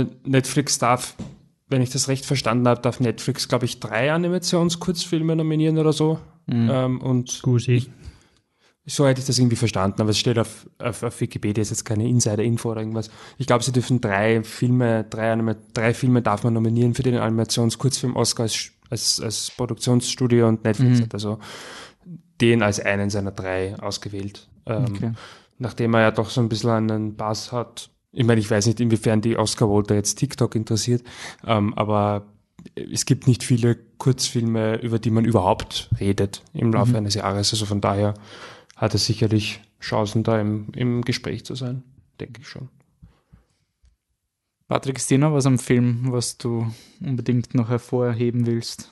wenn ich das recht verstanden habe, darf Netflix, glaube ich, 3 Animationskurzfilme nominieren oder so. Und
Gusi.
so hätte ich das irgendwie verstanden, aber es steht auf Wikipedia, ist jetzt keine Insider-Info oder irgendwas. Ich glaube, sie dürfen 3 Filme darf man nominieren für den Animationskurzfilm-Oscar als Produktionsstudio, und Netflix hat also den als einen seiner 3 ausgewählt.
Okay.
Nachdem er ja doch so ein bisschen einen Bass hat. Ich meine, ich weiß nicht, inwiefern die Oscar-Voter jetzt TikTok interessiert, aber es gibt nicht viele Kurzfilme, über die man überhaupt redet im Laufe eines Jahres. Also von daher hat er sicherlich Chancen, da im Gespräch zu sein, denke ich schon.
Patrick, ist dir noch was am Film, was du unbedingt noch hervorheben willst?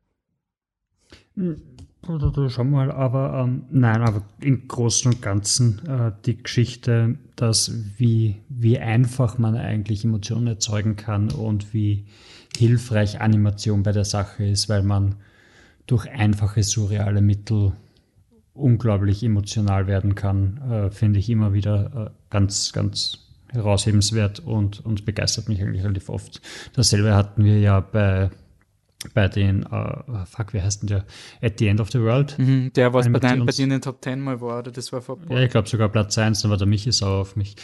Schauen wir mal, aber nein, aber im Großen und Ganzen die Geschichte, dass wie einfach man eigentlich Emotionen erzeugen kann und wie hilfreich Animation bei der Sache ist, weil man durch einfache, surreale Mittel unglaublich emotional werden kann, finde ich immer wieder ganz, ganz heraushebenswert und begeistert mich eigentlich relativ oft. Dasselbe hatten wir ja bei den, wie heißt denn der? At the End of the World.
Der, was bei dir in den Top 10 mal war, oder das war vor.
Ja, ich glaube sogar Platz 1, dann war der Michi sauer auf mich.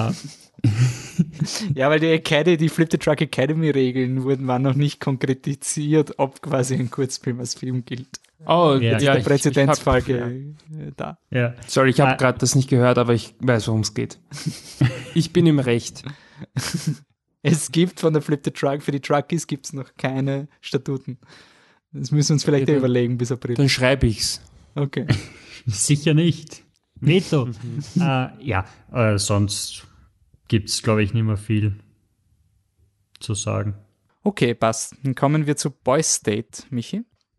Ja, weil die Flip the Truck Academy Regeln waren noch nicht konkretisiert, ob quasi ein Kurzfilm als Film gilt.
Oh,
ja, der Präzedenzfall da.
Ja. Sorry, ich habe gerade das nicht gehört, aber ich weiß, worum es geht. Ich bin im Recht.
Es gibt von der Flip the Truck, für die Truckies gibt es noch keine Statuten. Das müssen wir uns vielleicht überlegen bis April.
Dann schreibe ich's.
Okay.
Sicher nicht. Veto. Sonst gibt es, glaube ich, nicht mehr viel zu sagen.
Okay, passt. Dann kommen wir zu Boys State, Michi.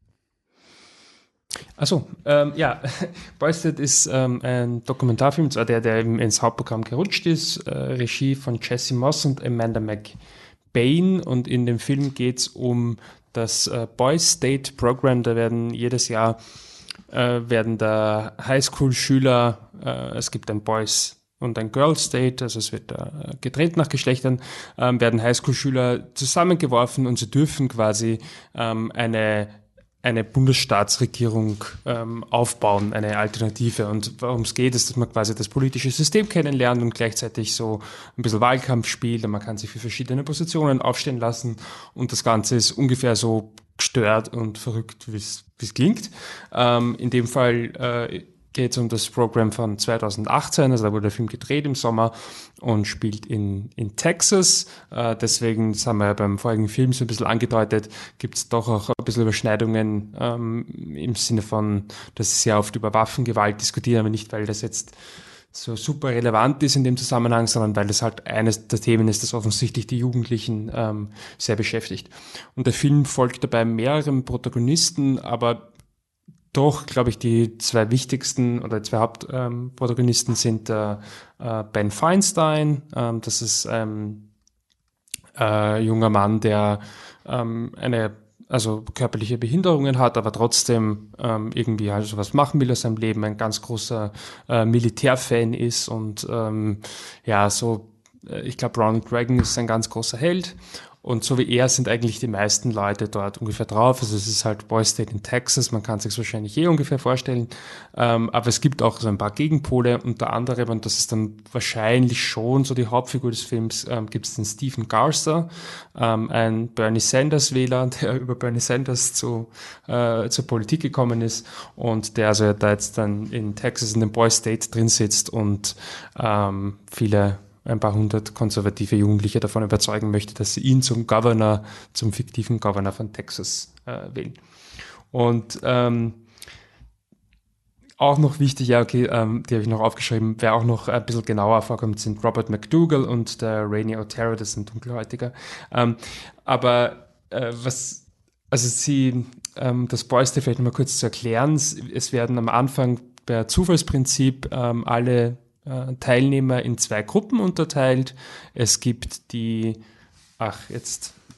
Achso, Boys State ist ein Dokumentarfilm, zwar der ins Hauptprogramm gerutscht ist, Regie von Jesse Moss und Amanda McBain, und in dem Film geht es um das Boys State Program. Da werden jedes Jahr da Highschool-Schüler, es gibt ein Boys und ein Girls State, also es wird getrennt nach Geschlechtern, werden Highschool-Schüler zusammengeworfen und sie dürfen quasi eine Bundesstaatsregierung aufbauen, eine Alternative. Und worum es geht, ist, dass man quasi das politische System kennenlernt und gleichzeitig so ein bisschen Wahlkampf spielt, und man kann sich für verschiedene Positionen aufstellen lassen, und das Ganze ist ungefähr so gestört und verrückt, wie es klingt. In dem Fall geht es um das Programm von 2018, also da wurde der Film gedreht im Sommer und spielt in Texas. Deswegen, das haben wir ja beim vorigen Film so ein bisschen angedeutet, gibt es doch auch ein bisschen Überschneidungen im Sinne von, dass sie sehr oft über Waffengewalt diskutieren, aber nicht, weil das jetzt so super relevant ist in dem Zusammenhang, sondern weil das halt eines der Themen ist, das offensichtlich die Jugendlichen sehr beschäftigt. Und der Film folgt dabei mehreren Protagonisten, aber doch, glaube ich, die 2 wichtigsten oder 2 Hauptprotagonisten sind Ben Feinstein. Das ist ein junger Mann, der körperliche Behinderungen hat, aber trotzdem irgendwie halt sowas machen will aus seinem Leben, ein ganz großer Militärfan ist und ich glaube, Ronald Reagan ist ein ganz großer Held. Und so wie er sind eigentlich die meisten Leute dort ungefähr drauf. Also es ist halt Boys State in Texas, man kann sich wahrscheinlich ungefähr vorstellen. Aber es gibt auch so ein paar Gegenpole, unter anderem, und das ist dann wahrscheinlich schon so die Hauptfigur des Films, gibt es den Stephen Garza, ein Bernie Sanders-Wähler, der über Bernie Sanders zur Politik gekommen ist und der also da jetzt dann in Texas in dem Boys State drin sitzt und ein paar hundert konservative Jugendliche davon überzeugen möchte, dass sie ihn zum fiktiven Governor von Texas wählen. Und auch noch wichtig, die habe ich noch aufgeschrieben, wer auch noch ein bisschen genauer vorkommt, sind Robert McDougall und der Rainey Otero, das sind Dunkelhäutiger. Das Boys State vielleicht nochmal kurz zu erklären, es werden am Anfang per Zufallsprinzip alle Teilnehmer in 2 Gruppen unterteilt. Es gibt die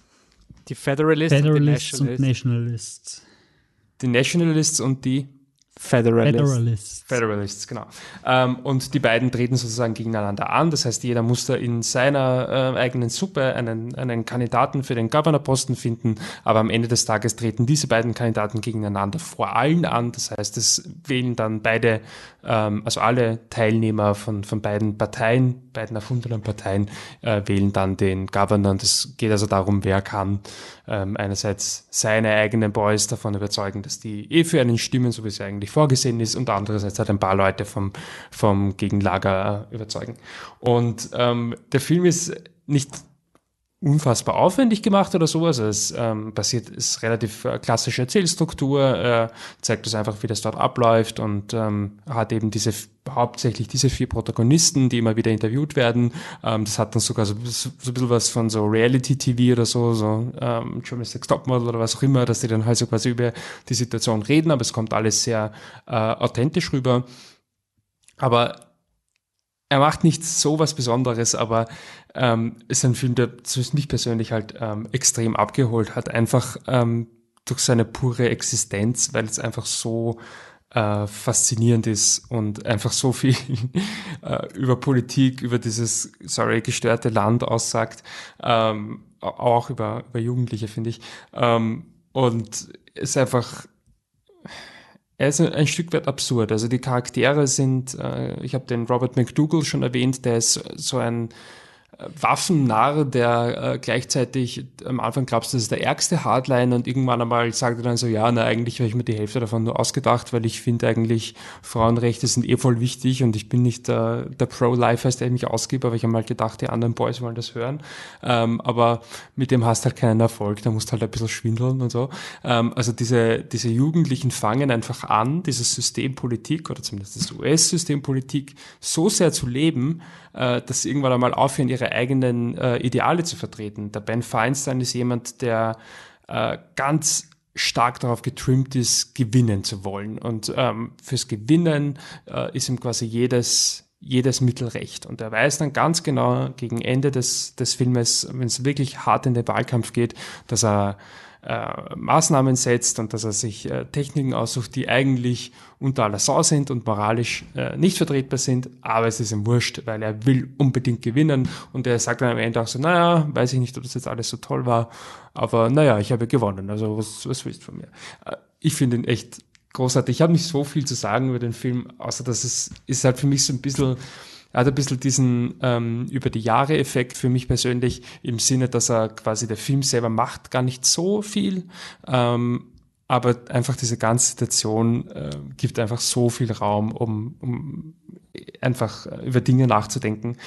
Federalists
und Nationalists.
Die Nationalists und die Federalists, genau. Und die beiden treten sozusagen gegeneinander an. Das heißt, jeder muss da in seiner eigenen Suppe einen Kandidaten für den Governorposten finden. Aber am Ende des Tages treten diese beiden Kandidaten gegeneinander vor allen an. Das heißt, es wählen dann beide, also alle Teilnehmer von beiden Parteien, beiden erfundenen Parteien, wählen dann den Governor. Und es geht also darum, wer kann einerseits seine eigenen Boys davon überzeugen, dass die für einen stimmen, so wie es ja eigentlich vorgesehen ist, und andererseits halt ein paar Leute vom Gegenlager überzeugen. Und der Film ist nicht unfassbar aufwendig gemacht oder so, also es ist relativ klassische Erzählstruktur, zeigt uns einfach, wie das dort abläuft und hat eben hauptsächlich diese 4 Protagonisten, die immer wieder interviewt werden. Das hat dann sogar so ein bisschen was von so Reality-TV oder so Germany's Next Topmodel oder was auch immer, dass die dann halt so quasi über die Situation reden, aber es kommt alles sehr authentisch rüber. Aber er macht nicht so was Besonderes, aber ist ein Film, der mich persönlich halt extrem abgeholt hat, einfach durch seine pure Existenz, weil es einfach so faszinierend ist und einfach so viel über Politik, über dieses, gestörte Land aussagt, auch über Jugendliche, finde ich. Und es ist einfach, er ist ein Stück weit absurd. Also die Charaktere sind, ich habe den Robert McDougall schon erwähnt, der ist so ein Waffennarr, der gleichzeitig am Anfang glaubst, das ist der ärgste Hardliner und irgendwann einmal sagt er dann so, ja, na eigentlich habe ich mir die Hälfte davon nur ausgedacht, weil ich finde eigentlich Frauenrechte sind voll wichtig und ich bin nicht der Pro-Lifer, der ich mich ausgebe, aber ich habe mal gedacht, die anderen Boys wollen das hören. Aber mit dem hast halt keinen Erfolg, da musst halt ein bisschen schwindeln und so. Also diese Jugendlichen fangen einfach an, dieses Systempolitik oder zumindest das US-Systempolitik so sehr zu leben, dass sie irgendwann einmal aufhören, ihre eigenen Ideale zu vertreten. Der Ben Feinstein ist jemand, der ganz stark darauf getrimmt ist, gewinnen zu wollen. Und fürs Gewinnen ist ihm quasi jedes Mittel recht. Und er weiß dann ganz genau gegen Ende des Filmes, wenn es wirklich hart in den Wahlkampf geht, dass er Maßnahmen setzt und dass er sich Techniken aussucht, die eigentlich unter aller Sau sind und moralisch nicht vertretbar sind, aber es ist ihm wurscht, weil er will unbedingt gewinnen und er sagt dann am Ende auch so, naja, weiß ich nicht, ob das jetzt alles so toll war, aber naja, ich habe gewonnen, also was willst du von mir? Ich finde ihn echt großartig. Ich habe nicht so viel zu sagen über den Film, außer dass es ist halt für mich so ein bisschen, er hat ein bisschen diesen über die Jahre-Effekt für mich persönlich im Sinne, dass er quasi der Film selber macht gar nicht so viel, aber einfach diese ganze Situation gibt einfach so viel Raum, um einfach über Dinge nachzudenken.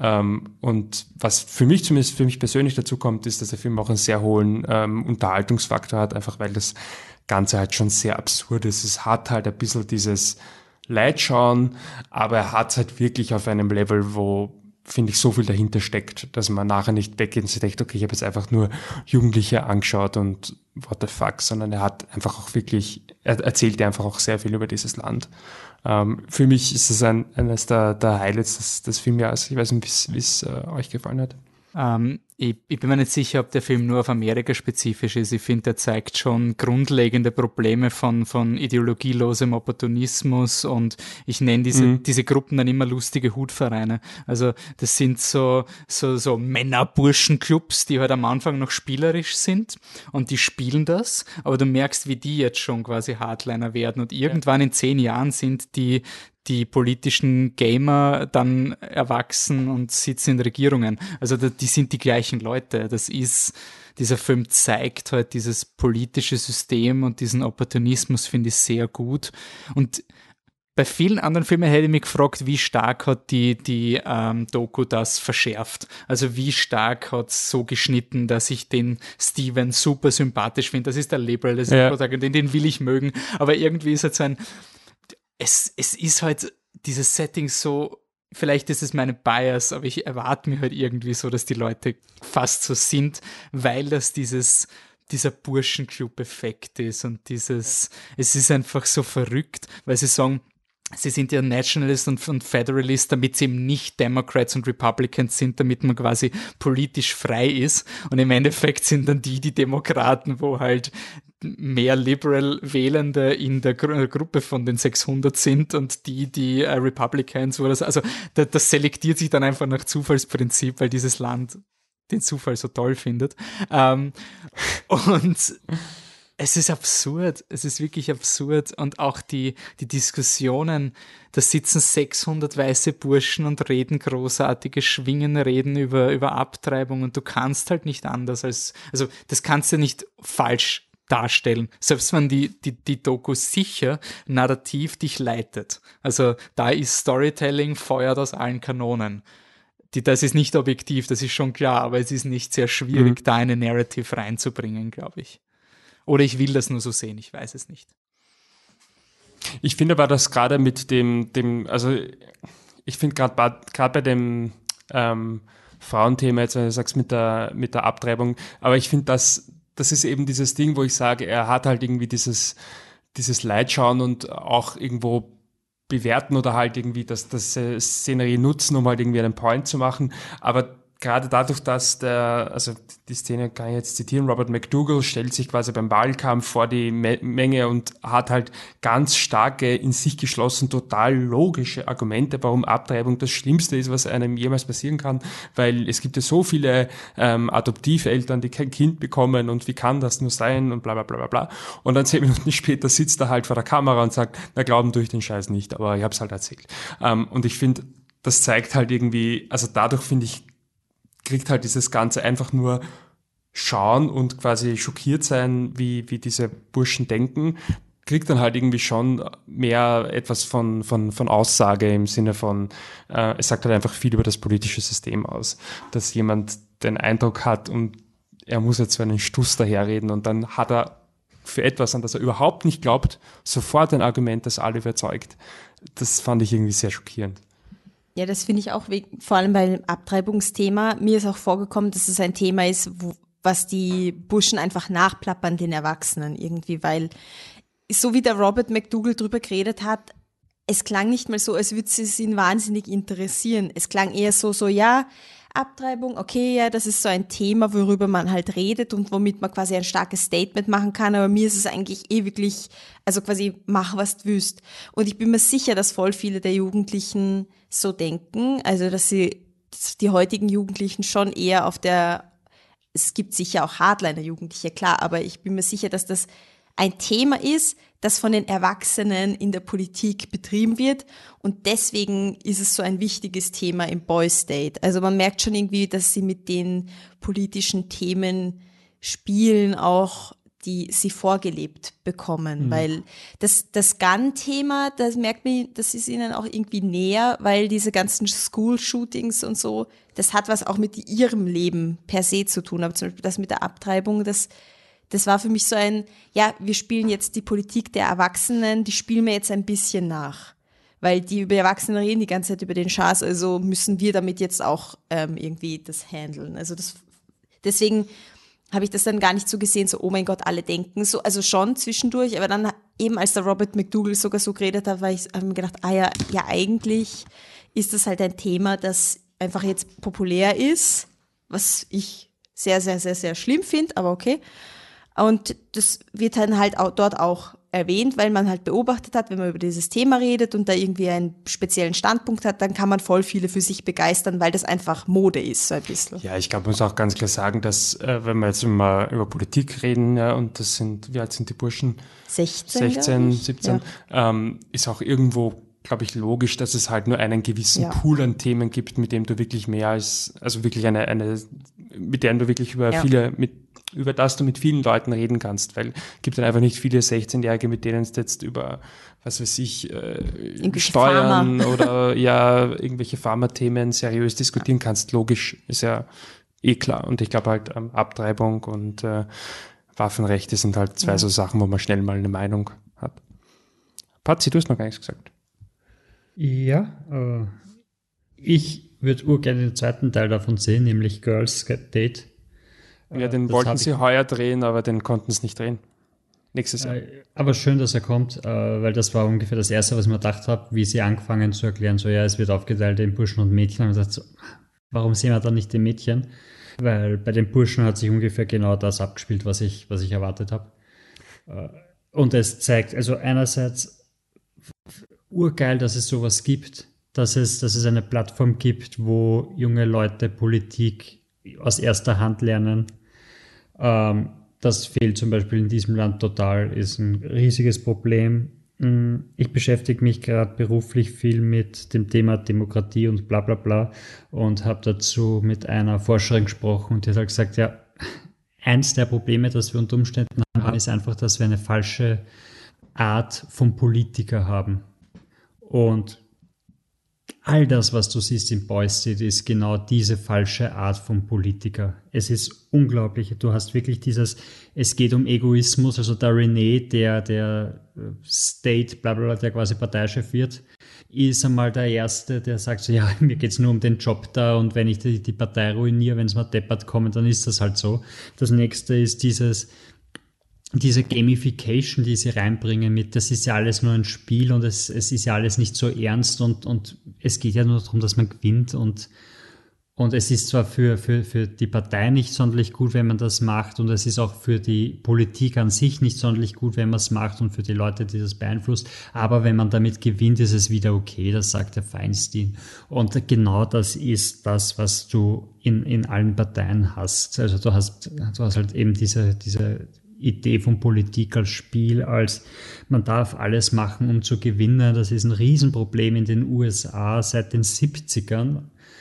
Und was für mich zumindest, für mich persönlich dazu kommt, ist, dass der Film auch einen sehr hohen Unterhaltungsfaktor hat, einfach weil das Ganze halt schon sehr absurd ist. Es hat halt ein bisschen dieses Leitschauen, aber er hat es halt wirklich auf einem Level, wo, finde ich, so viel dahinter steckt, dass man nachher nicht weggeht und sich denkt, okay, ich habe jetzt einfach nur Jugendliche angeschaut und what the fuck, sondern er hat einfach auch wirklich, er erzählt einfach auch sehr viel über dieses Land. Für mich ist es eines der Highlights des Filmjahres. Ich weiß nicht, wie es euch gefallen hat.
Ich bin mir nicht sicher, ob der Film nur auf Amerika spezifisch ist. Ich finde, der zeigt schon grundlegende Probleme von ideologielosem Opportunismus und ich nenne diese Gruppen dann immer lustige Hutvereine. Also das sind so Männer-Burschen-Clubs, die halt am Anfang noch spielerisch sind und die spielen das, aber du merkst, wie die jetzt schon quasi Hardliner werden und irgendwann in 10 Jahren sind die politischen Gamer dann erwachsen und sitzen in Regierungen. Also die sind die gleichen Leute. Dieser Film zeigt halt dieses politische System und diesen Opportunismus, finde ich sehr gut. Und bei vielen anderen Filmen hätte ich mich gefragt, wie stark hat die Doku das verschärft? Also wie stark hat es so geschnitten, dass ich den Steven super sympathisch finde. Das ist der Liberal, das ist der Protagonist, den will ich mögen. Aber irgendwie ist halt so es ist halt dieses Setting so, vielleicht ist es meine Bias, aber ich erwarte mir halt irgendwie so, dass die Leute fast so sind, weil das dieser Burschenclub-Effekt ist und es ist einfach so verrückt, weil sie sagen, sie sind ja Nationalist und Federalist, damit sie eben nicht Democrats und Republicans sind, damit man quasi politisch frei ist. Und im Endeffekt sind dann die Demokraten, wo halt mehr liberal Wählende in der Gruppe von den 600 sind und die Republicans oder so. Also das selektiert sich dann einfach nach Zufallsprinzip, weil dieses Land den Zufall so toll findet. Und es ist absurd. Es ist wirklich absurd. Und auch die Diskussionen, da sitzen 600 weiße Burschen und reden großartige, schwingende Reden über Abtreibung und du kannst halt nicht anders also das kannst du nicht falsch darstellen. Selbst wenn die Doku sicher narrativ dich leitet. Also da ist Storytelling Feuer aus allen Kanonen. Das ist nicht objektiv, das ist schon klar, aber es ist nicht sehr schwierig, da eine Narrative reinzubringen, glaube ich. Oder ich will das nur so sehen, ich weiß es nicht.
Ich finde aber, dass gerade mit also ich finde gerade bei dem Frauenthema, jetzt wenn du sagst mit der Abtreibung, aber ich finde, das ist eben dieses Ding, wo ich sage, er hat halt irgendwie dieses Leitschauen und auch irgendwo bewerten oder halt irgendwie das Szenerie nutzen, um halt irgendwie einen Point zu machen, aber gerade dadurch, dass die Szene kann ich jetzt zitieren, Robert McDougall stellt sich quasi beim Wahlkampf vor die Menge und hat halt ganz starke, in sich geschlossen, total logische Argumente, warum Abtreibung das Schlimmste ist, was einem jemals passieren kann, weil es gibt ja so viele Adoptiveltern, die kein Kind bekommen und wie kann das nur sein und bla bla bla bla bla. Und dann 10 Minuten später sitzt er halt vor der Kamera und sagt, na glauben tue ich den Scheiß nicht, aber ich hab's halt erzählt. Und ich finde, das zeigt halt irgendwie, also dadurch finde ich, kriegt halt dieses Ganze einfach nur schauen und quasi schockiert sein, wie diese Burschen denken, kriegt dann halt irgendwie schon mehr etwas von Aussage im Sinne von, es sagt halt einfach viel über das politische System aus, dass jemand den Eindruck hat und er muss jetzt so einen Stuss daherreden und dann hat er für etwas, an das er überhaupt nicht glaubt, sofort ein Argument, das alle überzeugt. Das fand ich irgendwie sehr schockierend.
Ja, das finde ich auch, vor allem beim Abtreibungsthema. Mir ist auch vorgekommen, dass es ein Thema ist, was die Burschen einfach nachplappern, den Erwachsenen irgendwie, weil so wie der Robert McDougall drüber geredet hat, es klang nicht mal so, als würde es ihn wahnsinnig interessieren. Es klang eher so, ja, Abtreibung, okay, ja, das ist so ein Thema, worüber man halt redet und womit man quasi ein starkes Statement machen kann, aber mir ist es eigentlich wirklich, also quasi mach, was du willst. Und ich bin mir sicher, dass voll viele der Jugendlichen so denken, also dass die heutigen Jugendlichen schon eher es gibt sicher auch Hardliner-Jugendliche, klar, aber ich bin mir sicher, dass das ein Thema ist, das von den Erwachsenen in der Politik betrieben wird und deswegen ist es so ein wichtiges Thema im Boys State. Also man merkt schon irgendwie, dass sie mit den politischen Themen spielen, auch die sie vorgelebt bekommen, weil das Gun-Thema, das merkt man, das ist ihnen auch irgendwie näher, weil diese ganzen School-Shootings und so, das hat was auch mit ihrem Leben per se zu tun, aber zum Beispiel das mit der Abtreibung, das war für mich so wir spielen jetzt die Politik der Erwachsenen, die spielen wir jetzt ein bisschen nach. Weil die über Erwachsene reden die ganze Zeit über den Schaß, also müssen wir damit jetzt auch irgendwie das handeln. Also deswegen habe ich das dann gar nicht so gesehen, so, oh mein Gott, alle denken so, also schon zwischendurch, aber dann eben, als der Robert McDougall sogar so geredet hat, habe ich mir gedacht, ja, eigentlich ist das halt ein Thema, das einfach jetzt populär ist, was ich sehr, sehr, sehr, sehr schlimm finde, aber okay. Und das wird dann halt auch dort auch erwähnt, weil man halt beobachtet hat, wenn man über dieses Thema redet und da irgendwie einen speziellen Standpunkt hat, dann kann man voll viele für sich begeistern, weil das einfach Mode ist, so ein bisschen.
Ja, ich glaube, man muss auch ganz klar sagen, dass, wenn wir jetzt mal über Politik reden, ja, und das sind, wie alt sind die Burschen? 16, 17, ist auch irgendwo, glaube ich, logisch, dass es halt nur einen gewissen Pool an Themen gibt, mit dem du wirklich mehr als, also wirklich mit denen du wirklich über das du mit vielen Leuten reden kannst, weil es gibt dann einfach nicht viele 16-Jährige, mit denen du jetzt über, was weiß ich, Steuern oder irgendwelche Pharma-Themen seriös diskutieren kannst. Logisch, ist ja eh klar. Und ich glaube halt, Abtreibung und Waffenrechte sind halt zwei so Sachen, wo man schnell mal eine Meinung hat. Patzi, du hast noch gar nichts gesagt.
Ja, ich würde urgerne den zweiten Teil davon sehen, nämlich Girls Get Date.
Ja, den wollten sie heuer drehen, aber den konnten sie nicht drehen. Nächstes Jahr.
Aber schön, dass er kommt, weil das war ungefähr das Erste, was ich mir gedacht habe, wie sie angefangen zu erklären, so es wird aufgeteilt in Burschen und Mädchen. Und ich dachte so, warum sehen wir dann nicht die Mädchen? Weil bei den Burschen hat sich ungefähr genau das abgespielt, was ich erwartet habe. Und es zeigt, also einerseits urgeil, dass es sowas gibt, dass es eine Plattform gibt, wo junge Leute Politik aus erster Hand lernen. Das fehlt zum Beispiel in diesem Land total, ist ein riesiges Problem. Ich beschäftige mich gerade beruflich viel mit dem Thema Demokratie und bla bla bla und habe dazu mit einer Forscherin gesprochen und die hat halt gesagt, ja, eins der Probleme, das wir unter Umständen haben, ist einfach, dass wir eine falsche Art von Politiker haben. Und all das, was du siehst in Boys City, ist genau diese falsche Art von Politiker. Es ist unglaublich. Du hast wirklich es geht um Egoismus. Also der René, der State, bla bla bla, der quasi Parteichef wird, ist einmal der Erste, der sagt so, ja, mir geht's nur um den Job da und wenn ich die Partei ruiniere, wenn es mal deppert kommt, dann ist das halt so. Das nächste ist diese Gamification, die sie reinbringen mit, das ist ja alles nur ein Spiel und es ist ja alles nicht so ernst und es geht ja nur darum, dass man gewinnt und es ist zwar für die Partei nicht sonderlich gut, wenn man das macht und es ist auch für die Politik an sich nicht sonderlich gut, wenn man es macht und für die Leute, die das beeinflusst, aber wenn man damit gewinnt, ist es wieder okay, das sagt der Feinstein. Und genau das ist das, was du in allen Parteien hast. Also du hast halt eben diese Idee von Politik als Spiel, als man darf alles machen, um zu gewinnen. Das ist ein Riesenproblem in den USA seit den 70ern.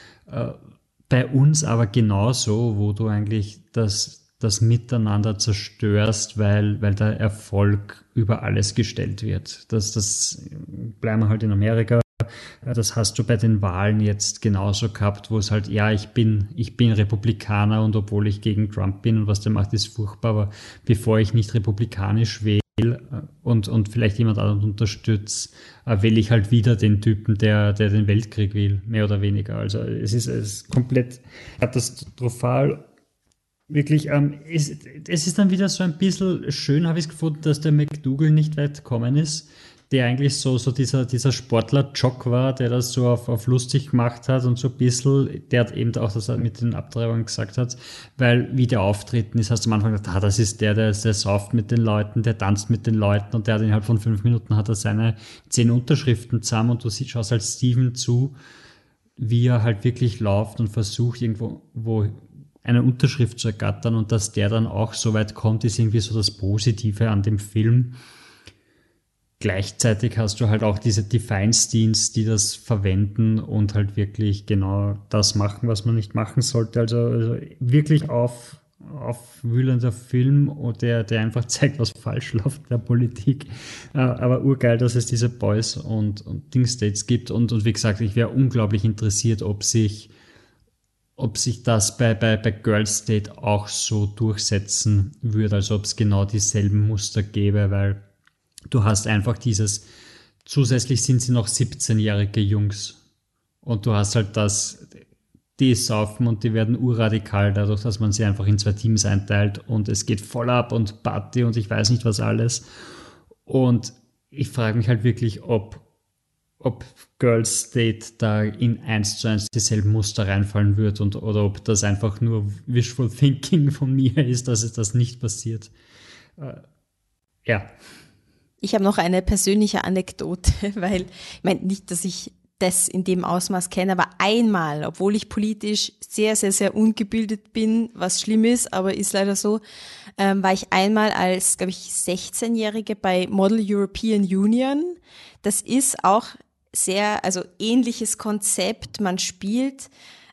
Bei uns aber genauso, wo du eigentlich das Miteinander zerstörst, weil der Erfolg über alles gestellt wird. Das bleiben wir halt in Amerika. Das hast du bei den Wahlen jetzt genauso gehabt, wo es halt, ja, ich bin Republikaner und obwohl ich gegen Trump bin und was der macht, ist furchtbar, aber bevor ich nicht republikanisch wähle und vielleicht jemand anderen unterstütze, wähle ich halt wieder den Typen, der den Weltkrieg will, mehr oder weniger. Also es ist komplett katastrophal. Wirklich, es ist dann wieder so ein bisschen schön, habe ich es gefunden, dass der McDougal nicht weit gekommen ist, der eigentlich so dieser Sportler-Jock war, der das so auf lustig gemacht hat und so ein bisschen, der hat eben auch das mit den Abtreibern gesagt hat, weil wie der auftreten ist, hast du am Anfang gedacht, das ist der sauft mit den Leuten, der tanzt mit den Leuten und der hat innerhalb von 5 Minuten hat er seine 10 Unterschriften zusammen und du schaust halt Steven zu, wie er halt wirklich läuft und versucht irgendwo eine Unterschrift zu ergattern und dass der dann auch so weit kommt, ist irgendwie so das Positive an dem Film. Gleichzeitig hast du halt auch diese Feinsteins, die das verwenden und halt wirklich genau das machen, was man nicht machen sollte. Also wirklich aufwühlender Film, der einfach zeigt, was falsch läuft in der Politik. Aber urgeil, dass es diese Boys und Dingstates gibt. Und wie gesagt, ich wäre unglaublich interessiert, ob sich das bei Girls State auch so durchsetzen würde, also ob es genau dieselben Muster gäbe, weil du hast einfach zusätzlich sind sie noch 17-jährige Jungs und du hast halt die saufen und die werden urradikal dadurch, dass man sie einfach in 2 Teams einteilt und es geht voll ab und Party und ich weiß nicht was alles und ich frage mich halt wirklich, ob Girls State da in 1:1 dieselben Muster reinfallen wird oder ob das einfach nur Wishful Thinking von mir ist, dass es das nicht passiert. Ja.
Ich habe noch eine persönliche Anekdote, weil, ich meine, nicht, dass ich das in dem Ausmaß kenne, aber einmal, obwohl ich politisch sehr, sehr, sehr ungebildet bin, was schlimm ist, aber ist leider so, war ich einmal als, glaube ich, 16-Jährige bei Model European Union. Das ist auch also ähnliches Konzept. Man spielt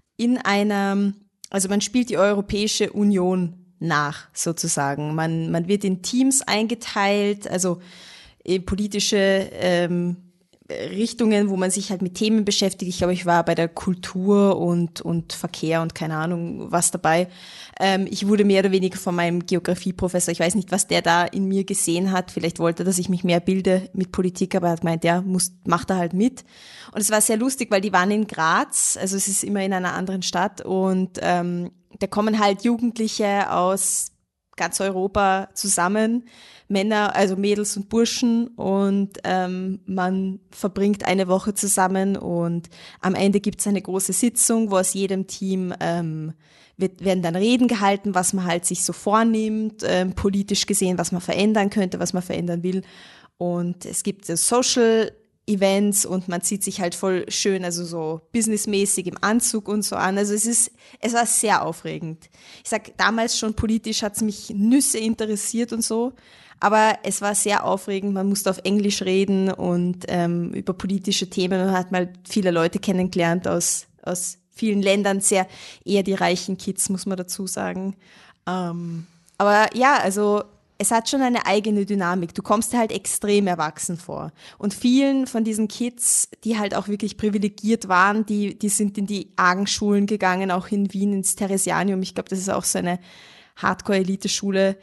man spielt die Europäische Union nach, sozusagen. Man wird in Teams eingeteilt, also politische Richtungen, wo man sich halt mit Themen beschäftigt. Ich glaube, ich war bei der Kultur und Verkehr und keine Ahnung was dabei. Ich wurde mehr oder weniger von meinem Geografieprofessor, ich weiß nicht, was der da in mir gesehen hat. Vielleicht wollte er, dass ich mich mehr bilde mit Politik, aber er hat gemeint, ja, macht er halt mit. Und es war sehr lustig, weil die waren in Graz, also es ist immer in einer anderen Stadt und da kommen halt Jugendliche aus ganz Europa zusammen, Männer, also Mädels und Burschen, und man verbringt eine Woche zusammen und am Ende gibt es eine große Sitzung, wo aus jedem Team werden dann Reden gehalten, was man halt sich so vornimmt, politisch gesehen, was man verändern könnte, was man verändern will. Und es gibt so Social Events und man zieht sich halt voll schön, also so businessmäßig im Anzug und so an. Also es war sehr aufregend. Ich sag, damals schon politisch hat's mich Nüsse interessiert und so, aber es war sehr aufregend. Man musste auf Englisch reden und über politische Themen. Man hat mal viele Leute kennengelernt aus vielen Ländern, eher die reichen Kids, muss man dazu sagen. Aber ja, also es hat schon eine eigene Dynamik. Du kommst dir halt extrem erwachsen vor. Und vielen von diesen Kids, die halt auch wirklich privilegiert waren, die sind in die Argenschulen gegangen, auch in Wien ins Theresianium. Ich glaube, das ist auch so eine Hardcore-Elite-Schule.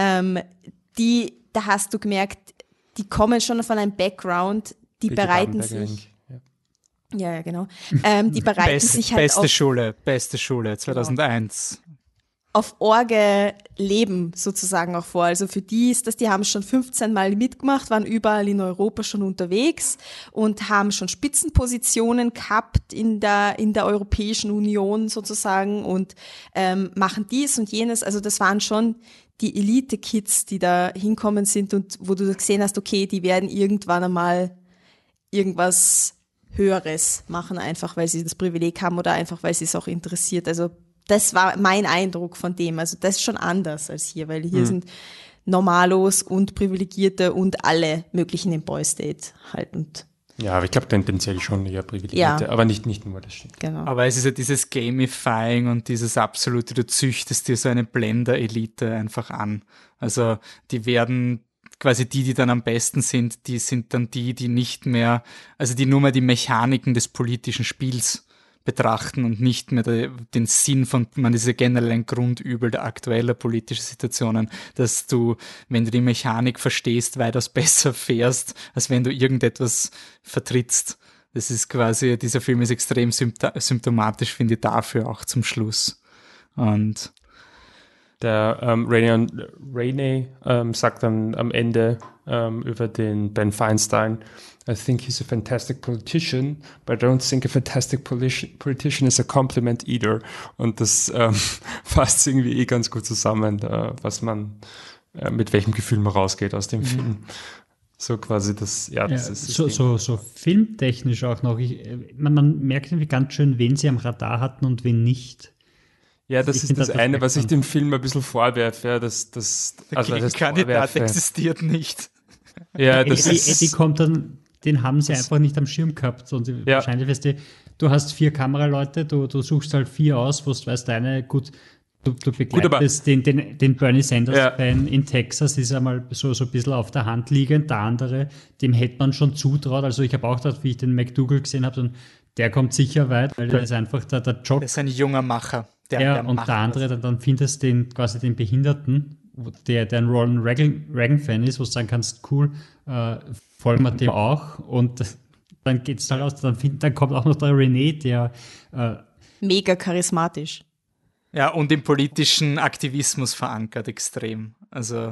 Da hast du gemerkt, die kommen schon von einem Background, die bereiten sich. Ja, genau. Die bereiten sich halt
Beste Schule, 2001.
Auf Orge-Leben sozusagen auch vor. Also für die ist das, die haben schon 15 Mal mitgemacht, waren überall in Europa schon unterwegs und haben schon Spitzenpositionen gehabt in der Europäischen Union sozusagen und machen dies und jenes. Also das waren schon die Elite-Kids, die da hinkommen sind und wo du gesehen hast, okay, die werden irgendwann einmal irgendwas Höheres machen, einfach weil sie das Privileg haben oder einfach weil sie es auch interessiert. Also das war mein Eindruck von dem. Also das ist schon anders als hier, weil hier sind Normalos und Privilegierte und alle möglichen im Boy State halt. Und
ja, aber ich glaube tendenziell schon eher Privilegierte, aber nicht nur, das stimmt.
Genau.
Aber es ist ja dieses Gamifying und dieses absolute, du züchtest dir so eine Blender-Elite einfach an. Also die werden quasi die dann am besten sind, die sind dann die nicht mehr, also die nur mehr die Mechaniken des politischen Spiels betrachten und nicht mehr den Sinn von, man ist ja generell ein Grundübel der aktuellen politischen Situationen, dass du, wenn du die Mechanik verstehst, weitaus besser fährst, als wenn du irgendetwas vertrittst. Das ist quasi, dieser Film ist extrem symptomatisch, finde ich, dafür auch zum Schluss. Und
der Rainey sagt dann am Ende über den Ben Feinstein, I think he's a fantastic politician, but I don't think a fantastic politician is a compliment either. Und das fasst irgendwie ganz gut zusammen, was man, mit welchem Gefühl man rausgeht aus dem Film. So quasi das, das ist
so filmtechnisch auch noch. Man merkt irgendwie ganz schön, wen sie am Radar hatten und wen nicht.
Ja, das ist das eine, was ich dem Film ein bisschen vorwerfe.
Der Kandidat existiert nicht.
Ja, Eddie kommt dann, den haben sie einfach nicht am Schirm gehabt. Und wahrscheinlich, weißt du hast 4 Kameraleute, du suchst halt 4 aus, wo du weißt, du begleitest den Bernie Sanders-Fan in Texas, ist einmal so ein bisschen auf der Hand liegend. Der andere, dem hätte man schon zutraut. Also ich habe auch gedacht, wie ich den McDougal gesehen habe, der kommt sicher weit, weil der ist einfach der Jock.
Der ist ein junger Macher.
Der andere, dann findest du den Behinderten, der ein Ronald Reagan-Fan ist, wo du sagen kannst, cool, folgen wir dem auch. Und dann geht's halt aus, dann kommt auch noch der René, der
mega charismatisch.
Ja, und im politischen Aktivismus verankert extrem. Also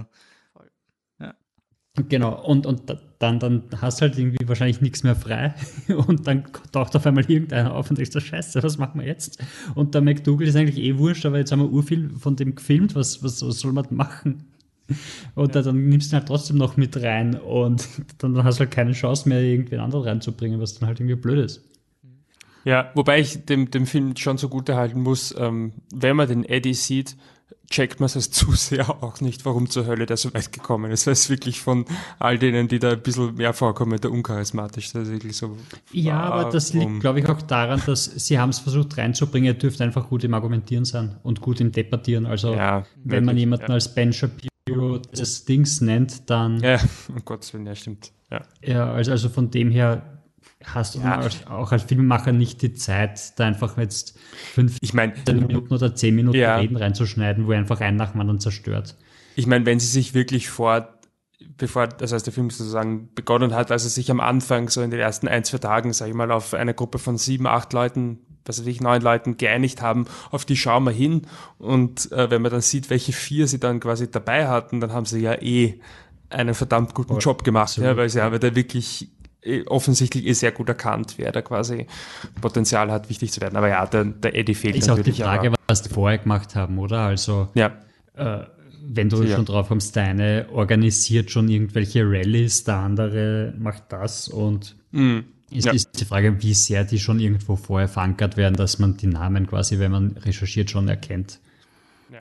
genau, und dann hast du halt irgendwie wahrscheinlich nichts mehr frei und dann taucht auf einmal irgendeiner auf und denkst du, scheiße, was machen wir jetzt? Und der McDougal ist eigentlich wurscht, aber jetzt haben wir urviel von dem gefilmt, was soll man machen? Und dann nimmst du ihn halt trotzdem noch mit rein und dann hast du halt keine Chance mehr, irgendwen anderen reinzubringen, was dann halt irgendwie blöd ist.
Ja, wobei ich dem Film schon so gut erhalten muss, wenn man den Eddie sieht, checkt man es zu sehr auch nicht, warum zur Hölle der so weit gekommen ist. Weil es wirklich von all denen, die da ein bisschen mehr vorkommen, der uncharismatisch. Das ist wirklich so.
Ja, aber das liegt, glaube ich, auch daran, dass sie haben es versucht reinzubringen, er dürfte einfach gut im Argumentieren sein und gut im Debattieren. Also wenn man jemanden als Ben Shapiro des Dings nennt, dann...
Ja, um Gottes Willen, ja, stimmt.
Ja, also von dem her hast du auch als Filmemacher nicht die Zeit, da einfach jetzt 15 Minuten oder 10 Minuten Reden reinzuschneiden, wo er einfach einen nach dem anderen zerstört.
Ich meine, wenn sie sich wirklich bevor der Film sozusagen begonnen hat, also sich am Anfang so in den ersten 1-2 Tagen, sag ich mal, auf eine Gruppe von 7, 8 Leuten was weiß ich, 9 Leuten geeinigt haben, auf die schauen wir hin. Und wenn man dann sieht, welche 4 sie dann quasi dabei hatten, dann haben sie ja einen verdammt guten Job gemacht, ja, weil sie haben da wirklich offensichtlich sehr gut erkannt, wer da quasi Potenzial hat, wichtig zu werden. Aber ja, der Eddie fehlt
ist
natürlich.
Ist auch die Frage, was die vorher gemacht haben, oder? Also, wenn du schon drauf kommst, der eine organisiert schon irgendwelche Rallyes, der andere macht das und ist die Frage, wie sehr die schon irgendwo vorher verankert werden, dass man die Namen quasi, wenn man recherchiert, schon erkennt.
Ja.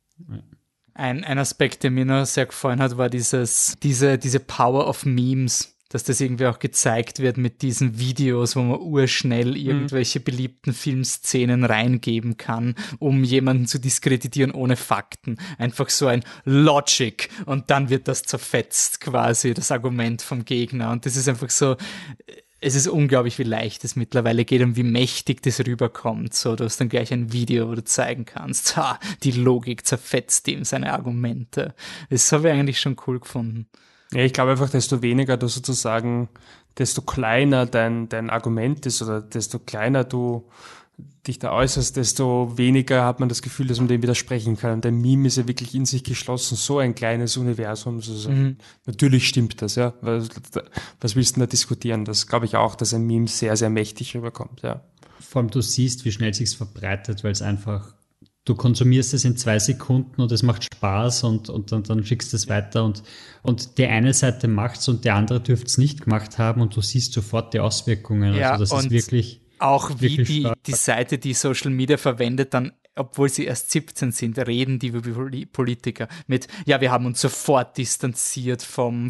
Ein Aspekt, der mir noch sehr gefallen hat, war diese Power of Memes, dass das irgendwie auch gezeigt wird mit diesen Videos, wo man urschnell irgendwelche beliebten Filmszenen reingeben kann, um jemanden zu diskreditieren ohne Fakten. Einfach so ein Logic und dann wird das zerfetzt quasi, das Argument vom Gegner. Und das ist einfach so, es ist unglaublich, wie leicht es mittlerweile geht und wie mächtig das rüberkommt. So, du hast dann gleich ein Video, wo du zeigen kannst, die Logik zerfetzt ihm seine Argumente. Das habe ich eigentlich schon cool gefunden.
Ja, ich glaube einfach, desto weniger du sozusagen, desto kleiner dein Argument ist oder desto kleiner du dich da äußerst, desto weniger hat man das Gefühl, dass man dem widersprechen kann. Und ein Meme ist ja wirklich in sich geschlossen, so ein kleines Universum. Natürlich stimmt das, ja. Was willst du denn da diskutieren? Das glaube ich auch, dass ein Meme sehr, sehr mächtig rüberkommt, ja.
Vor allem du siehst, wie schnell sich's verbreitet, weil es einfach, du konsumierst es in 2 Sekunden und es macht Spaß und dann schickst du es weiter und die eine Seite macht's und die andere dürfte es nicht gemacht haben und du siehst sofort die Auswirkungen.
Ja,
also das ist wirklich
auch wie
wirklich
die Seite, die Social Media verwendet, dann, obwohl sie erst 17 sind, reden die Politiker mit, ja, wir haben uns sofort distanziert von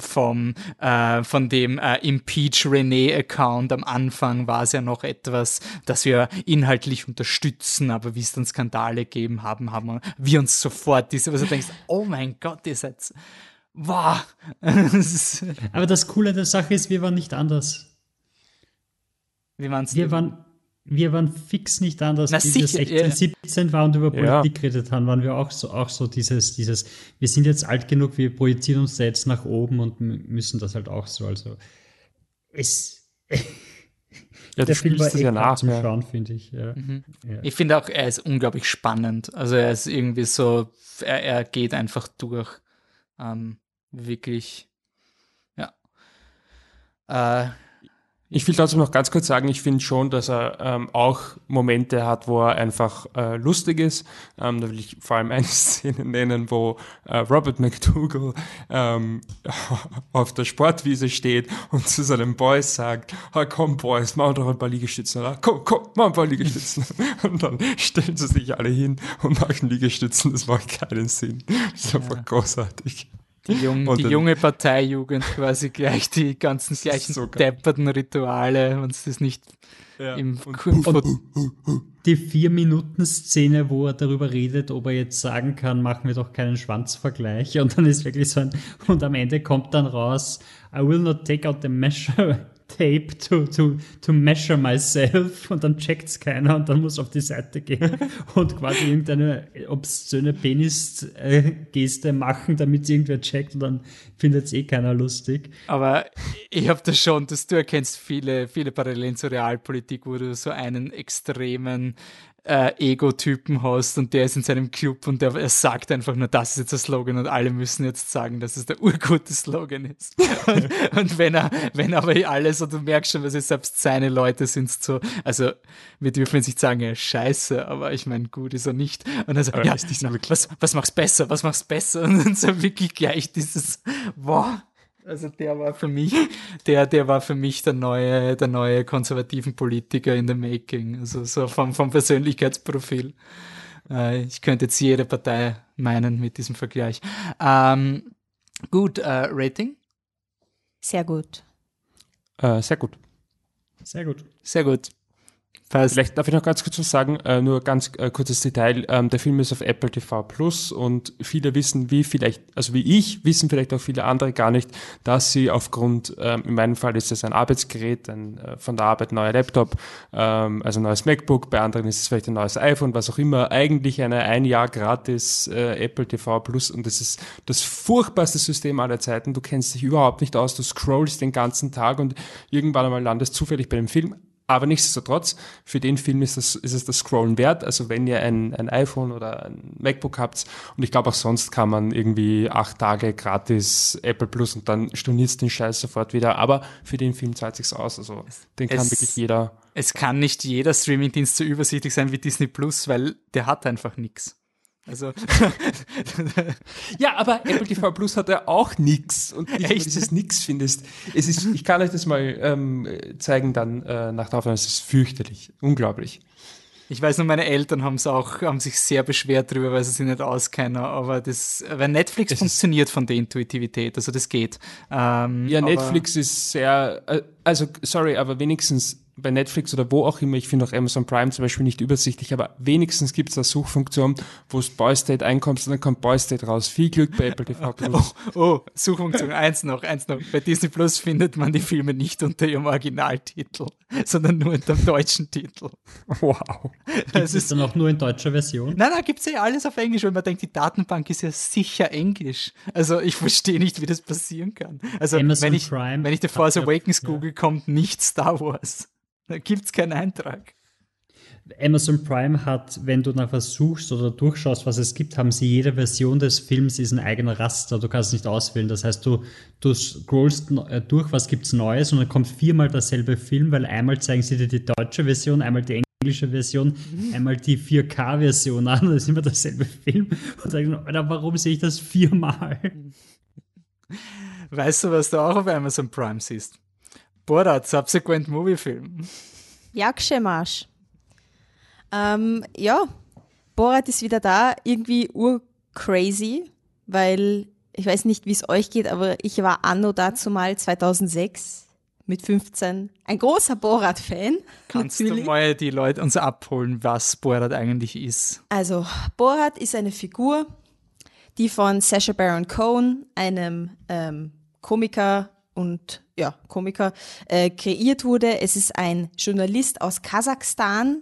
dem Impeach René-Account. Am Anfang war es ja noch etwas, das wir inhaltlich unterstützen, aber wie es dann Skandale gegeben haben wir uns sofort was du denkst, oh mein Gott, ihr seid, wow.
Aber das Coole der Sache ist, wir waren nicht anders. Wir waren fix nicht anders,
na,
wie
sicher,
wir 16, 17 waren und über Politik geredet haben, waren wir auch so dieses, wir sind jetzt alt genug, wir projizieren uns da jetzt nach oben und müssen das halt auch so, also der Film war echt zum Schauen, finde ich. Ja.
Ja. Ich finde auch, er ist unglaublich spannend, also er ist irgendwie so, er geht einfach durch, wirklich, ja.
Ich will trotzdem noch ganz kurz sagen, ich finde schon, dass er auch Momente hat, wo er einfach lustig ist. Da will ich vor allem eine Szene nennen, wo Robert McDougall auf der Sportwiese steht und zu seinen Boys sagt, komm Boys, machen doch ein paar Liegestützen. Oder? Komm, mach ein paar Liegestützen. Und dann stellen sie sich alle hin und machen Liegestützen. Das macht keinen Sinn. Das ist einfach großartig.
Die junge Parteijugend quasi gleich die ganzen gleichen so depperten Rituale, wenn es das nicht im
die 4-Minuten-Szene, wo er darüber redet, ob er jetzt sagen kann, machen wir doch keinen Schwanzvergleich und dann ist wirklich so und am Ende kommt dann raus, I will not take out the measure tape to measure myself und dann checkt's keiner und dann muss auf die Seite gehen und quasi irgendeine obszöne Penis-Geste machen, damit irgendwer checkt und dann findet's keiner lustig.
Aber ich habe das schon, dass du erkennst viele Parallelen zur Realpolitik, wo du so einen extremen Ego-Typen hast und der ist in seinem Club und er sagt einfach nur, das ist jetzt der Slogan und alle müssen jetzt sagen, dass es der urgute Slogan ist. und wenn aber alles, und du merkst schon, dass es selbst seine Leute sind so, also wir dürfen jetzt nicht sagen, er ist scheiße, aber ich meine, gut ist er nicht. Und dann so, ja, was mach's besser? Und dann so wirklich gleich dieses, boah. Also der war für mich der neue konservativen Politiker in the making. Also so vom Persönlichkeitsprofil. Ich könnte jetzt jede Partei meinen mit diesem Vergleich. Gut, Rating?
Sehr gut.
Sehr gut.
Sehr gut.
Sehr gut. Passt.
Vielleicht darf ich noch ganz kurz was sagen, nur ganz kurzes Detail. Der Film ist auf Apple TV Plus und viele wissen, wie ich, wissen vielleicht auch viele andere gar nicht, dass sie aufgrund, in meinem Fall ist es ein Arbeitsgerät, von der Arbeit neuer Laptop, also ein neues MacBook, bei anderen ist es vielleicht ein neues iPhone, was auch immer, eigentlich ein Jahr gratis Apple TV Plus und das ist das furchtbarste System aller Zeiten. Du kennst dich überhaupt nicht aus, du scrollst den ganzen Tag und irgendwann einmal landest zufällig bei dem Film. Aber nichtsdestotrotz, für den Film ist es das Scrollen wert. Also wenn ihr ein iPhone oder ein MacBook habt, und ich glaube auch sonst kann man irgendwie 8 Tage gratis Apple Plus und dann storniert den Scheiß sofort wieder. Aber für den Film zahlt sich's aus. Also den kann wirklich jeder.
Es kann nicht jeder Streamingdienst so übersichtlich sein wie Disney Plus, weil der hat einfach nichts. Also
ja, aber Apple TV Plus hat ja auch nix. Und wenn du dieses Nix findest, ich kann euch das mal zeigen dann nach der Aufnahme, es ist fürchterlich, unglaublich.
Ich weiß nur, meine Eltern haben sich sehr beschwert drüber, weil sie sich nicht auskennen, aber weil Netflix funktioniert von der Intuitivität, also das geht.
Netflix ist sehr, aber wenigstens bei Netflix oder wo auch immer, ich finde auch Amazon Prime zum Beispiel nicht übersichtlich, aber wenigstens gibt es eine Suchfunktion, wo du Boy State einkommst und dann kommt Boy State raus. Viel Glück bei Apple TV Plus.
Suchfunktion, eins noch. Bei Disney Plus findet man die Filme nicht unter ihrem Originaltitel, sondern nur unter dem deutschen Titel.
Wow.
Das ist dann auch nur in deutscher Version?
Nein, gibt's ja alles auf Englisch, weil man denkt, die Datenbank ist ja sicher Englisch. Also ich verstehe nicht, wie das passieren kann. Also wenn ich The Force Awakens google, kommt nicht Star Wars. Da gibt's keinen Eintrag.
Amazon Prime hat, wenn du nach was suchst oder durchschaust, was es gibt, haben sie jede Version des Films ist ein eigener Raster. Du kannst nicht auswählen. Das heißt, du scrollst durch, was gibt's Neues und dann kommt 4-mal derselbe Film, weil einmal zeigen sie dir die deutsche Version, einmal die englische Version, einmal die 4K-Version an. Das ist immer derselbe Film. Und sagen, Alter, warum sehe ich das 4-mal?
Weißt du, was du auch auf Amazon Prime siehst? Borat, Subsequent Movie Film.
Jakschemarsch. Borat ist wieder da, irgendwie urcrazy, weil ich weiß nicht, wie es euch geht, aber ich war anno dazu mal 2006 mit 15 ein großer Borat-Fan.
Kannst du mal die Leute uns abholen, was Borat eigentlich ist?
Also, Borat ist eine Figur, die von Sacha Baron Cohen, einem Komiker, kreiert wurde. Es ist ein Journalist aus Kasachstan,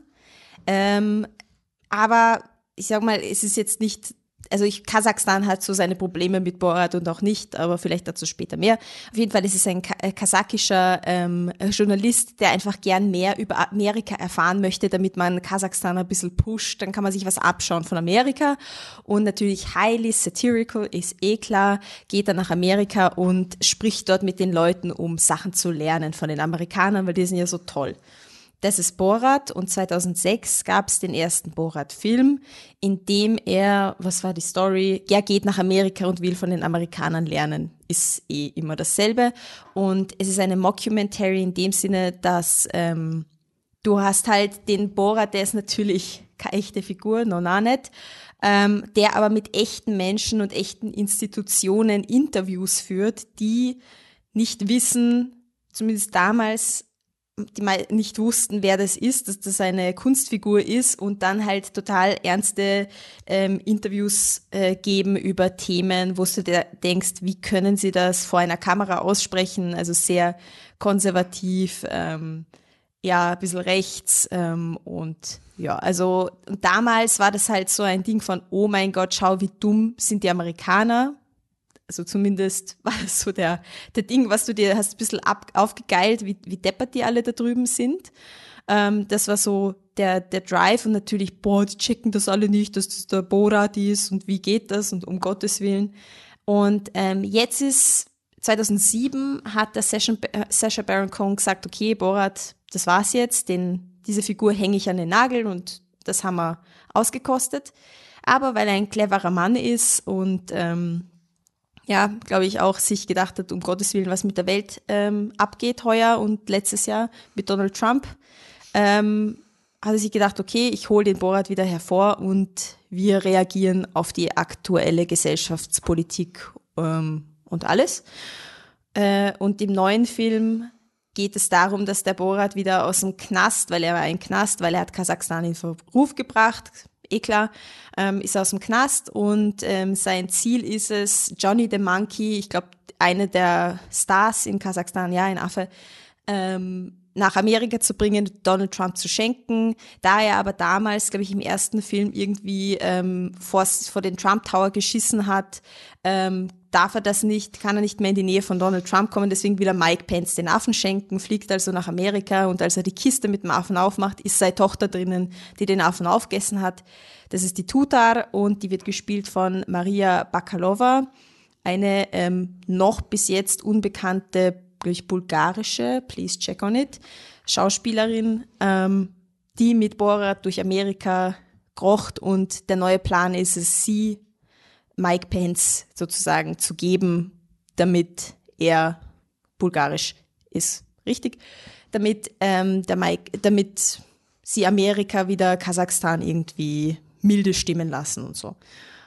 aber ich sag mal, es ist jetzt nicht, Kasachstan hat so seine Probleme mit Borat und auch nicht, aber vielleicht dazu später mehr. Auf jeden Fall ist es ein kasachischer Journalist, der einfach gern mehr über Amerika erfahren möchte, damit man Kasachstan ein bisschen pusht. Dann kann man sich was abschauen von Amerika. Und natürlich highly satirical, ist klar, geht dann nach Amerika und spricht dort mit den Leuten, um Sachen zu lernen von den Amerikanern, weil die sind ja so toll. Das ist Borat und 2006 gab es den ersten Borat-Film, in dem was war die Story? Er geht nach Amerika und will von den Amerikanern lernen. Ist immer dasselbe. Und es ist eine Mockumentary in dem Sinne, dass du hast halt den Borat, der ist natürlich keine echte Figur, nicht, der aber mit echten Menschen und echten Institutionen Interviews führt, die nicht wissen, zumindest damals, die mal nicht wussten, wer das ist, dass das eine Kunstfigur ist und dann halt total ernste Interviews geben über Themen, wo du dir denkst, wie können sie das vor einer Kamera aussprechen, also sehr konservativ, ein bisschen rechts und damals war das halt so ein Ding von, oh mein Gott, schau, wie dumm sind die Amerikaner. Also zumindest war das so der Ding, was du dir hast ein bisschen aufgegeilt, wie deppert die alle da drüben sind. Das war so der Drive und natürlich, die checken das alle nicht, dass das der Borat ist und wie geht das und um Gottes Willen. Und jetzt ist 2007 hat der Sacha Baron Cohen gesagt, okay, Borat, das war's jetzt, diese Figur hänge ich an den Nagel und das haben wir ausgekostet. Aber weil er ein cleverer Mann ist und glaube ich auch sich gedacht hat, um Gottes Willen, was mit der Welt abgeht heuer und letztes Jahr mit Donald Trump, hat er sich gedacht, okay, ich hole den Borat wieder hervor und wir reagieren auf die aktuelle Gesellschaftspolitik und alles. Und im neuen Film geht es darum, dass der Borat wieder aus dem Knast, weil er war ein Knast, weil er hat Kasachstan in Verruf gebracht, klar, ist aus dem Knast und sein Ziel ist es, Johnny the Monkey, ich glaube, eine der Stars in Kasachstan, ein Affe, nach Amerika zu bringen, Donald Trump zu schenken. Da er aber damals, glaube ich, im ersten Film irgendwie vor den Trump Tower geschissen hat, kann er nicht mehr in die Nähe von Donald Trump kommen, deswegen will er Mike Pence den Affen schenken, fliegt also nach Amerika und als er die Kiste mit dem Affen aufmacht, ist seine Tochter drinnen, die den Affen aufgegessen hat. Das ist die Tutar und die wird gespielt von Maria Bakalova, eine noch bis jetzt unbekannte, durch bulgarische, please check on it, Schauspielerin, die mit Borat durch Amerika krocht und der neue Plan ist es, sie Mike Pence sozusagen zu geben, damit er bulgarisch ist, richtig? Damit sie Amerika wieder Kasachstan irgendwie milde stimmen lassen und so.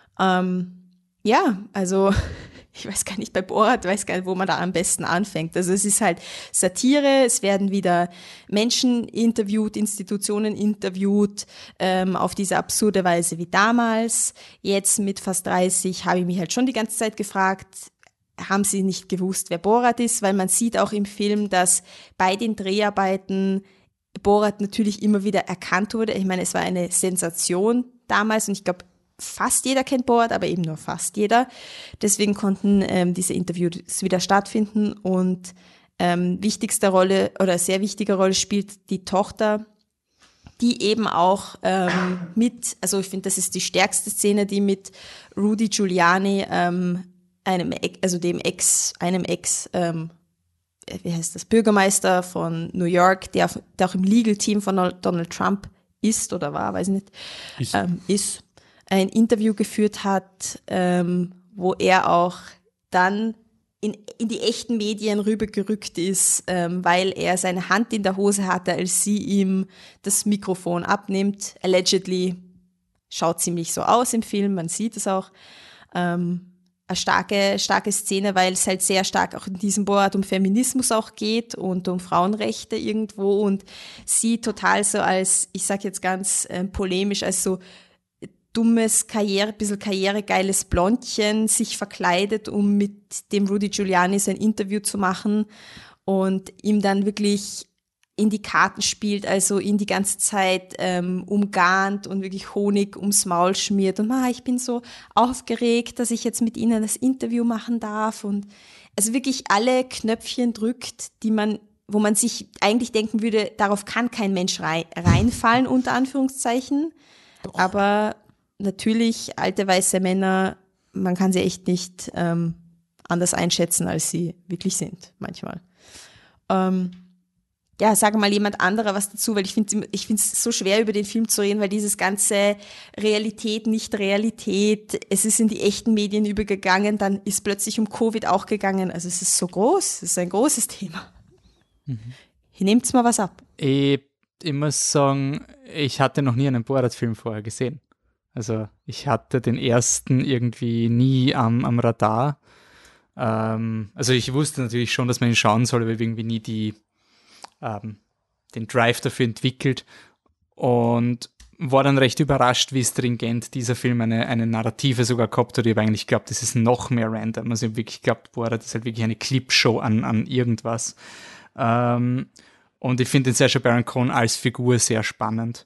Ja, also ich weiß gar nicht, bei Borat weiß gar nicht, wo man da am besten anfängt. Also es ist halt Satire, es werden wieder Menschen interviewt, Institutionen interviewt, auf diese absurde Weise wie damals. Jetzt mit fast 30 habe ich mich halt schon die ganze Zeit gefragt, haben sie nicht gewusst, wer Borat ist? Weil man sieht auch im Film, dass bei den Dreharbeiten Borat natürlich immer wieder erkannt wurde. Ich meine, es war eine Sensation damals und ich glaube, fast jeder kennt Borat, aber eben nur fast jeder. Deswegen konnten diese Interviews wieder stattfinden und wichtigste Rolle oder sehr wichtige Rolle spielt die Tochter, die eben auch also ich finde, das ist die stärkste Szene, die mit Rudy Giuliani, einem Bürgermeister von New York, der auch im Legal-Team von Donald Trump ist oder war, weiß ich nicht, ist ein Interview geführt hat, wo er auch dann in die echten Medien rübergerückt ist, weil er seine Hand in der Hose hatte, als sie ihm das Mikrofon abnimmt. Allegedly schaut ziemlich so aus im Film, man sieht es auch. Eine starke Szene, weil es halt sehr stark auch in diesem Borat um Feminismus auch geht und um Frauenrechte irgendwo und sie total so als, ich sag jetzt ganz polemisch, als so dummes bisschen karrieregeiles Blondchen sich verkleidet, um mit dem Rudy Giuliani sein Interview zu machen und ihm dann wirklich in die Karten spielt, also ihn die ganze Zeit umgarnt und wirklich Honig ums Maul schmiert und ich bin so aufgeregt, dass ich jetzt mit Ihnen das Interview machen darf und also wirklich alle Knöpfchen drückt, wo man sich eigentlich denken würde, darauf kann kein Mensch reinfallen, unter Anführungszeichen, Doch. Aber natürlich, alte weiße Männer, man kann sie echt nicht anders einschätzen, als sie wirklich sind, manchmal. Ja, sage mal jemand anderer was dazu, weil ich finde es so schwer, über den Film zu reden, weil dieses ganze Realität, Nicht-Realität, es ist in die echten Medien übergegangen, dann ist plötzlich um Covid auch gegangen. Also es ist so groß, es ist ein großes Thema. Hier nehmt's mal was ab.
Ich muss sagen, ich hatte noch nie einen Borat-Film vorher gesehen. Also ich hatte den ersten irgendwie nie am Radar. Also ich wusste natürlich schon, dass man ihn schauen soll, aber irgendwie nie den Drive dafür entwickelt und war dann recht überrascht, wie stringent dieser Film eine Narrative sogar gehabt hat. Ich habe eigentlich geglaubt, das ist noch mehr random. Also ich habe wirklich geglaubt, Borat ist halt wirklich eine Clipshow an irgendwas. Und ich finde den Sacha Baron Cohen als Figur sehr spannend.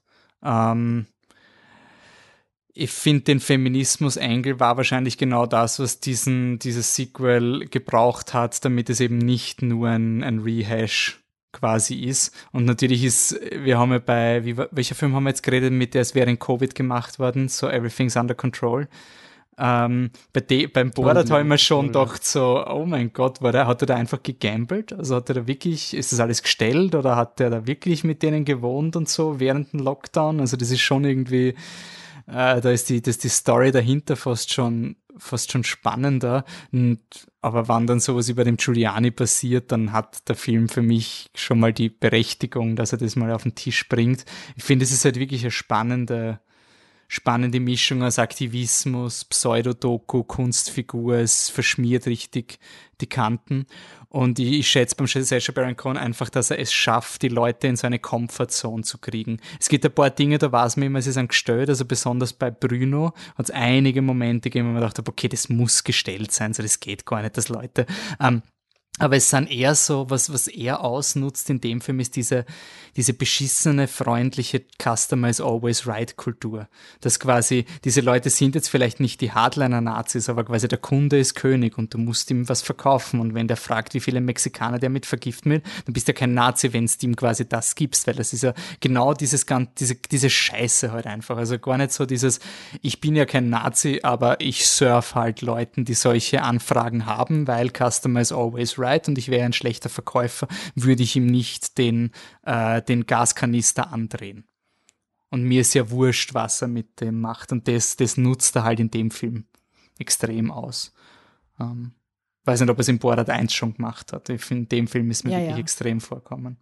Ich finde, den Feminismus-Angle war wahrscheinlich genau das, was dieses Sequel gebraucht hat, damit es eben nicht nur ein Rehash quasi ist. Und natürlich wir haben ja welcher Film haben wir jetzt geredet, mit der es während Covid gemacht worden, so Everything's Under Control. Beim Borat haben wir schon gedacht so, oh mein Gott, hat er da einfach gegambelt? Also hat er da wirklich, ist das alles gestellt oder hat er da wirklich mit denen gewohnt und so während dem Lockdown? Also das ist schon irgendwie, da ist die Story dahinter fast schon spannender. Aber wenn dann sowas über dem Giuliani passiert, dann hat der Film für mich schon mal die Berechtigung, dass er das mal auf den Tisch bringt. Ich finde, es ist halt wirklich eine spannende Mischung aus Aktivismus, Pseudodoku, Kunstfigur. Es verschmiert richtig die Kanten. Und ich schätze beim Sacha Baron Cohen einfach, dass er es schafft, die Leute in so eine Comfortzone zu kriegen. Es gibt ein paar Dinge, da weiß man immer, sie sind gestellt. Also besonders bei Bruno hat es einige Momente gegeben, wo man dachte, okay, das muss gestellt sein, so das geht gar nicht, dass Leute Aber es sind eher so, was er ausnutzt in dem Film, ist diese beschissene, freundliche Customer is always right Kultur. Dass quasi, diese Leute sind jetzt vielleicht nicht die Hardliner-Nazis, aber quasi der Kunde ist König und du musst ihm was verkaufen. Und wenn der fragt, wie viele Mexikaner der mit vergiften will, dann bist du ja kein Nazi, wenn du ihm quasi das gibst, weil das ist ja genau diese Scheiße halt einfach. Also gar nicht so dieses, ich bin ja kein Nazi, aber ich surf halt Leuten, die solche Anfragen haben, weil Customer is always right und ich wäre ein schlechter Verkäufer, würde ich ihm nicht den Gaskanister andrehen. Und mir ist ja wurscht, was er mit dem macht. Und das nutzt er halt in dem Film extrem aus. Weiß nicht, ob er es in Borat 1 schon gemacht hat. Ich finde, in dem Film ist mir wirklich extrem vorkommen.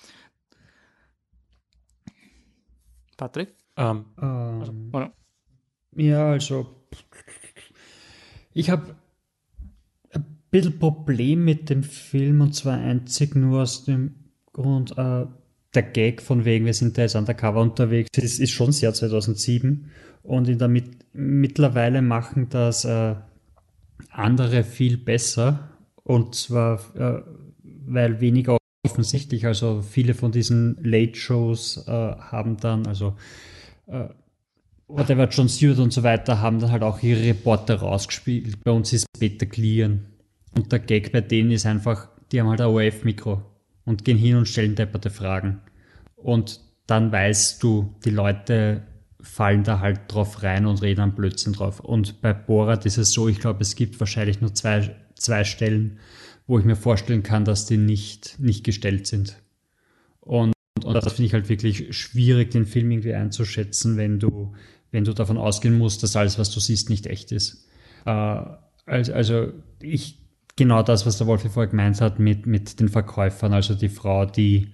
Patrick?
Ja, also ich habe ein bisschen Problem mit dem Film, und zwar einzig nur aus dem Grund, der Gag von wegen, wir sind da jetzt undercover unterwegs, ist schon sehr 2007 und mittlerweile machen das andere viel besser, und zwar weil weniger offensichtlich, also viele von diesen Late-Shows haben dann, also whatever, Jon Stewart und so weiter, haben dann halt auch ihre Reporter rausgespielt. Bei uns ist Peter Klieren. Und der Gag bei denen ist einfach, die haben halt ein ORF-Mikro und gehen hin und stellen depperte Fragen. Und dann weißt du, die Leute fallen da halt drauf rein und reden am Blödsinn drauf. Und bei Borat ist es so, ich glaube, es gibt wahrscheinlich nur zwei Stellen, wo ich mir vorstellen kann, dass die nicht gestellt sind. Und das finde ich halt wirklich schwierig, den Film irgendwie einzuschätzen, wenn du davon ausgehen musst, dass alles, was du siehst, nicht echt ist. Genau das, was der Wolfi vorher gemeint hat mit den Verkäufern, also die Frau, die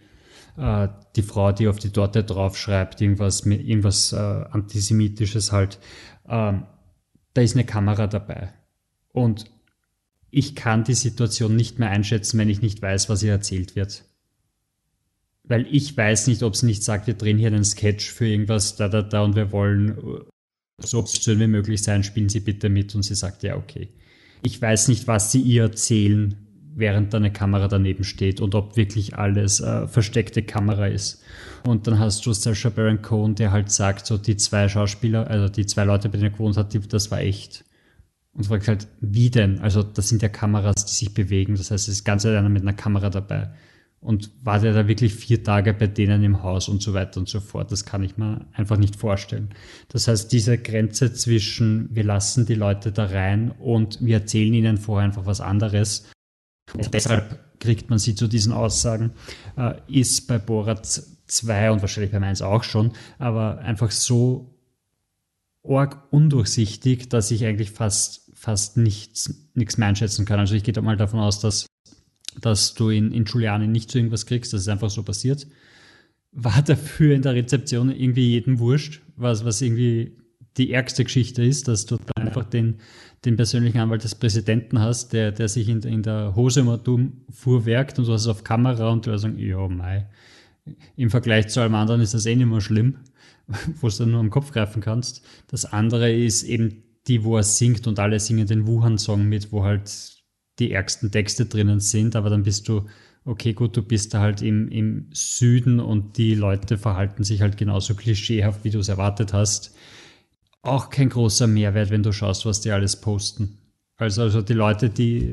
auf die Torte draufschreibt, irgendwas Antisemitisches halt, da ist eine Kamera dabei. Und ich kann die Situation nicht mehr einschätzen, wenn ich nicht weiß, was ihr erzählt wird. Weil ich weiß nicht, ob sie nicht sagt, wir drehen hier einen Sketch für irgendwas, da und wir wollen so obszön wie möglich sein, spielen Sie bitte mit, und sie sagt, ja, okay. Ich weiß nicht, was sie ihr erzählen, während da eine Kamera daneben steht und ob wirklich alles versteckte Kamera ist. Und dann hast du Sacha Baron Cohen, der halt sagt, so die zwei Schauspieler, also die zwei Leute, bei denen er gewohnt hat, das war echt. Und fragt halt, wie denn? Also das sind ja Kameras, die sich bewegen, das heißt, es ist ganz einer mit einer Kamera dabei. Und war der da wirklich 4 Tage bei denen im Haus und so weiter und so fort? Das kann ich mir einfach nicht vorstellen. Das heißt, diese Grenze zwischen, wir lassen die Leute da rein und wir erzählen ihnen vorher einfach was anderes, und deshalb kriegt man sie zu diesen Aussagen, ist bei Borat 2 und wahrscheinlich beim 1 auch schon, aber einfach so arg undurchsichtig, dass ich eigentlich fast nichts mehr einschätzen kann. Also ich gehe da mal davon aus, dass du in Giuliani nicht so irgendwas kriegst, das ist einfach so passiert. War dafür in der Rezeption irgendwie jedem wurscht, was irgendwie die ärgste Geschichte ist, dass du dann einfach den persönlichen Anwalt des Präsidenten hast, der sich in der Hose immer dumm fuhrwerkt, und du hast es auf Kamera und du sagst, ja, mei. Im Vergleich zu allem anderen ist das eh nicht mehr schlimm, wo du dann nur am Kopf greifen kannst. Das andere ist eben die, wo er singt und alle singen den Wuhan-Song mit, wo halt die ärgsten Texte drinnen sind, aber dann bist du, okay, gut, du bist da halt im Süden und die Leute verhalten sich halt genauso klischeehaft, wie du es erwartet hast. Auch kein großer Mehrwert, wenn du schaust, was die alles posten. Also die Leute,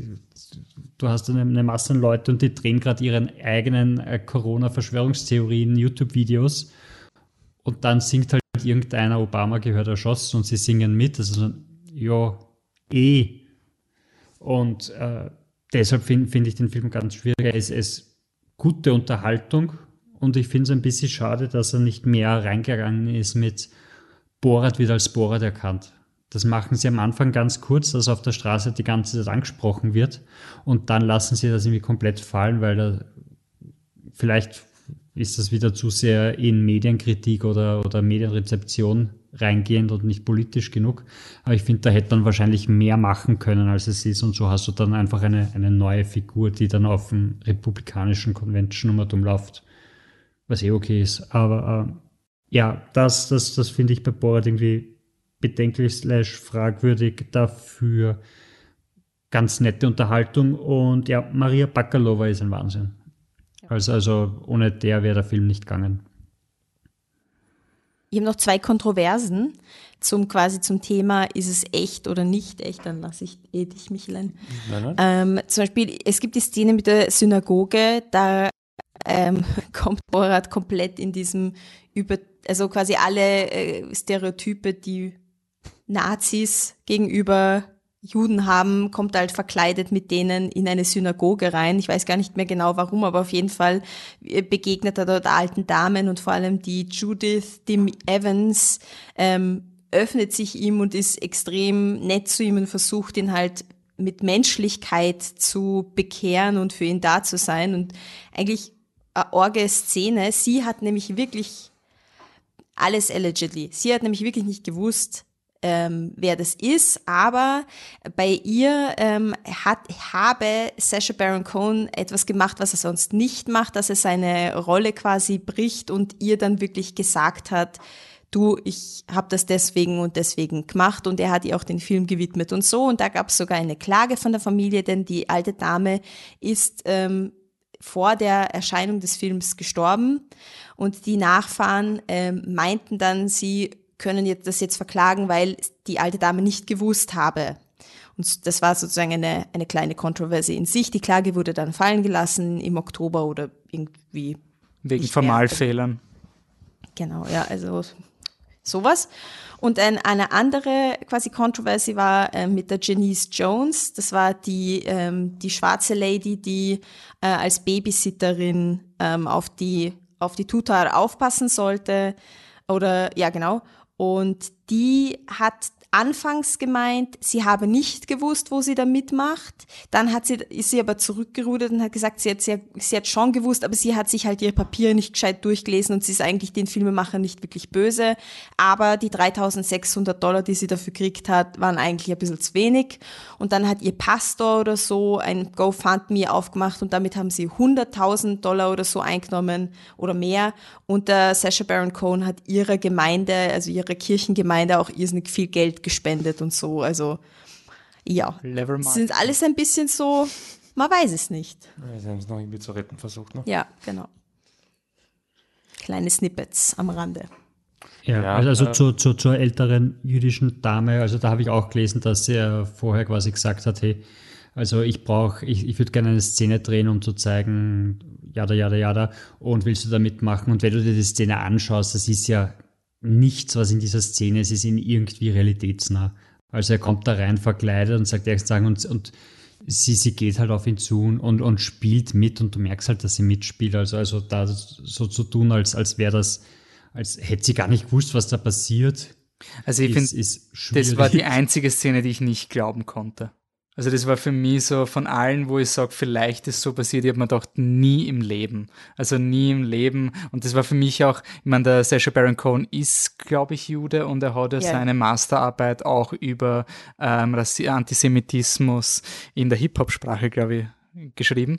du hast eine Masse an Leute und die drehen gerade ihren eigenen Corona-Verschwörungstheorien, YouTube-Videos, und dann singt halt irgendeiner, Obama gehört erschossen, und sie singen mit. Also, ja, Und deshalb finde ich den Film ganz schwierig. Es ist gute Unterhaltung, und ich finde es ein bisschen schade, dass er nicht mehr reingegangen ist mit Borat wird als Borat erkannt. Das machen sie am Anfang ganz kurz, dass auf der Straße die ganze Zeit angesprochen wird, und dann lassen sie das irgendwie komplett fallen, weil vielleicht ist das wieder zu sehr in Medienkritik oder Medienrezeption reingehend und nicht politisch genug. Aber ich finde, da hätte man wahrscheinlich mehr machen können, als es ist. Und so hast du dann einfach eine neue Figur, die dann auf dem republikanischen Convention läuft, was eh okay ist. Aber das finde ich bei Borat irgendwie bedenklich / fragwürdig. Dafür ganz nette Unterhaltung. Und ja, Maria Bakalova ist ein Wahnsinn. Also ohne der wäre der Film nicht gegangen.
Ich habe noch 2 Kontroversen zum Thema, ist es echt oder nicht echt, dann lasse ich dich, Michelein. Zum Beispiel, es gibt die Szene mit der Synagoge, da kommt Borat komplett in diesem also quasi alle Stereotype, die Nazis gegenüber Juden haben, kommt halt verkleidet mit denen in eine Synagoge rein. Ich weiß gar nicht mehr genau warum, aber auf jeden Fall begegnet er dort alten Damen und vor allem die Judith, die Evans, öffnet sich ihm und ist extrem nett zu ihm und versucht ihn halt mit Menschlichkeit zu bekehren und für ihn da zu sein. Und eigentlich eine orge Szene. Sie hat nämlich wirklich alles allegedly. Sie hat nämlich wirklich nicht gewusst, wer das ist, aber bei ihr habe Sacha Baron Cohen etwas gemacht, was er sonst nicht macht, dass er seine Rolle quasi bricht und ihr dann wirklich gesagt hat, du, ich habe das deswegen und deswegen gemacht, und er hat ihr auch den Film gewidmet und so, und da gab es sogar eine Klage von der Familie, denn die alte Dame ist vor der Erscheinung des Films gestorben, und die Nachfahren meinten dann, sie können das jetzt verklagen, weil die alte Dame nicht gewusst habe. Und das war sozusagen eine kleine Kontroverse in sich. Die Klage wurde dann fallen gelassen im Oktober oder irgendwie.
Wegen Formalfehlern.
Genau, ja, also sowas. Und eine andere quasi Kontroverse war mit der Janice Jones. Das war die schwarze Lady, die als Babysitterin auf die Tutar aufpassen sollte. Oder, ja, genau. Und die hat anfangs gemeint, sie habe nicht gewusst, wo sie da mitmacht. Dann ist sie aber zurückgerudert und hat gesagt, sie hat schon gewusst, aber sie hat sich halt ihre Papiere nicht gescheit durchgelesen und sie ist eigentlich den Filmemachern nicht wirklich böse. Aber die $3.600, die sie dafür gekriegt hat, waren eigentlich ein bisschen zu wenig. Und dann hat ihr Pastor oder so ein GoFundMe aufgemacht und damit haben sie $100.000 oder so eingenommen oder mehr. Und der Sacha Baron Cohen hat ihrer Gemeinde, also ihrer Kirchengemeinde, auch irrsinnig viel Geld gespendet und so, also ja, sind alles ein bisschen so, man weiß es nicht.
Ja, sie haben es noch irgendwie zu retten versucht, ne?
Ja, genau. Kleine Snippets am Rande.
Ja, also zur älteren jüdischen Dame, also da habe ich auch gelesen, dass er vorher quasi gesagt hat, hey, also ich würde gerne eine Szene drehen, um zu zeigen, jada, und willst du da mitmachen? Und wenn du dir die Szene anschaust, das ist ja nichts, was in dieser Szene ist, ist irgendwie realitätsnah. Also er kommt da rein verkleidet und sagt und sie geht halt auf ihn zu und spielt mit, und du merkst halt, dass sie mitspielt. Also da so zu tun, als hätte sie gar nicht gewusst, was da passiert.
Also ich finde, das war die einzige Szene, die ich nicht glauben konnte. Also das war für mich so von allen, wo ich sage, vielleicht ist so passiert, ich habe mir gedacht, nie im Leben. Also nie im Leben. Und das war für mich auch, ich meine, der Sacha Baron Cohen ist, glaube ich, Jude, und er hat ja seine Masterarbeit auch über Antisemitismus in der Hip-Hop-Sprache, glaube ich, geschrieben.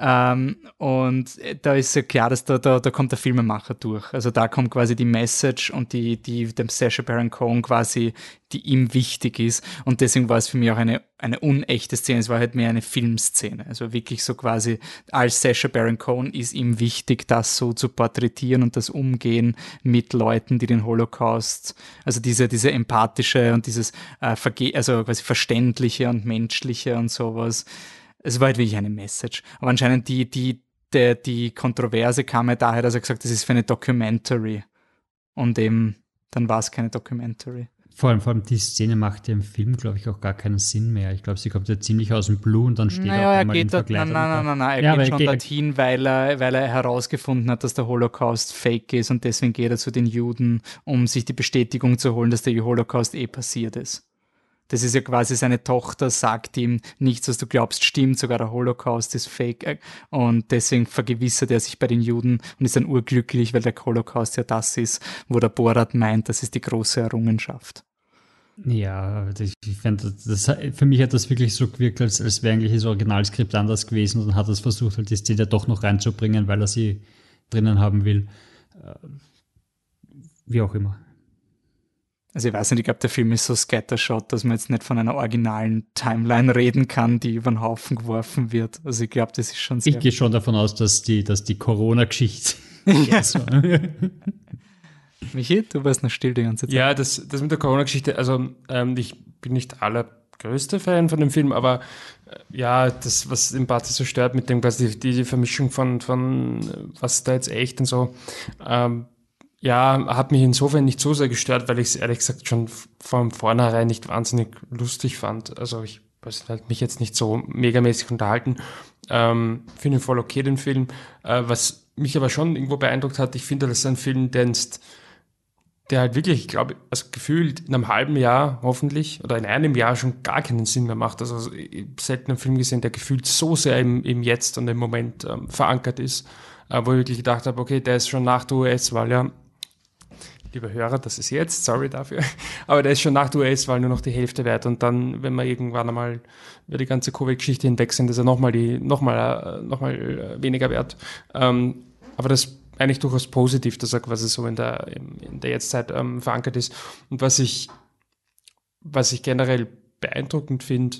Und da ist ja klar, dass da kommt der Filmemacher durch. Also da kommt quasi die Message und die dem Sacha Baron Cohen quasi, die ihm wichtig ist. Und deswegen war es für mich auch eine unechte Szene. Es war halt mehr eine Filmszene. Also wirklich so quasi, als Sacha Baron Cohen ist ihm wichtig, das so zu porträtieren und das Umgehen mit Leuten, die den Holocaust, also diese empathische und dieses also quasi verständliche und menschliche und sowas. Es war halt wirklich eine Message. Aber anscheinend die Kontroverse kam ja daher, dass er gesagt hat, das ist für eine Documentary. Und eben, dann war es keine Documentary.
Vor allem die Szene macht ja im Film, glaube ich, auch gar keinen Sinn mehr. Ich glaube, sie kommt ja ziemlich aus dem Blue und dann steht er auch einmal in Verkleidung.
Nein, er geht schon dorthin, weil er herausgefunden hat, dass der Holocaust fake ist, und deswegen geht er zu den Juden, um sich die Bestätigung zu holen, dass der Holocaust passiert ist. Das ist ja quasi, seine Tochter sagt ihm, nichts, was du glaubst, stimmt, sogar der Holocaust ist fake, und deswegen vergewissert er sich bei den Juden und ist dann urglücklich, weil der Holocaust ja das ist, wo der Borat meint, das ist die große Errungenschaft.
Ja, ich finde, für mich hat das wirklich so gewirkt, als wäre eigentlich das Originalskript anders gewesen, und dann hat er es versucht, halt die Szene doch noch reinzubringen, weil er sie drinnen haben will. Wie auch immer.
Also ich weiß nicht, ich glaube, der Film ist so scattershot, dass man jetzt nicht von einer originalen Timeline reden kann, die über den Haufen geworfen wird. Also ich glaube, das ist schon sehr...
Ich gehe schon davon aus, dass die Corona-Geschichte...
Ja. Michi, du warst noch still die ganze Zeit.
Ja, das mit der Corona-Geschichte, also ich bin nicht der allergrößte Fan von dem Film, aber ja, das, was den Barty so stört, mit dem quasi die Vermischung von was ist da jetzt echt und so, ja, hat mich insofern nicht so sehr gestört, weil ich es ehrlich gesagt schon von vornherein nicht wahnsinnig lustig fand. Also ich weiß halt mich jetzt nicht so megamäßig unterhalten. Finde ihn voll okay, den Film. Was mich aber schon irgendwo beeindruckt hat, ich finde, das ist ein Film, der halt wirklich, ich glaube, also gefühlt in einem halben Jahr hoffentlich oder in einem Jahr schon gar keinen Sinn mehr macht. Also ich habe selten einen Film gesehen, der gefühlt so sehr im Jetzt und im Moment verankert ist, wo ich wirklich gedacht habe, okay, der ist schon nach der US-Wahl, ja. Liebe Hörer, das ist jetzt, sorry dafür, aber der ist schon nach der US-Wahl nur noch die Hälfte wert und dann, wenn wir irgendwann einmal über die ganze Covid-Geschichte hinweg sind, ist er nochmal weniger wert. Aber das ist eigentlich durchaus positiv, dass er quasi so in der Jetztzeit verankert ist. Und was ich generell beeindruckend finde,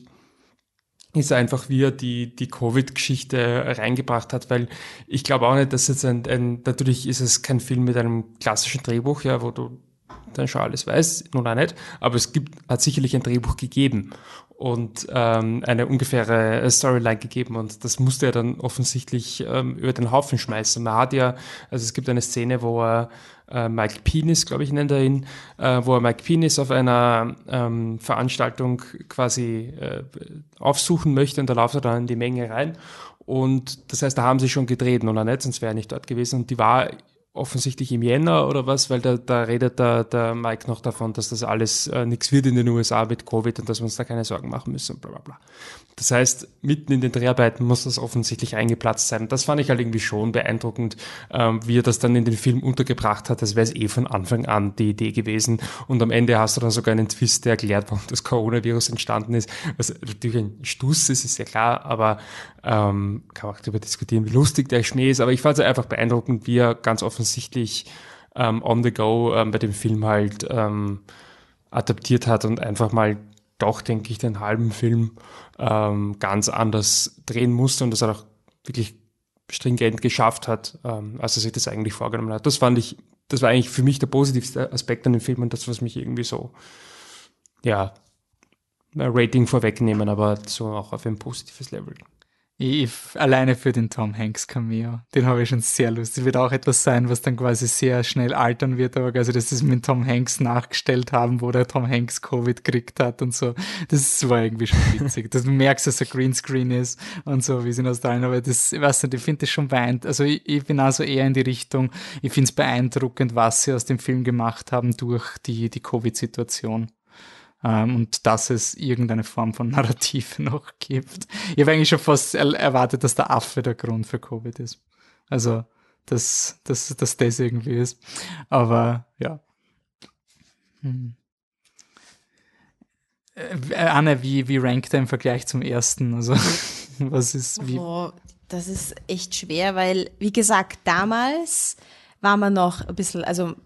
ist einfach, wie er die Covid-Geschichte reingebracht hat, weil ich glaube auch nicht, dass jetzt natürlich ist es kein Film mit einem klassischen Drehbuch, ja, wo du dann schon alles weißt, nun auch nicht, aber hat sicherlich ein Drehbuch gegeben und eine ungefähre Storyline gegeben und das musste er dann offensichtlich über den Haufen schmeißen. Man hat ja, also es gibt eine Szene, wo er Mike Penis, glaube ich, nennt er ihn, wo er Mike Penis auf einer Veranstaltung quasi aufsuchen möchte und da läuft er dann in die Menge rein und das heißt, da haben sie schon gedreht, oder nicht, sonst wäre er nicht dort gewesen und die war offensichtlich im Jänner oder was, weil da redet der Mike noch davon, dass das alles nichts wird in den USA mit Covid und dass wir uns da keine Sorgen machen müssen und bla bla bla. Das heißt, mitten in den Dreharbeiten muss das offensichtlich eingeplatzt sein. Und das fand ich halt irgendwie schon beeindruckend, wie er das dann in den Film untergebracht hat. Das wäre es von Anfang an die Idee gewesen. Und am Ende hast du dann sogar einen Twist, der erklärt, warum das Coronavirus entstanden ist. Was natürlich ein Stuss ist ja klar, aber kann man auch darüber diskutieren, wie lustig der Schmäh ist. Aber ich fand es einfach beeindruckend, wie er ganz offensichtlich on the go bei dem Film halt adaptiert hat und einfach mal doch, denke ich, den halben Film ganz anders drehen musste und das auch wirklich stringent geschafft hat, als er sich das eigentlich vorgenommen hat. Das war eigentlich für mich der positivste Aspekt an dem Film und das, was mich irgendwie so, ja, Rating vorwegnehmen, aber so auch auf ein positives Level.
Alleine für den Tom Hanks Cameo, den habe ich schon sehr lustig. Wird auch etwas sein, was dann quasi sehr schnell altern wird, aber also dass sie mit Tom Hanks nachgestellt haben, wo der Tom Hanks Covid gekriegt hat und so, das war irgendwie schon witzig. Du merkst, dass er Greenscreen ist und so, wie es in Australien, aber das, ich weiß nicht, ich finde das schon beeindruckend. Also ich bin also eher in die Richtung, ich finde es beeindruckend, was sie aus dem Film gemacht haben durch die Covid-Situation. Und dass es irgendeine Form von Narrativ noch gibt. Ich habe eigentlich schon fast erwartet, dass der Affe der Grund für Covid ist. Also, dass das irgendwie ist. Aber, ja. Anne, wie rankt er im Vergleich zum ersten? Also, was ist, wie?
Oh, das ist echt schwer, weil, wie gesagt, damals war man noch ein bisschen,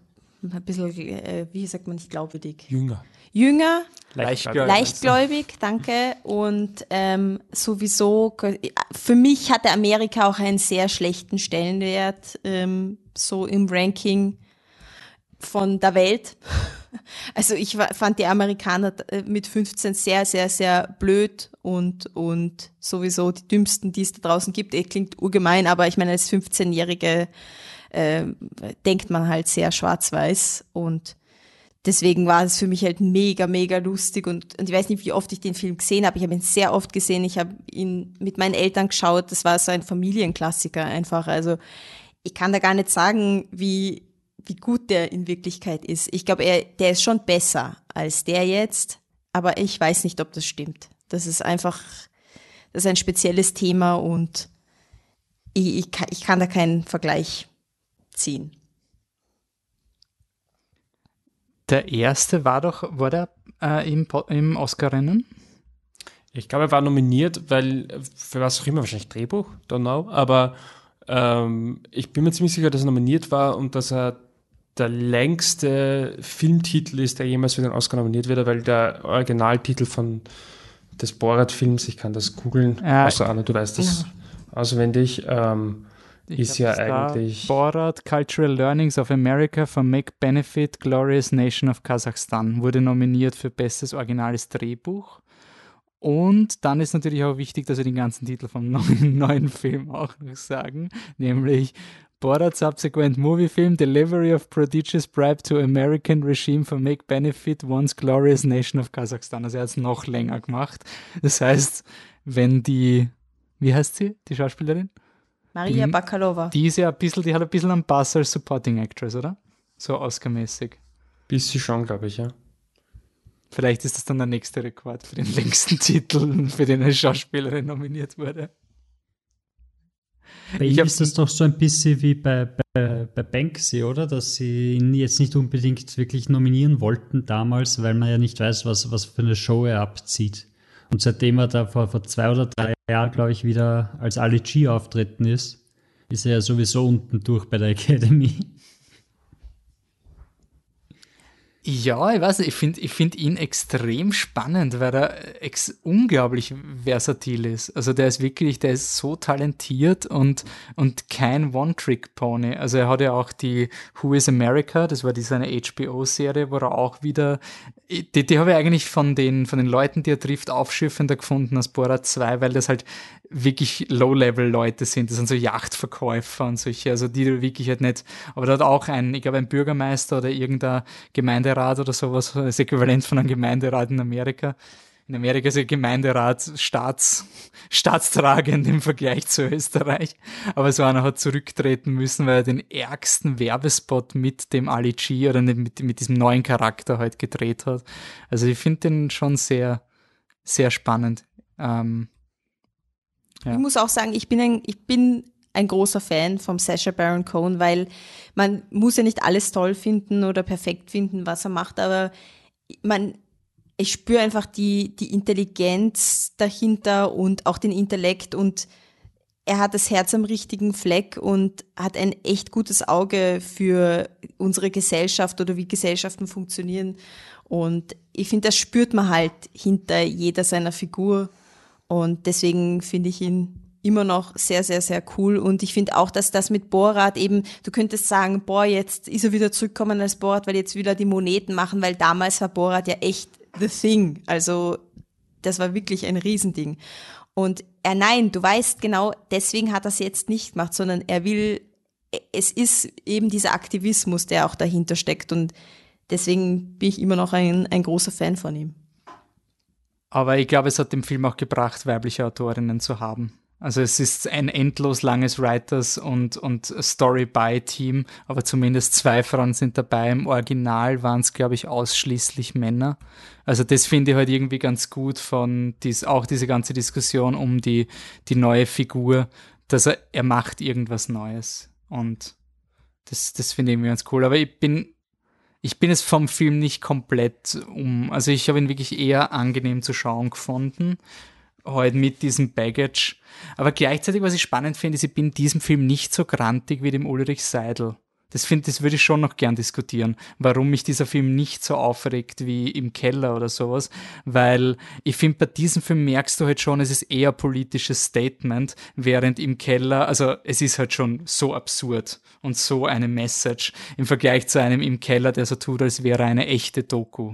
wie sagt man, nicht glaubwürdig? Jünger, leichtgläubig, danke. Und sowieso, für mich hatte Amerika auch einen sehr schlechten Stellenwert, so im Ranking von der Welt. Also ich fand die Amerikaner mit 15 sehr, sehr, sehr blöd und sowieso die dümmsten, die es da draußen gibt. Klingt urgemein, aber ich meine, als 15-Jährige denkt man halt sehr schwarz-weiß und deswegen war es für mich halt mega, mega lustig und ich weiß nicht, wie oft ich den Film gesehen habe. Ich habe ihn sehr oft gesehen. Ich habe ihn mit meinen Eltern geschaut. Das war so ein Familienklassiker einfach. Also ich kann da gar nicht sagen, wie gut der in Wirklichkeit ist. Ich glaube, der ist schon besser als der jetzt, aber ich weiß nicht, ob das stimmt. Das ist ein spezielles Thema und ich kann da keinen Vergleich ziehen.
Der erste war der im Oscar-Rennen?
Ich glaube, er war nominiert, weil, für was auch immer, wahrscheinlich Drehbuch, don't know, aber ich bin mir ziemlich sicher, dass er nominiert war und dass er der längste Filmtitel ist, der jemals für den Oscar nominiert wird, weil der Originaltitel des Borat-Films, ich kann das googeln, außer Anna, du weißt das auswendig, ist ja eigentlich
Borat, Cultural Learnings of America for Make Benefit, Glorious Nation of Kazakhstan, wurde nominiert für bestes originales Drehbuch. Und dann ist natürlich auch wichtig, dass wir den ganzen Titel vom neuen Film auch noch sagen, nämlich Borat Subsequent Movie Film Delivery of Prodigious Bribe to American Regime for Make Benefit Once Glorious Nation of Kazakhstan. Also er hat es noch länger gemacht. Das heißt, wenn wie heißt sie, die Schauspielerin?
Maria Bakalova.
Die hat ein bisschen einen Pass als Supporting Actress, oder? So Oscar-mäßig.
Bisschen schon, glaube ich, ja.
Vielleicht ist das dann der nächste Rekord für den längsten Titel, für den eine Schauspielerin nominiert wurde.
Bei ihm ist das doch so ein bisschen wie bei Banksy, oder? Dass sie ihn jetzt nicht unbedingt wirklich nominieren wollten damals, weil man ja nicht weiß, was für eine Show er abzieht. Und seitdem er da vor 2 oder 3 Jahren, glaube ich, wieder als Ali G auftreten ist er ja sowieso unten durch bei der Academy.
Ja, ich weiß nicht, ich find ihn extrem spannend, weil er unglaublich versatil ist. Also der ist so talentiert und kein One-Trick-Pony. Also er hat ja auch die Who is America, das war seine HBO-Serie, wo er auch wieder, die habe ich eigentlich von den Leuten, die er trifft, aufschiffender gefunden als Borat 2, weil das halt wirklich Low-Level-Leute sind. Das sind so Yachtverkäufer und solche, also die wirklich halt nicht, aber da hat auch ich glaube ein Bürgermeister oder irgendein Gemeinderat oder sowas, das Äquivalent von einem Gemeinderat in Amerika. In Amerika ist der Gemeinderat staatstragend im Vergleich zu Österreich. Aber so einer hat zurücktreten müssen, weil er den ärgsten Werbespot mit dem Ali G oder mit diesem neuen Charakter halt gedreht hat. Also ich finde den schon sehr, sehr spannend. Ja.
Ich muss auch sagen, ich bin ein großer Fan vom Sacha Baron Cohen, weil man muss ja nicht alles toll finden oder perfekt finden, was er macht, aber ich spüre einfach die Intelligenz dahinter und auch den Intellekt und er hat das Herz am richtigen Fleck und hat ein echt gutes Auge für unsere Gesellschaft oder wie Gesellschaften funktionieren. Und ich finde, das spürt man halt hinter jeder seiner Figur. Und deswegen finde ich ihn immer noch sehr, sehr, sehr cool. Und ich finde auch, dass das mit Borat eben, du könntest sagen, jetzt ist er wieder zurückgekommen als Borat, weil jetzt will er die Moneten machen, weil damals war Borat ja echt the thing. Also das war wirklich ein Riesending. Und nein, du weißt genau, deswegen hat er es jetzt nicht gemacht, sondern es ist eben dieser Aktivismus, der auch dahinter steckt. Und deswegen bin ich immer noch ein großer Fan von ihm.
Aber ich glaube, es hat dem Film auch gebracht, weibliche Autorinnen zu haben. Also es ist ein endlos langes Writers- und Story-by-Team, aber zumindest 2 Frauen sind dabei. Im Original waren es, glaube ich, ausschließlich Männer. Also das finde ich halt irgendwie ganz gut von auch diese ganze Diskussion um die neue Figur, dass er macht irgendwas Neues. Und das finde ich irgendwie ganz cool. Aber ich bin es vom Film nicht komplett also ich habe ihn wirklich eher angenehm zu schauen gefunden, halt mit diesem Baggage. Aber gleichzeitig, was ich spannend finde, ist, ich bin in diesem Film nicht so grantig wie dem Ulrich Seidel. Das würde ich schon noch gern diskutieren, warum mich dieser Film nicht so aufregt wie im Keller oder sowas, weil ich finde, bei diesem Film merkst du halt schon, es ist eher politisches Statement, während im Keller, also es ist halt schon so absurd und so eine Message im Vergleich zu einem im Keller, der so tut, als wäre eine echte Doku.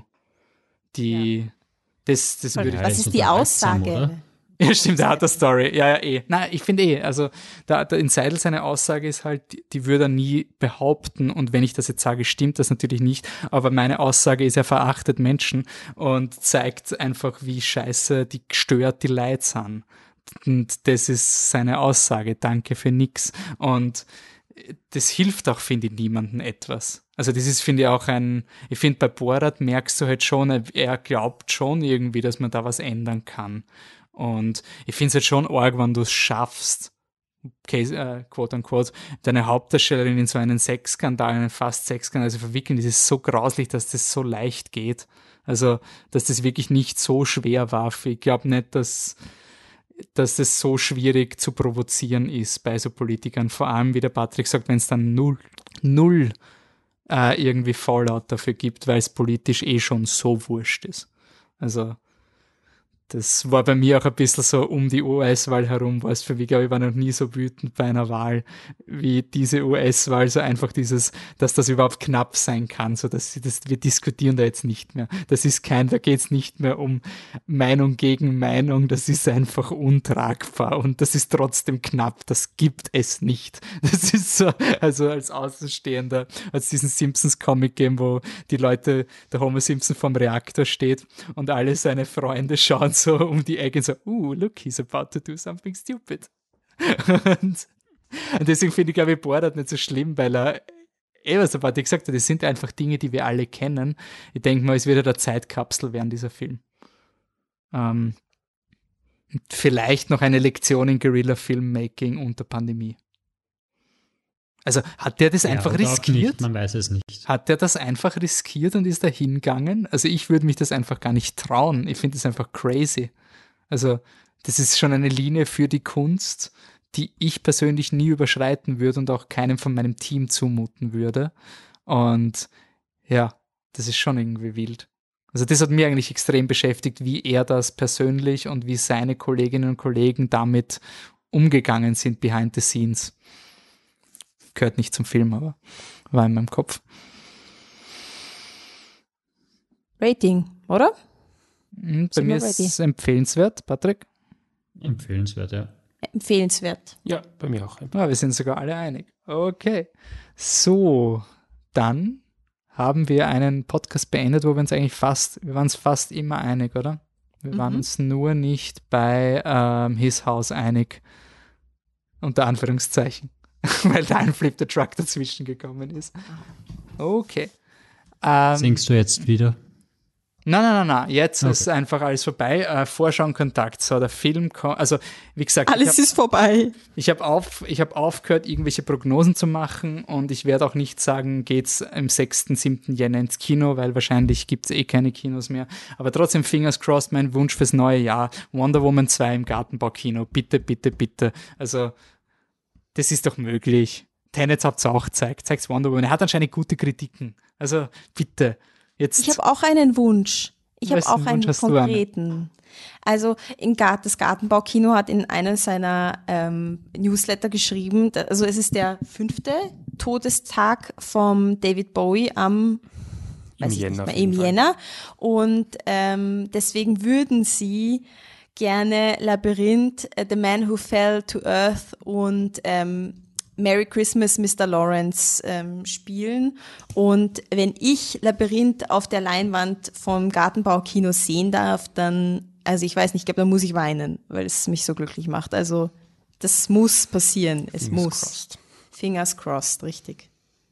Das würde ich...
Was ist die Aussage?
Oder?
Ja, stimmt, der hat eine Story. Ja, Nein, ich finde also da in Seidel seine Aussage ist halt, die würde er nie behaupten und wenn ich das jetzt sage, stimmt das natürlich nicht, aber meine Aussage ist, er verachtet Menschen und zeigt einfach, wie scheiße die gestört die Leute sind. Und das ist seine Aussage, danke für nix. Und das hilft auch, finde ich, niemandem etwas. Also das ist, finde ich, auch ich finde, bei Borat merkst du halt schon, er glaubt schon irgendwie, dass man da was ändern kann. Und ich finde es halt schon arg, wenn du es schaffst, quote unquote, deine Hauptdarstellerin in so einen Sexskandal, einen fast Sexskandal verwickeln. Das ist so grauslich, dass das so leicht geht. Also, dass das wirklich nicht so schwer war. Ich glaube nicht, dass das so schwierig zu provozieren ist bei so Politikern. Vor allem, wie der Patrick sagt, wenn es dann null irgendwie Fallout dafür gibt, weil es politisch schon so wurscht ist. Also das war bei mir auch ein bisschen so um die US-Wahl herum, war es für mich, glaube ich, war noch nie so wütend bei einer Wahl wie diese US-Wahl, so einfach dieses, dass das überhaupt knapp sein kann, so dass wir diskutieren da jetzt nicht mehr. Da geht es nicht mehr um Meinung gegen Meinung, das ist einfach untragbar und das ist trotzdem knapp, das gibt es nicht. Das ist so, also als Außenstehender, als diesen Simpsons-Comic game, wo die Leute, der Homer Simpson vorm Reaktor steht und alle seine Freunde schauen so um die Ecke und so, look, he's about to do something stupid. und deswegen finde ich, glaube ich, Borat nicht so schlimm, weil er was aber gesagt hat, das sind einfach Dinge, die wir alle kennen. Ich denke mal, es wird eine Zeitkapsel werden, dieser Film. Vielleicht noch eine Lektion in Guerilla-Filmmaking unter Pandemie. Also hat der das einfach riskiert?
Nicht, man weiß es nicht.
Hat der das einfach riskiert und ist da hingegangen? Also ich würde mich das einfach gar nicht trauen. Ich finde das einfach crazy. Also das ist schon eine Linie für die Kunst, die ich persönlich nie überschreiten würde und auch keinem von meinem Team zumuten würde. Und ja, das ist schon irgendwie wild. Also das hat mich eigentlich extrem beschäftigt, wie er das persönlich und wie seine Kolleginnen und Kollegen damit umgegangen sind behind the scenes. Gehört nicht zum Film, aber war in meinem Kopf.
Rating, oder?
Bei mir ist es empfehlenswert, Patrick.
Empfehlenswert, ja.
Empfehlenswert.
Ja, bei mir auch.
Ja, wir sind sogar alle einig. Okay. So, dann haben wir einen Podcast beendet, wo wir uns eigentlich wir waren uns fast immer einig, oder? Wir waren uns nur nicht bei His House einig. Unter Anführungszeichen. Weil da ein Flip the Truck dazwischen gekommen ist. Okay.
Singst du jetzt wieder?
Nein. Jetzt ist einfach alles vorbei. Vorschau und Kontakt. So, der Film, also wie gesagt.
Alles ist vorbei.
Ich hab aufgehört, irgendwelche Prognosen zu machen und ich werde auch nicht sagen, geht's am 6., 7. Jänner ins Kino, weil wahrscheinlich gibt's keine Kinos mehr. Aber trotzdem, fingers crossed, mein Wunsch fürs neue Jahr. Wonder Woman 2 im Gartenbaukino. Bitte, bitte, bitte. Also, das ist doch möglich. Tenet habt ihr auch gezeigt. Zeigt's Wonder Woman. Er hat anscheinend gute Kritiken. Also bitte. Jetzt.
Ich habe auch einen Wunsch. Ich habe auch einen konkreten. Also das Gartenbaukino hat in einem seiner Newsletter geschrieben, also es ist der 5. Todestag vom David Bowie im Jänner. Und deswegen würden sie gerne Labyrinth, The Man Who Fell to Earth und Merry Christmas, Mr. Lawrence spielen. Und wenn ich Labyrinth auf der Leinwand vom Gartenbaukino sehen darf, dann, also ich weiß nicht, ich glaube, da muss ich weinen, weil es mich so glücklich macht. Also das muss passieren. Es muss. Fingers crossed, richtig.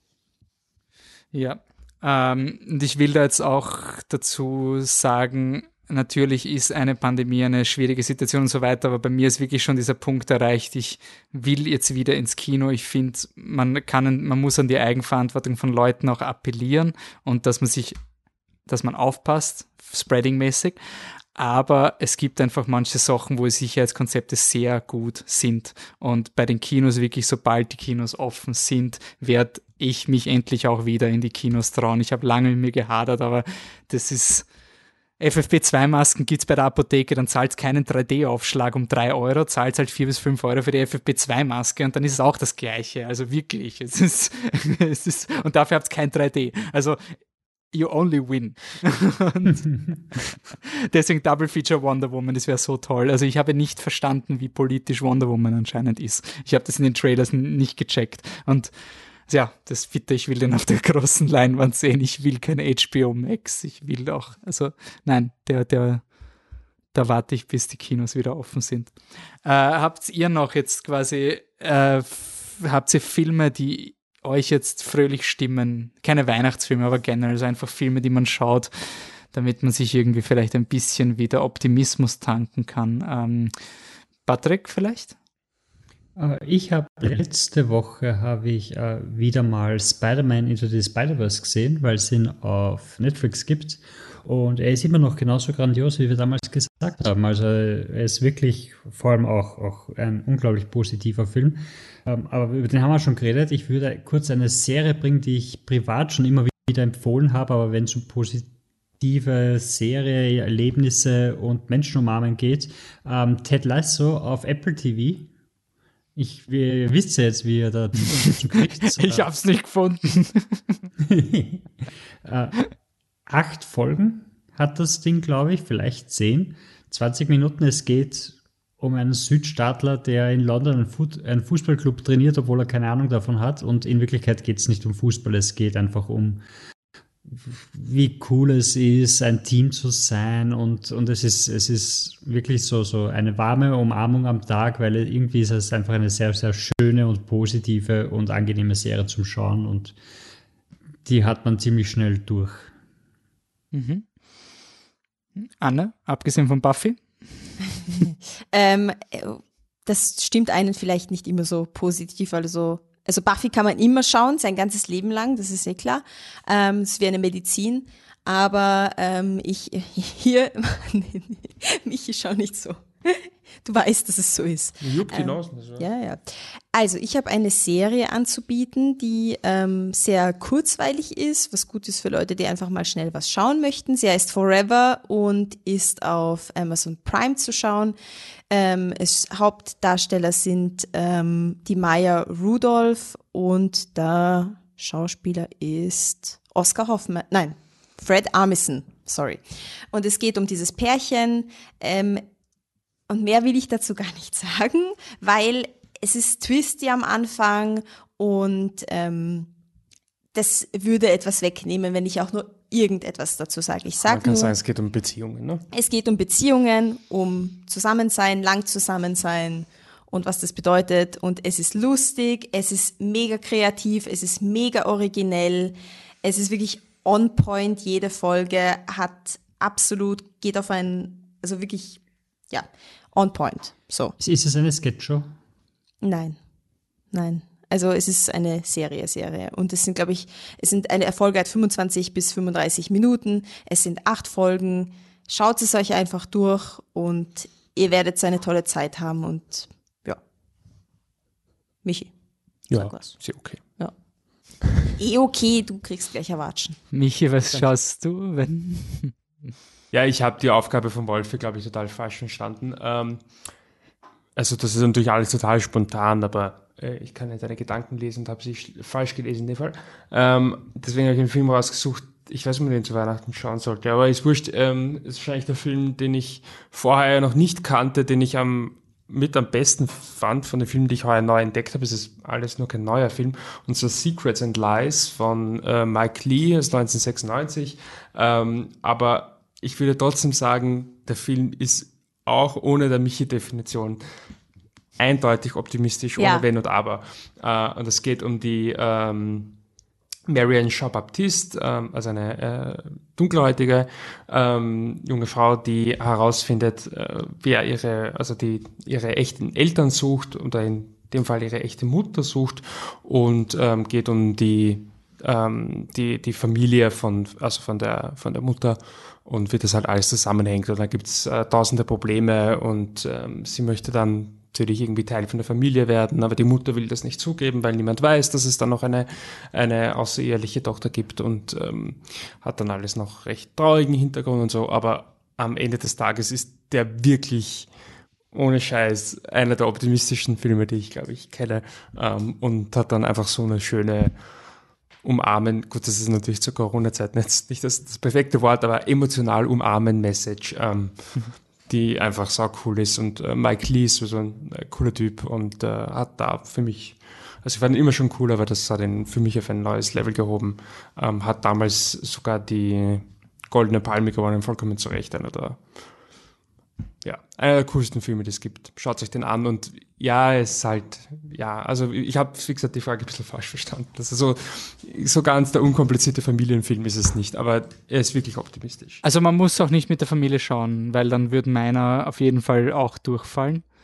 Ja. Und ich will da jetzt auch dazu sagen, natürlich ist eine Pandemie eine schwierige Situation und so weiter, aber bei mir ist wirklich schon dieser Punkt erreicht, ich will jetzt wieder ins Kino. Ich finde, man muss an die Eigenverantwortung von Leuten auch appellieren und dass man aufpasst, spreading-mäßig. Aber es gibt einfach manche Sachen, wo Sicherheitskonzepte sehr gut sind. Und bei den Kinos wirklich, sobald die Kinos offen sind, werde ich mich endlich auch wieder in die Kinos trauen. Ich habe lange mit mir gehadert, aber das ist... FFP2-Masken gibt es bei der Apotheke, dann zahlt es keinen 3D-Aufschlag um 3 Euro, zahlt halt 4 bis 5 Euro für die FFP2-Maske und dann ist es auch das Gleiche. Also wirklich, es ist und dafür habt ihr kein 3D. Also you only win. Und deswegen Double Feature Wonder Woman, das wäre so toll. Also ich habe nicht verstanden, wie politisch Wonder Woman anscheinend ist. Ich habe das in den Trailers nicht gecheckt. Und ja, ich will den auf der großen Leinwand sehen. Ich will kein HBO Max. Ich will auch, also nein, da warte ich, bis die Kinos wieder offen sind. Habt ihr noch jetzt quasi, habt ihr Filme, die euch jetzt fröhlich stimmen? Keine Weihnachtsfilme, aber generell also einfach Filme, die man schaut, damit man sich irgendwie vielleicht ein bisschen wieder Optimismus tanken kann. Patrick vielleicht?
Ich habe letzte Woche wieder mal Spider-Man Into the Spider-Verse gesehen, weil es ihn auf Netflix gibt. Und er ist immer noch genauso grandios, wie wir damals gesagt haben. Also er ist wirklich vor allem auch ein unglaublich positiver Film. Aber über den haben wir schon geredet. Ich würde kurz eine Serie bringen, die ich privat schon immer wieder empfohlen habe, aber wenn es um positive Serie, Erlebnisse und Menschen umarmen geht, Ted Lasso auf Apple TV. Ihr wisst ja jetzt, wie ihr da kriegt.
Ich hab's nicht gefunden.
8 Folgen hat das Ding, glaube ich, vielleicht 10. 20 Minuten. Es geht um einen Südstaatler, der in London einen Fußballclub trainiert, obwohl er keine Ahnung davon hat. Und in Wirklichkeit geht es nicht um Fußball, es geht einfach um, wie cool es ist, ein Team zu sein. Und es ist wirklich so eine warme Umarmung am Tag, weil irgendwie ist es einfach eine sehr, sehr schöne und positive und angenehme Serie zum Schauen. Und die hat man ziemlich schnell durch.
Mhm. Anne, abgesehen von Buffy?
Das stimmt einen vielleicht nicht immer so positiv, also Buffy kann man immer schauen, sein ganzes Leben lang, das ist klar. Das ist wie eine Medizin, aber Michi, schau nicht so. Du weißt, dass es so ist.
Juckt die Nase.
Ja. Also ich habe eine Serie anzubieten, die sehr kurzweilig ist, was gut ist für Leute, die einfach mal schnell was schauen möchten. Sie heißt Forever und ist auf Amazon Prime zu schauen. Hauptdarsteller sind die Maya Rudolph und der Schauspieler ist Fred Armisen, sorry. Und es geht um dieses Pärchen, und mehr will ich dazu gar nicht sagen, weil es ist twisty am Anfang und das würde etwas wegnehmen, wenn ich auch nur irgendetwas dazu sage.
Man kann sagen, es geht um Beziehungen, ne?
Es geht um Beziehungen, um Zusammensein, lang Zusammensein und was das bedeutet. Und es ist lustig, es ist mega kreativ, es ist mega originell, es ist wirklich on point. Jede Folge geht auf also wirklich, ja, on point. So.
Ist es eine Sketchshow?
Nein. Also es ist eine Serie. Und es sind, glaube ich, eine Folge hat 25 bis 35 Minuten. Es sind 8 Folgen. Schaut es euch einfach durch und ihr werdet so eine tolle Zeit haben. Und ja. Michi, sag was.
Ist ja okay.
Ja. Okay, du kriegst gleich Erwatschen.
Michi, was schaust du, wenn...
Ja, ich habe die Aufgabe von Wolfi, glaube ich, total falsch verstanden. Also das ist natürlich alles total spontan, aber ich kann nicht deine Gedanken lesen und habe sie falsch gelesen in dem Fall. Deswegen habe ich einen Film rausgesucht. Ich weiß nicht, ob man den zu Weihnachten schauen sollte, aber ist wurscht. Ist wahrscheinlich der Film, den ich vorher noch nicht kannte, den ich mit am besten fand von den Filmen, die ich heuer neu entdeckt habe. Es ist alles nur kein neuer Film. Und zwar Secrets and Lies von Mike Leigh aus 1996. Aber ich würde trotzdem sagen, der Film ist auch ohne der Michi-Definition eindeutig optimistisch, ohne Wenn und Aber. Und es geht um die Marianne Shaw-Baptiste, also eine dunkelhäutige junge Frau, die herausfindet, wer ihre echten Eltern sucht, oder in dem Fall ihre echte Mutter sucht, und geht um die Familie von der Mutter und wie das halt alles zusammenhängt. Und da gibt's tausende Probleme und sie möchte dann natürlich irgendwie Teil von der Familie werden, aber die Mutter will das nicht zugeben, weil niemand weiß, dass es dann noch eine außereheliche Tochter gibt, und hat dann alles noch recht traurigen Hintergrund und so. Aber am Ende des Tages ist der wirklich, ohne Scheiß, einer der optimistischsten Filme, die ich, glaube ich, kenne, und hat dann einfach so eine schöne Umarmen, gut, das ist natürlich zur Corona-Zeit nicht das perfekte Wort, aber emotional umarmen Message, die einfach sau cool ist. Und Mike Leigh ist so ein cooler Typ und hat da für mich, also ich fand ihn immer schon cool, aber das hat ihn für mich auf ein neues Level gehoben. Hat damals sogar die Goldene Palme gewonnen, vollkommen zu Recht, einer der coolsten Filme, die es gibt. Schaut euch den an, und ja, es ist halt, also ich habe, wie gesagt, die Frage ein bisschen falsch verstanden. Das ist so ganz der unkomplizierte Familienfilm ist es nicht, aber er ist wirklich optimistisch.
Also man muss auch nicht mit der Familie schauen, weil dann würde meiner auf jeden Fall auch durchfallen.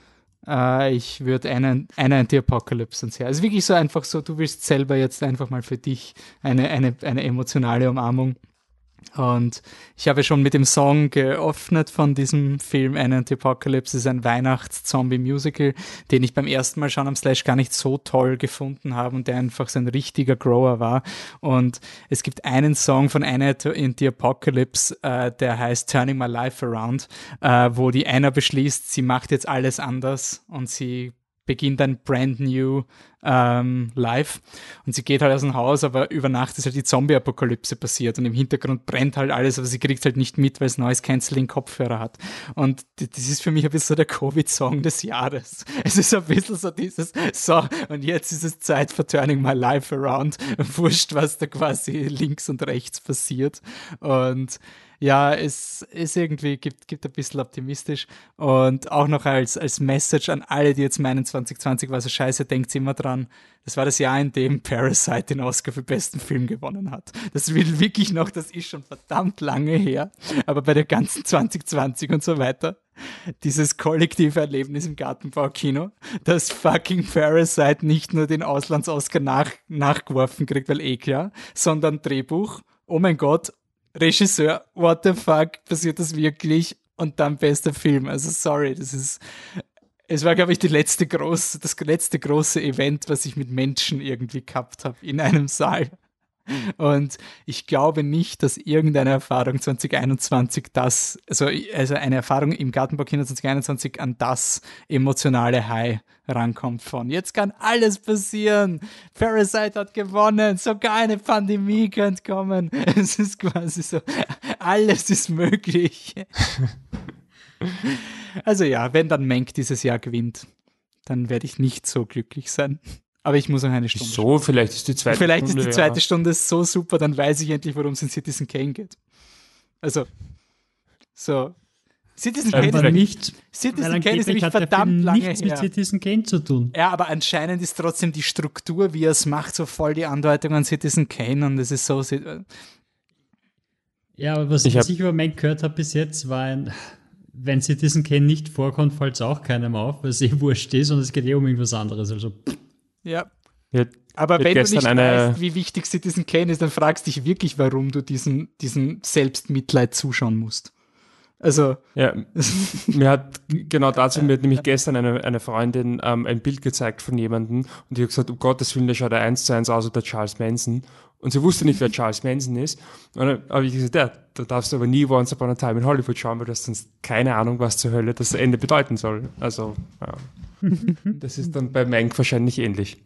Ich würde Anna and the Apocalypse ans Herz. Also wirklich so einfach so, du willst selber jetzt einfach mal für dich eine emotionale Umarmung. Und ich habe schon mit dem Song geöffnet von diesem Film Anna and the Apocalypse. Es ist ein Weihnachts-Zombie-Musical, den ich beim ersten Mal schauen am Slash gar nicht so toll gefunden habe und der einfach so ein richtiger Grower war. Und es gibt einen Song von Anna and the Apocalypse, der heißt Turning My Life Around, wo die Anna beschließt, sie macht jetzt alles anders und sie beginnt ein brand new Life und sie geht halt aus dem Haus, aber über Nacht ist halt die Zombie-Apokalypse passiert und im Hintergrund brennt halt alles, aber sie kriegt halt nicht mit, weil es Noise Cancelling Kopfhörer hat. Und das ist für mich ein bisschen so der Covid-Song des Jahres. Es ist ein bisschen so dieses, so, und jetzt ist es Zeit für Turning My Life Around. Wurscht, was da quasi links und rechts passiert. Und ja, es ist irgendwie, gibt ein bisschen optimistisch und auch noch als Message an alle, die jetzt meinen 2020 war so scheiße, denkt immer dran, das war das Jahr, in dem Parasite den Oscar für besten Film gewonnen hat. Das will wirklich noch, das ist schon verdammt lange her, aber bei der ganzen 2020 und so weiter, dieses kollektive Erlebnis im Gartenbaukino, dass fucking Parasite nicht nur den Auslands-Oscar nachgeworfen kriegt, weil klar, sondern Drehbuch, oh mein Gott, Regisseur, what the fuck, passiert das wirklich? Und dann bester Film. Also sorry, es war, glaube ich, das letzte große Event, was ich mit Menschen irgendwie gehabt habe in einem Saal. Und ich glaube nicht, dass irgendeine Erfahrung 2021 also eine Erfahrung im Gartenbaukino 2021 an das emotionale High rankommt von. Jetzt kann alles passieren. Parasite hat gewonnen. Sogar eine Pandemie könnte kommen. Es ist quasi so, alles ist möglich. Also ja, wenn dann Mank dieses Jahr gewinnt, dann werde ich nicht so glücklich sein. Aber ich muss noch eine Stunde.
So, vielleicht ist die zweite
Stunde so super, dann weiß ich endlich, worum es in Citizen Kane geht. Also, so. Citizen Kane ist nämlich verdammt lange her.
Nichts mit Citizen Kane zu tun.
Ja, aber anscheinend ist trotzdem die Struktur, wie er es macht, so voll die Andeutung an Citizen Kane und es ist so.
Ja, aber was ich über Mank gehört habe bis jetzt, war wenn Citizen Kane nicht vorkommt, fällt es auch keinem auf, weil es wurscht ist und es geht um irgendwas anderes. Also.
Ja. Aber wenn du nicht weißt, wie wichtig Citizen Kane ist, dann fragst du dich wirklich, warum du diesem Selbstmitleid zuschauen musst. Also.
Ja, mir hat nämlich gestern eine Freundin ein Bild gezeigt von jemandem und die hat gesagt, um Gottes Willen, der schaut 1:1 aus wie der Charles Manson. Und sie wusste nicht, wer Charles Manson ist. Und dann habe ich gesagt, ja, da darfst du aber nie Once Upon a Time in Hollywood schauen, weil du hast sonst keine Ahnung, was zur Hölle das Ende bedeuten soll. Also, ja. Das ist dann bei Mank wahrscheinlich ähnlich.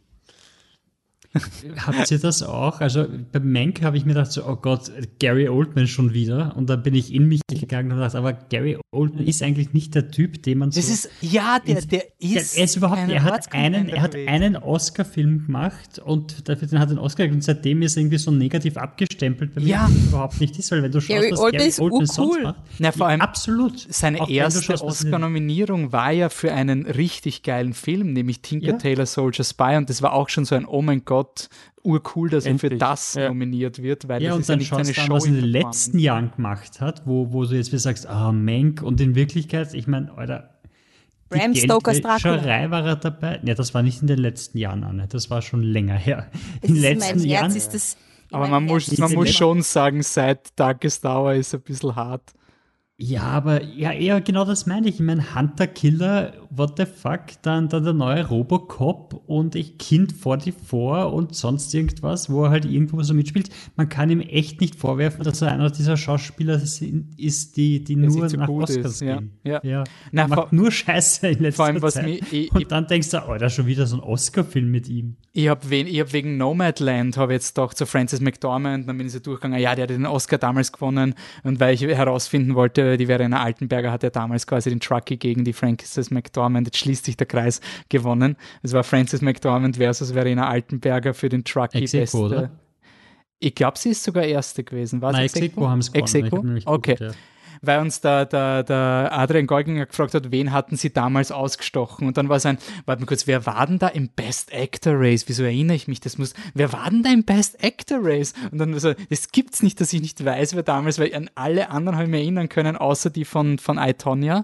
Habt ihr das auch? Also bei Mank habe ich mir gedacht, so, oh Gott, Gary Oldman schon wieder. Und dann bin ich in mich gegangen und gedacht, aber Gary Oldman ist eigentlich nicht der Typ, den man so...
Das ist, ja, der ist überhaupt...
Er hat einen Oscar-Film gemacht und dafür den hat er einen Oscar gekriegt und seitdem ist er irgendwie so negativ abgestempelt, bei mir überhaupt nicht ist, weil wenn du schaust, was Gary Oldman sonst macht...
Na, vor allem,
absolut.
Seine erste Oscar-Nominierung war ja für einen richtig geilen Film, nämlich Tinker Tailor Soldier Spy und das war auch schon so ein, oh mein Gott, urcool, dass er für das nominiert wird, weil das ist ja nicht seine Show.
Was er in den letzten Jahren gemacht hat, wo du jetzt wieder sagst, Mank, und in Wirklichkeit, ich meine, Alter,
Bram Stokers
Dracula war er dabei. Ja, das war nicht in den letzten Jahren, Anne, das war schon länger her. In den letzten Jahren
ist das.
Aber man muss schon sagen, seit Darkest Hour ist ein bisschen hart.
Ja, aber eher genau das meine ich. Ich meine, Hunter Killer, what the fuck, dann der neue Robocop und Kind 44 und sonst irgendwas, wo er halt irgendwo so mitspielt. Man kann ihm echt nicht vorwerfen, dass er einer dieser Schauspieler ist, die nur nach Oscars gehen. Ja. Er macht nur Scheiße in letzter Zeit. Und dann denkst du, da ist schon wieder so ein Oscar-Film mit ihm.
Ich hab wegen Nomadland jetzt doch zu Frances McDormand, dann bin ich so durchgegangen, ja, der hat den Oscar damals gewonnen und weil ich herausfinden wollte, die Verena Altenberger hat ja damals quasi den Truckee gegen die Frances McDormand, jetzt schließt sich der Kreis, gewonnen. Es war Frances McDormand versus Verena Altenberger für den Truckee.
Ex-Aequo, oder?
Ich glaube, sie ist sogar Erste gewesen.
Nein, Ex-Aequo haben es gewonnen.
Okay. Weil uns der Adrian Golginger gefragt hat, wen hatten sie damals ausgestochen? Und dann war es warte mal kurz, wer war denn da im Best Actor Race? Wieso erinnere ich mich? Wer war denn da im Best Actor Race? Und dann so, das gibt's nicht, dass ich nicht weiß, wer damals, weil an alle anderen habe ich mich erinnern können, außer die von I, Tonya.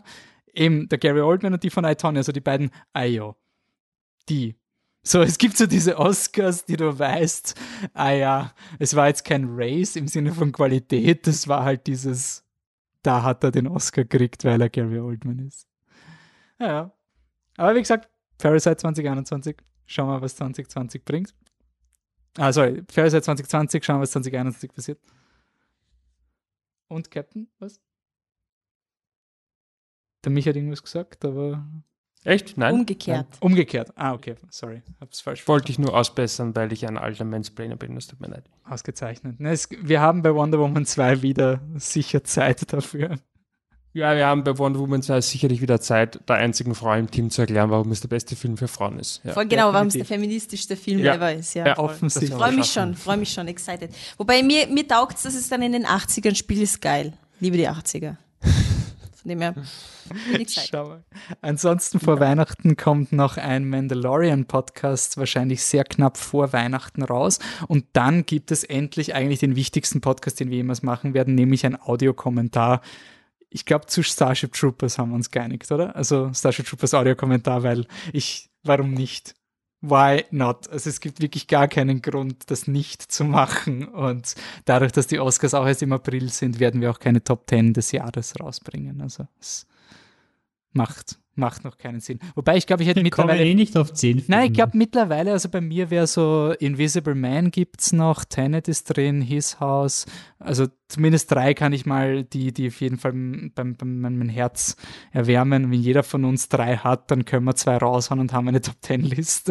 Eben, der Gary Oldman und die von I, Tonya, also die beiden, die. So, es gibt so diese Oscars, die du weißt, es war jetzt kein Race im Sinne von Qualität, das war halt dieses, da hat er den Oscar gekriegt, weil er Gary Oldman ist. Ja. Aber wie gesagt, Parasite 2021, schauen wir mal, was 2020 bringt. Parasite 2020, schauen wir, was 2021 passiert. Und Captain, was? Der Mich hat irgendwas gesagt, aber...
Echt? Nein?
Umgekehrt.
Umgekehrt. Okay, sorry. Hab's falsch
Wollte ich nur ausbessern, weil ich ein alter Mansplainer bin, das tut mir leid.
ausgezeichnet. Wir haben bei Wonder Woman 2 wieder sicher Zeit dafür.
Ja, wir haben bei Wonder Woman 2 sicherlich wieder Zeit, der einzigen Frau im Team zu erklären, warum es der beste Film für Frauen ist. Ja.
Voll genau, warum es der
definitiv.
feministischste Film
Ja.
ever ist. Ja.
Ja,
offensichtlich.
das
Freue mich schon, excited. Wobei mir taugt es, dass es dann in den 80ern spielt, ist geil. Liebe die 80er. Von dem her, bin ich excited.
Schau mal. Ansonsten vor Weihnachten kommt noch ein Mandalorian-Podcast, wahrscheinlich sehr knapp vor Weihnachten raus. Und dann gibt es endlich eigentlich den wichtigsten Podcast, den wir jemals machen werden, nämlich ein Audiokommentar. Ich glaube, zu Starship Troopers haben wir uns geeinigt, oder? Also Starship Troopers Audiokommentar, warum nicht? Why not? Also es gibt wirklich gar keinen Grund, das nicht zu machen. Und dadurch, dass die Oscars auch erst im April sind, werden wir auch keine Top 10 des Jahres rausbringen. Also es macht noch keinen Sinn. Wobei ich glaube, ich hätte
Wir kommen
mittlerweile...
nicht auf 10 Filme.
Nein, ich glaube mittlerweile, also bei mir wäre so Invisible Man gibt's noch, Tenet ist drin, His House, also zumindest 3 kann ich mal, die auf jeden Fall mein Herz erwärmen. Wenn jeder von uns 3 hat, dann können wir 2 raushauen und haben eine Top-10-Liste.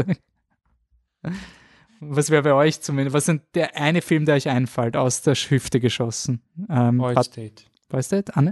Was wäre bei euch zumindest? Was ist der eine Film, der euch einfällt, aus der Hüfte geschossen?
Boy State.
Boy State, Anne?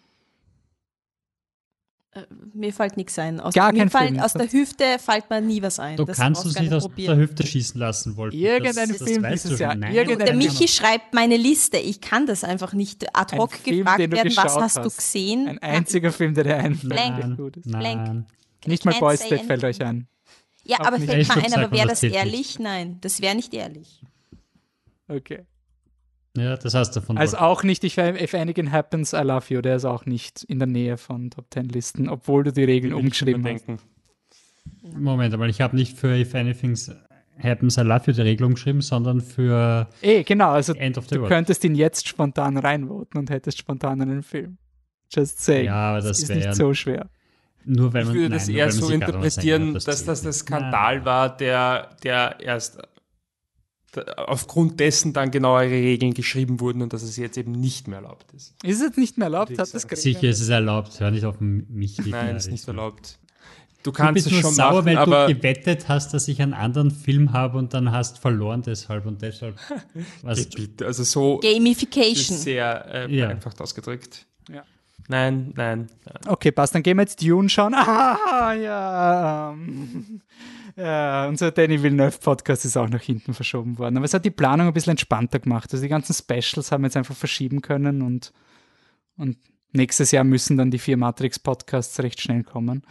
Mir fällt nichts ein. Aus
Gar kein Film.
Aus der Hüfte fällt mir nie was ein.
Du
Das
kannst
brauchst
uns
gar
nicht aus der
probieren.
Hüfte schießen lassen, Wolf.
Irgendein Film
weißt
dieses
du
Jahr.
schon. Nein.
Irgendein
Der
Film.
Michi schreibt meine Liste. Ich kann das einfach nicht ad hoc
Film,
gefragt
den du
werden, was
geschaut
hast du
hast.
gesehen?
Ein einziger Film, der dir einfällt,
Blank.
der gut ist.
Nein.
Nicht mal
Can't
Boy
say
State fällt
anything.
euch ein.
Ja,
Auch
aber
nicht.
fällt mir
Ich
ein,
sag
aber
mal,
wäre
das
das
zählt
ehrlich?
nicht.
Nein, das wäre nicht ehrlich.
Okay.
Ja, das hast du von
Also
Wolf.
auch nicht If Anything Happens, I Love You, der ist auch nicht in der Nähe von Top 10 Listen, obwohl du die Regeln umgeschrieben hast.
Denken.
Moment, aber ich habe nicht für If Anything Happens I Love You die Regelung geschrieben, sondern für
Genau, also
End of the
du
World.
könntest ihn jetzt spontan reinvoten und hättest spontan einen Film. Just saying.
Ja, aber das
ist
wäre
nicht so schwer.
Nur weil
Ich
man,
würde das
nein, nur
eher
weil man
so
sich gerade was
interpretieren,
einhört,
dass
zählt
das der
nicht.
Skandal war, der erst aufgrund dessen dann genauere Regeln geschrieben wurden und dass es jetzt eben nicht mehr erlaubt ist.
Ist es jetzt nicht mehr erlaubt?
Würde ich
Hat das
sagen.
Sicher ist es erlaubt, hör nicht auf mich.
Nein, ist nicht erlaubt. Du
Du
kannst
bist
es
nur
schon
sauer,
machen,
weil
aber
du gewettet hast, dass ich einen anderen Film habe und dann hast verloren deshalb und deshalb. Was,
bitte, also so
Gamification.
ist sehr
Ja.
vereinfacht ausgedrückt.
Ja.
Nein.
Okay, passt. Dann gehen wir jetzt Dune schauen. Ja. Ja, unser Danny Villeneuve-Podcast ist auch nach hinten verschoben worden. Aber es hat die Planung ein bisschen entspannter gemacht. Also die ganzen Specials haben wir jetzt einfach verschieben können und nächstes Jahr müssen dann die 4 Matrix-Podcasts recht schnell kommen.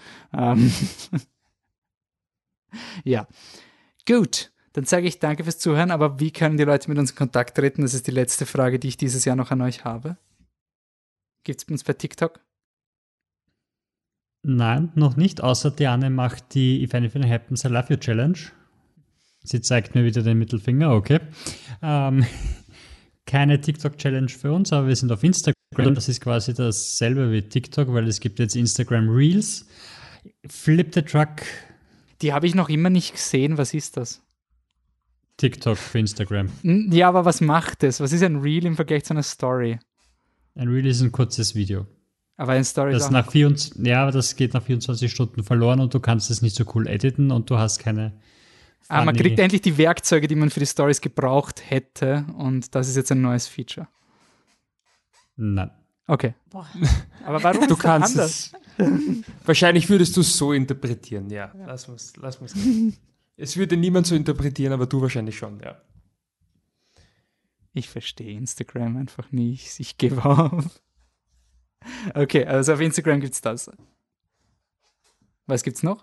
Ja, gut. Dann sage ich danke fürs Zuhören, aber wie können die Leute mit uns in Kontakt treten? Das ist die letzte Frage, die ich dieses Jahr noch an euch habe. Gibt es uns bei TikTok?
Nein, noch nicht, außer Diane macht die If Anything Happens I Love You Challenge. Sie zeigt mir wieder den Mittelfinger, okay. Keine TikTok-Challenge für uns, aber wir sind auf Instagram. Das ist quasi dasselbe wie TikTok, weil es gibt jetzt Instagram Reels. Flip the Truck,
Die habe ich noch immer nicht gesehen. Was ist das?
TikTok für Instagram.
Ja, aber was macht es? Was ist ein Reel im Vergleich zu einer Story?
Ein Reel ist ein kurzes Video.
Aber eine Story ist
Das
auch...
aber das geht nach 24 Stunden verloren und du kannst es nicht so cool editen und du hast keine
man
funny-
kriegt endlich die Werkzeuge, die man für die Stories gebraucht hätte, und das ist jetzt ein neues Feature.
Nein.
Okay.
Boah.
Aber warum
du
ist das
kannst
anders?
es. Wahrscheinlich würdest du es so interpretieren, ja. Lass mal's. Es würde niemand so interpretieren, aber du wahrscheinlich schon, ja.
Ich verstehe Instagram einfach nicht. Ich gebe auf. Okay, also auf Instagram gibt's das. Was gibt's noch?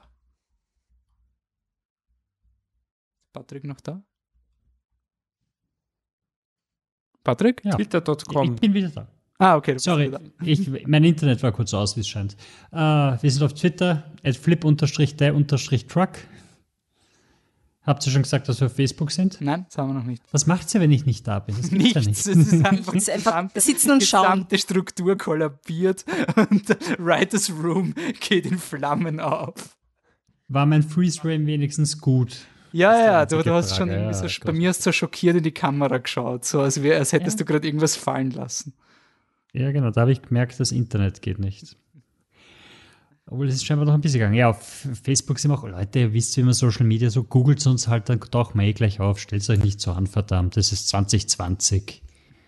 Patrick noch da? Patrick?
Ja.
Twitter.com.
Ich bin wieder da.
Ah, okay. Du bist
Sorry,
wieder.
mein Internet war kurz aus, wie es scheint. Wir sind auf Twitter, @flip_the_truck. Habt ihr schon gesagt, dass wir auf Facebook sind?
Nein, das haben wir noch nicht.
Was macht ihr, wenn ich nicht da bin? Das gibt's ja
Nichts.
nicht.
Es ist einfach,
Nichts, einfach
die
sitzen und schauen.
gesamte Struktur kollabiert und der Writers Room geht in Flammen auf.
War mein Freeze-Frame wenigstens gut?
Ja,
Das ist die
du hast
einzige
schon
Frage.
irgendwie so,
Ja,
bei
Gott.
mir hast du so schockiert in die Kamera geschaut, so als hättest du gerade irgendwas fallen lassen.
Ja, genau, da habe ich gemerkt, das Internet geht nicht. Obwohl, es ist scheinbar noch ein bisschen gegangen. Ja, auf Facebook sind auch Leute, ihr wisst, wie man Social Media so googelt uns halt, dann tauchen wir gleich auf. Stellt euch nicht so an, verdammt, das ist 2020.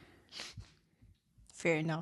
Fair enough.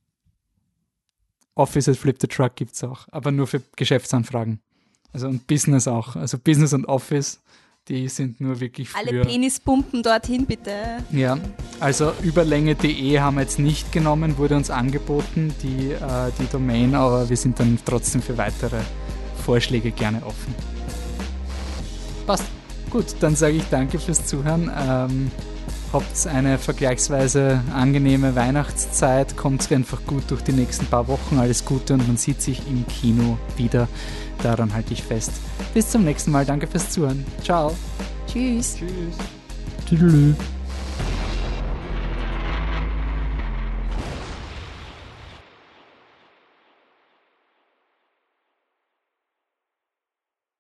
Office at Flip the Truck gibt es auch, aber nur für Geschäftsanfragen. Also und Business auch. Also Business und Office, die sind nur wirklich für...
Alle Penispumpen dorthin, bitte.
Ja, also überlänge.de haben wir jetzt nicht genommen, wurde uns angeboten, die Domain, aber wir sind dann trotzdem für weitere Vorschläge gerne offen. Passt. Gut, dann sage ich danke fürs Zuhören. Habt eine vergleichsweise angenehme Weihnachtszeit, kommt einfach gut durch die nächsten paar Wochen, alles Gute und man sieht sich im Kino wieder. Daran halte ich fest. Bis zum nächsten Mal, danke fürs Zuhören. Ciao.
Tschüss.
Tschüss.
Tüdelü.